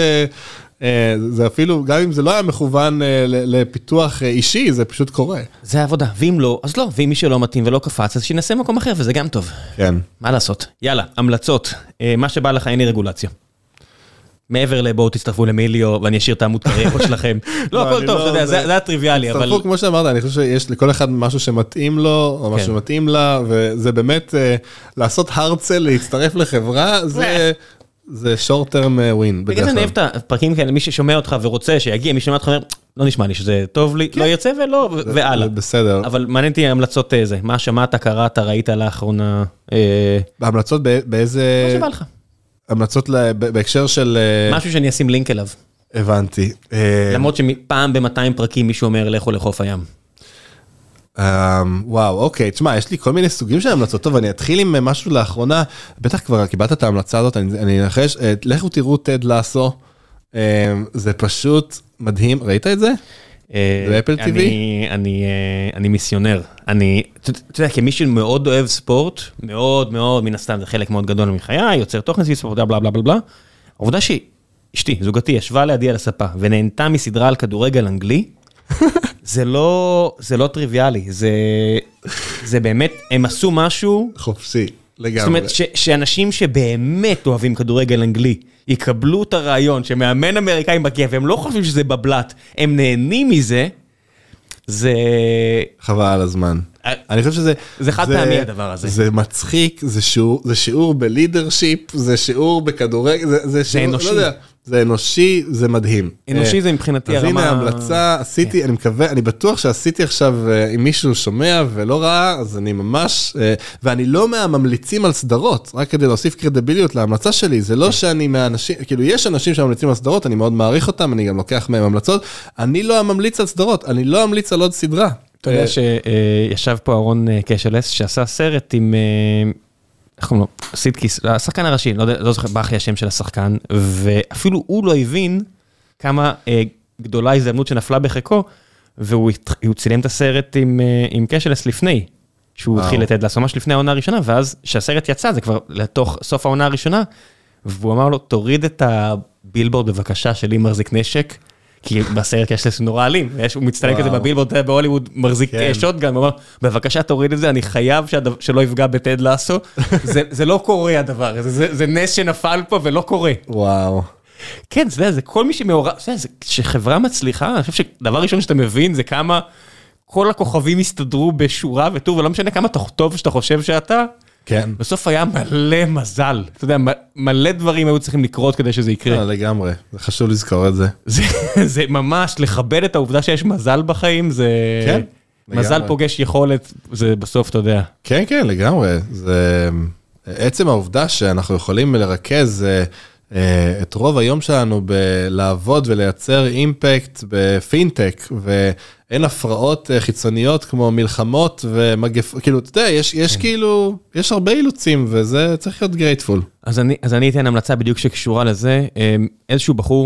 זה אפילו, גם אם זה לא היה מכוון לפיתוח אישי, זה פשוט קורה. זה העבודה, ואם לא, אז לא, ואם מי שלא מתאים ולא קפץ, אז שינסה מקום אחר, וזה גם טוב. כן. מה לעשות? יאללה, המלצות, מה שבא לך, אין לי רגולציה. מעבר לבואו תצטרפו למיליו, ואני אשאיר את העמוד קריירות שלכם. לא, הכל טוב, אתה יודע, זה הטריוויאלי, אבל... תצטרפו, כמו שאמרת, אני חושב שיש לכל אחד משהו שמתאים לו, או משהו שמתאים לה, וזה באמת, לעשות הרצל, להצטרף לחברה, זה short term win. בגלל זה אני אוהב את הפרקים כאלה, מי ששומע אותך ורוצה שיגיע, מי ששומע אותך אומר, לא נשמע לי שזה טוב לי, לא יוצא ולא, והלאה. בסדר. אבל מעניין אותי המלצות זה, מה שמעת, קראת, ראית לאחרונה? המלצות באיזה... מה שבא לך. המלצות בהקשר של... משהו שאני אשים לינק אליו. הבנתי. למרות שפעם ב-200 פרקים מישהו אומר, לכו לחוף הים. וואו, אוקיי, תשמע, יש לי כל מיני סוגים של המלצות, טוב, אני אתחיל עם משהו לאחרונה, בטח כבר קיבלת את ההמלצה הזאת, אני אנחש, לכו תראו טד לאסו, זה פשוט מדהים, ראית את זה? באפל TV? אני מיסיונר, אתה יודע, כמי שמאוד אוהב ספורט, מאוד מאוד, מן הסתם, זה חלק מאוד גדול מחיי, יוצר תוכן סביב ספורט, בלה בלה בלה בלה, העובדה שאשתי, זוגתי, ישבה לידי על הספה, ונהנתה מסדרה על כדורגל אנגלי, זה לא טריוויאלי, זה באמת, הם עשו משהו... חופשי, לגמרי. זאת אומרת, שאנשים שבאמת אוהבים כדורגל אנגלי, יקבלו את הרעיון שמאמן אמריקאי מגיע, והם לא חושבים שזה בבלט, הם נהנים מזה, זה... חבל על הזמן. אני חושב שזה... זה חד פעמי הדבר הזה. זה מצחיק, זה שיעור בלידרשיפ, זה שיעור בכדורגל, זה אנושי. לא יודע, זה אנושי, זה מדהים. אנושי זה מבחינתי הרמה... אז הנה ההמלצה, עשיתי, אני מקווה, אני בטוח שעשיתי עכשיו, אם מישהו שומע ולא ראה, אז אני ממש, ואני לא מהממליצים על סדרות, רק כדי להוסיף קרדיביליות להמלצה שלי, זה לא שאני מהאנשים, כאילו יש אנשים שממליצים על סדרות, אני מאוד מעריך אותם, אני גם לוקח מהם המלצות, אני לא הממליץ על סדרות, אני לא אמליץ על עוד סדרה. אתה יודע שישב פה אהרון קשלס, שעשה סרט עם... איך קוראים לו? סידקיס, השחקן הראשי, לא זוכר, באחי השם של השחקן, ואפילו הוא לא הבין כמה גדולה ההזדמנות שנפלה בחיקו, והוא צילם את הסרט עם קשלס לפני, שהוא התחיל לתת לעשות ממש לפני העונה הראשונה, ואז כשהסרט יצא, זה כבר לתוך סוף העונה הראשונה, והוא אמר לו, תוריד את הבילבורד בבקשה שלי מחזיק נשק, כי בסרט קשלס הוא נורא אלים, הוא מצטלם כזה בבילבורד בהוליווד, מחזיק שוטגן, הוא אמר, בבקשה תוריד את זה, אני חייב שלא יפגע בטד לאסו, זה לא קורה הדבר, זה נס שנפל פה ולא קורה. וואו. כן, זה כל מי שמעורב, שחברה מצליחה, אני חושב שדבר ראשון שאתה מבין, זה כמה כל הכוכבים הסתדרו בשורה וטור, ולא משנה כמה טוב שאתה חושב שאתה, כן. בסוף היה מלא מזל. אתה יודע, מלא דברים היו צריכים לקרות כדי שזה יקרה. לגמרי, זה חשוב לזכור את זה. זה ממש, לכבד את העובדה שיש מזל בחיים, זה... כן. מזל פוגש יכולת, זה בסוף, אתה יודע. כן, כן, לגמרי. זה... עצם העובדה שאנחנו יכולים לרכז את רוב היום שלנו בלעבוד ולייצר אימפקט בפינטק, ואין הפרעות חיצוניות כמו מלחמות ומגפות, כאילו, אתה יודע, יש כאילו, יש הרבה אילוצים, וזה צריך להיות גרייטפול. אז אני אתן המלצה בדיוק שקשורה לזה, איזשהו בחור,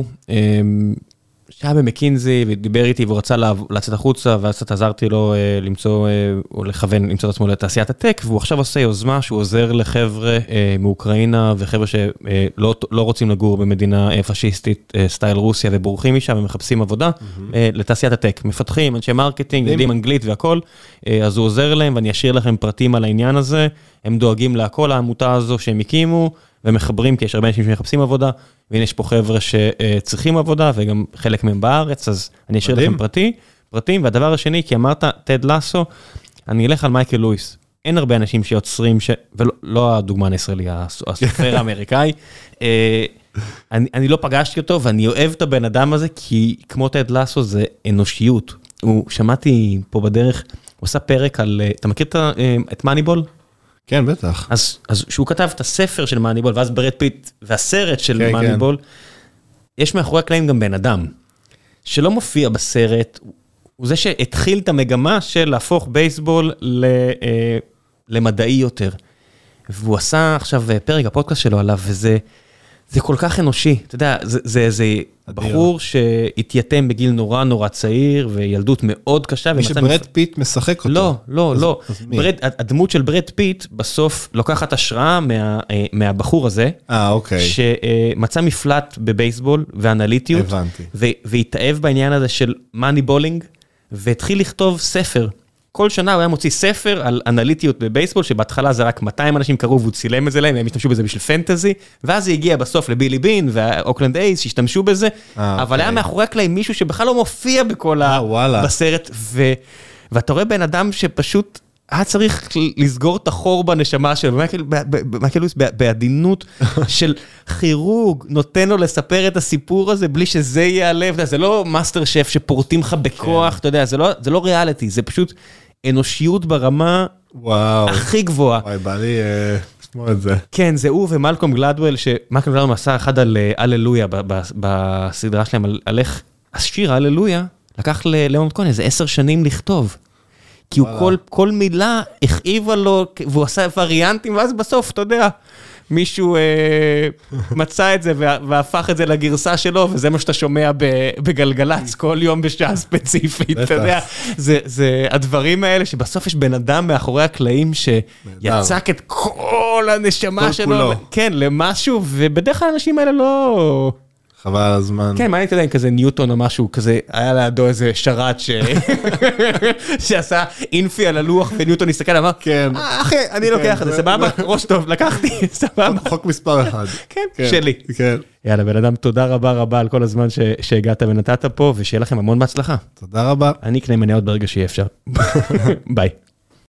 שהיה במקינזי ודיבר איתי והוא רצה לצאת החוצה, ואז קצת עזרתי לו למצוא, או לכוון, למצוא את עצמו לתעשיית הטק, והוא עכשיו עושה יוזמה שהוא עוזר לחבר'ה מאוקראינה, וחבר'ה שלא רוצים לגור במדינה פשיסטית, סטייל רוסיה, ובורחים משם ומחפשים עבודה, לתעשיית הטק. מפתחים, אנשי מרקטינג, יודעים אנגלית והכל, אז הוא עוזר להם, ואני אשאיר לכם פרטים על העניין הזה, הם דואגים להכל העמותה הזו שהם הקימו, ומחברים, כי יש הרבה אנשים שמחפשים עבודה, והנה יש פה חבר'ה שצריכים עבודה, וגם חלק מהם בארץ, אז אני אשאיר לכם פרטים, והדבר השני, כי אמרת, טד לאסו, אני אלך על מייקל לואיס. אין הרבה אנשים שיוצרים, ולא הדוגמן הישראלי, הסופר האמריקאי, אני לא פגשתי אותו, ואני אוהב את הבן אדם הזה, כי כמו טד לאסו זה אנושיות. שמעתי פה בדרך, הוא עושה פרק על, אתה מכיר את מאניבול? כן, בטח. אז שהוא כתב את הספר של מאניבול, ואז ברד פיט והסרט של מאניבול, יש מאחורי הקלעים גם בן אדם, שלא מופיע בסרט, הוא זה שהתחיל את המגמה של להפוך בייסבול למדעי יותר. והוא עשה עכשיו פרק הפודקאסט שלו עליו, וזה כל כך אנושי. אתה יודע, זה בחור שהתייתם בגיל נורא נורא צעיר, וילדות מאוד קשה. מי שברד פיט משחק אותו. לא. הדמות של ברד פיט בסוף לוקחת השראה מהבחור הזה, אוקיי. שמצא מפלט בבייסבול ואנליטיות, והתאהב בעניין הזה של מאני בולינג, והתחיל לכתוב ספר. כל שנה הוא היה מוציא ספר על אנליטיות בבייסבול, שבהתחלה זה רק 200 אנשים קראו והוא צילם את זה להם, הם השתמשו בזה בשביל פנטזי, ואז זה הגיע בסוף לבילי בין והאוקלנד אייז שהשתמשו בזה, אבל היה מאחורי הקלעים מישהו שבכלל לא מופיע בכל בסרט, ואתה רואה בן אדם שפשוט היה צריך לסגור את החור בנשמה שלו, מייקל לואיס בעדינות של כירורג, נותן לו לספר את הסיפור הזה בלי שזה יהיה הלב, זה לא מאסטר שף שפורטים לך בכוח, אתה יודע, זה לא ריאליטי, זה פשוט אנושיות ברמה הכי גבוהה. וואי, בא לי לשמוע את זה. כן, זה הוא ומלקום גלדוול, שמלקום גלדוול עשה אחד על הללויה בסדרה שלהם, על איך השיר הללויה לקח ללאונרד כהן איזה 10 שנים לכתוב. כי הוא כל מילה הכאיבה לו, והוא עשה וריאנטים, ואז בסוף, אתה יודע, מישהו מצא את זה, והפך את זה לגרסה שלו, וזה מה שאתה שומע בגלגלץ, כל יום בשעה ספציפית, אתה יודע, זה הדברים האלה, שבסוף יש בן אדם מאחורי הקלעים, שיצק את כל הנשמה שלו, כן, למשהו, ובדרך כלל האנשים האלה לא... חבל על הזמן. כן, מה אני יודע, כזה ניוטון או משהו, כזה, היה לידו איזה שרת שעשה אינפי על הלוח, וניוטון הסתכל, אמר, אחי, אני לוקח את זה, סבבה, ראש טוב, לקחתי, סבבה. חוק מספר 1. כן, שלי. יאללה, בן אדם, תודה רבה רבה על כל הזמן שהגעת ונתת פה, ושיהיה לכם המון בהצלחה. תודה רבה. אני אקנה מניות ברגע שיהיה אפשר. ביי.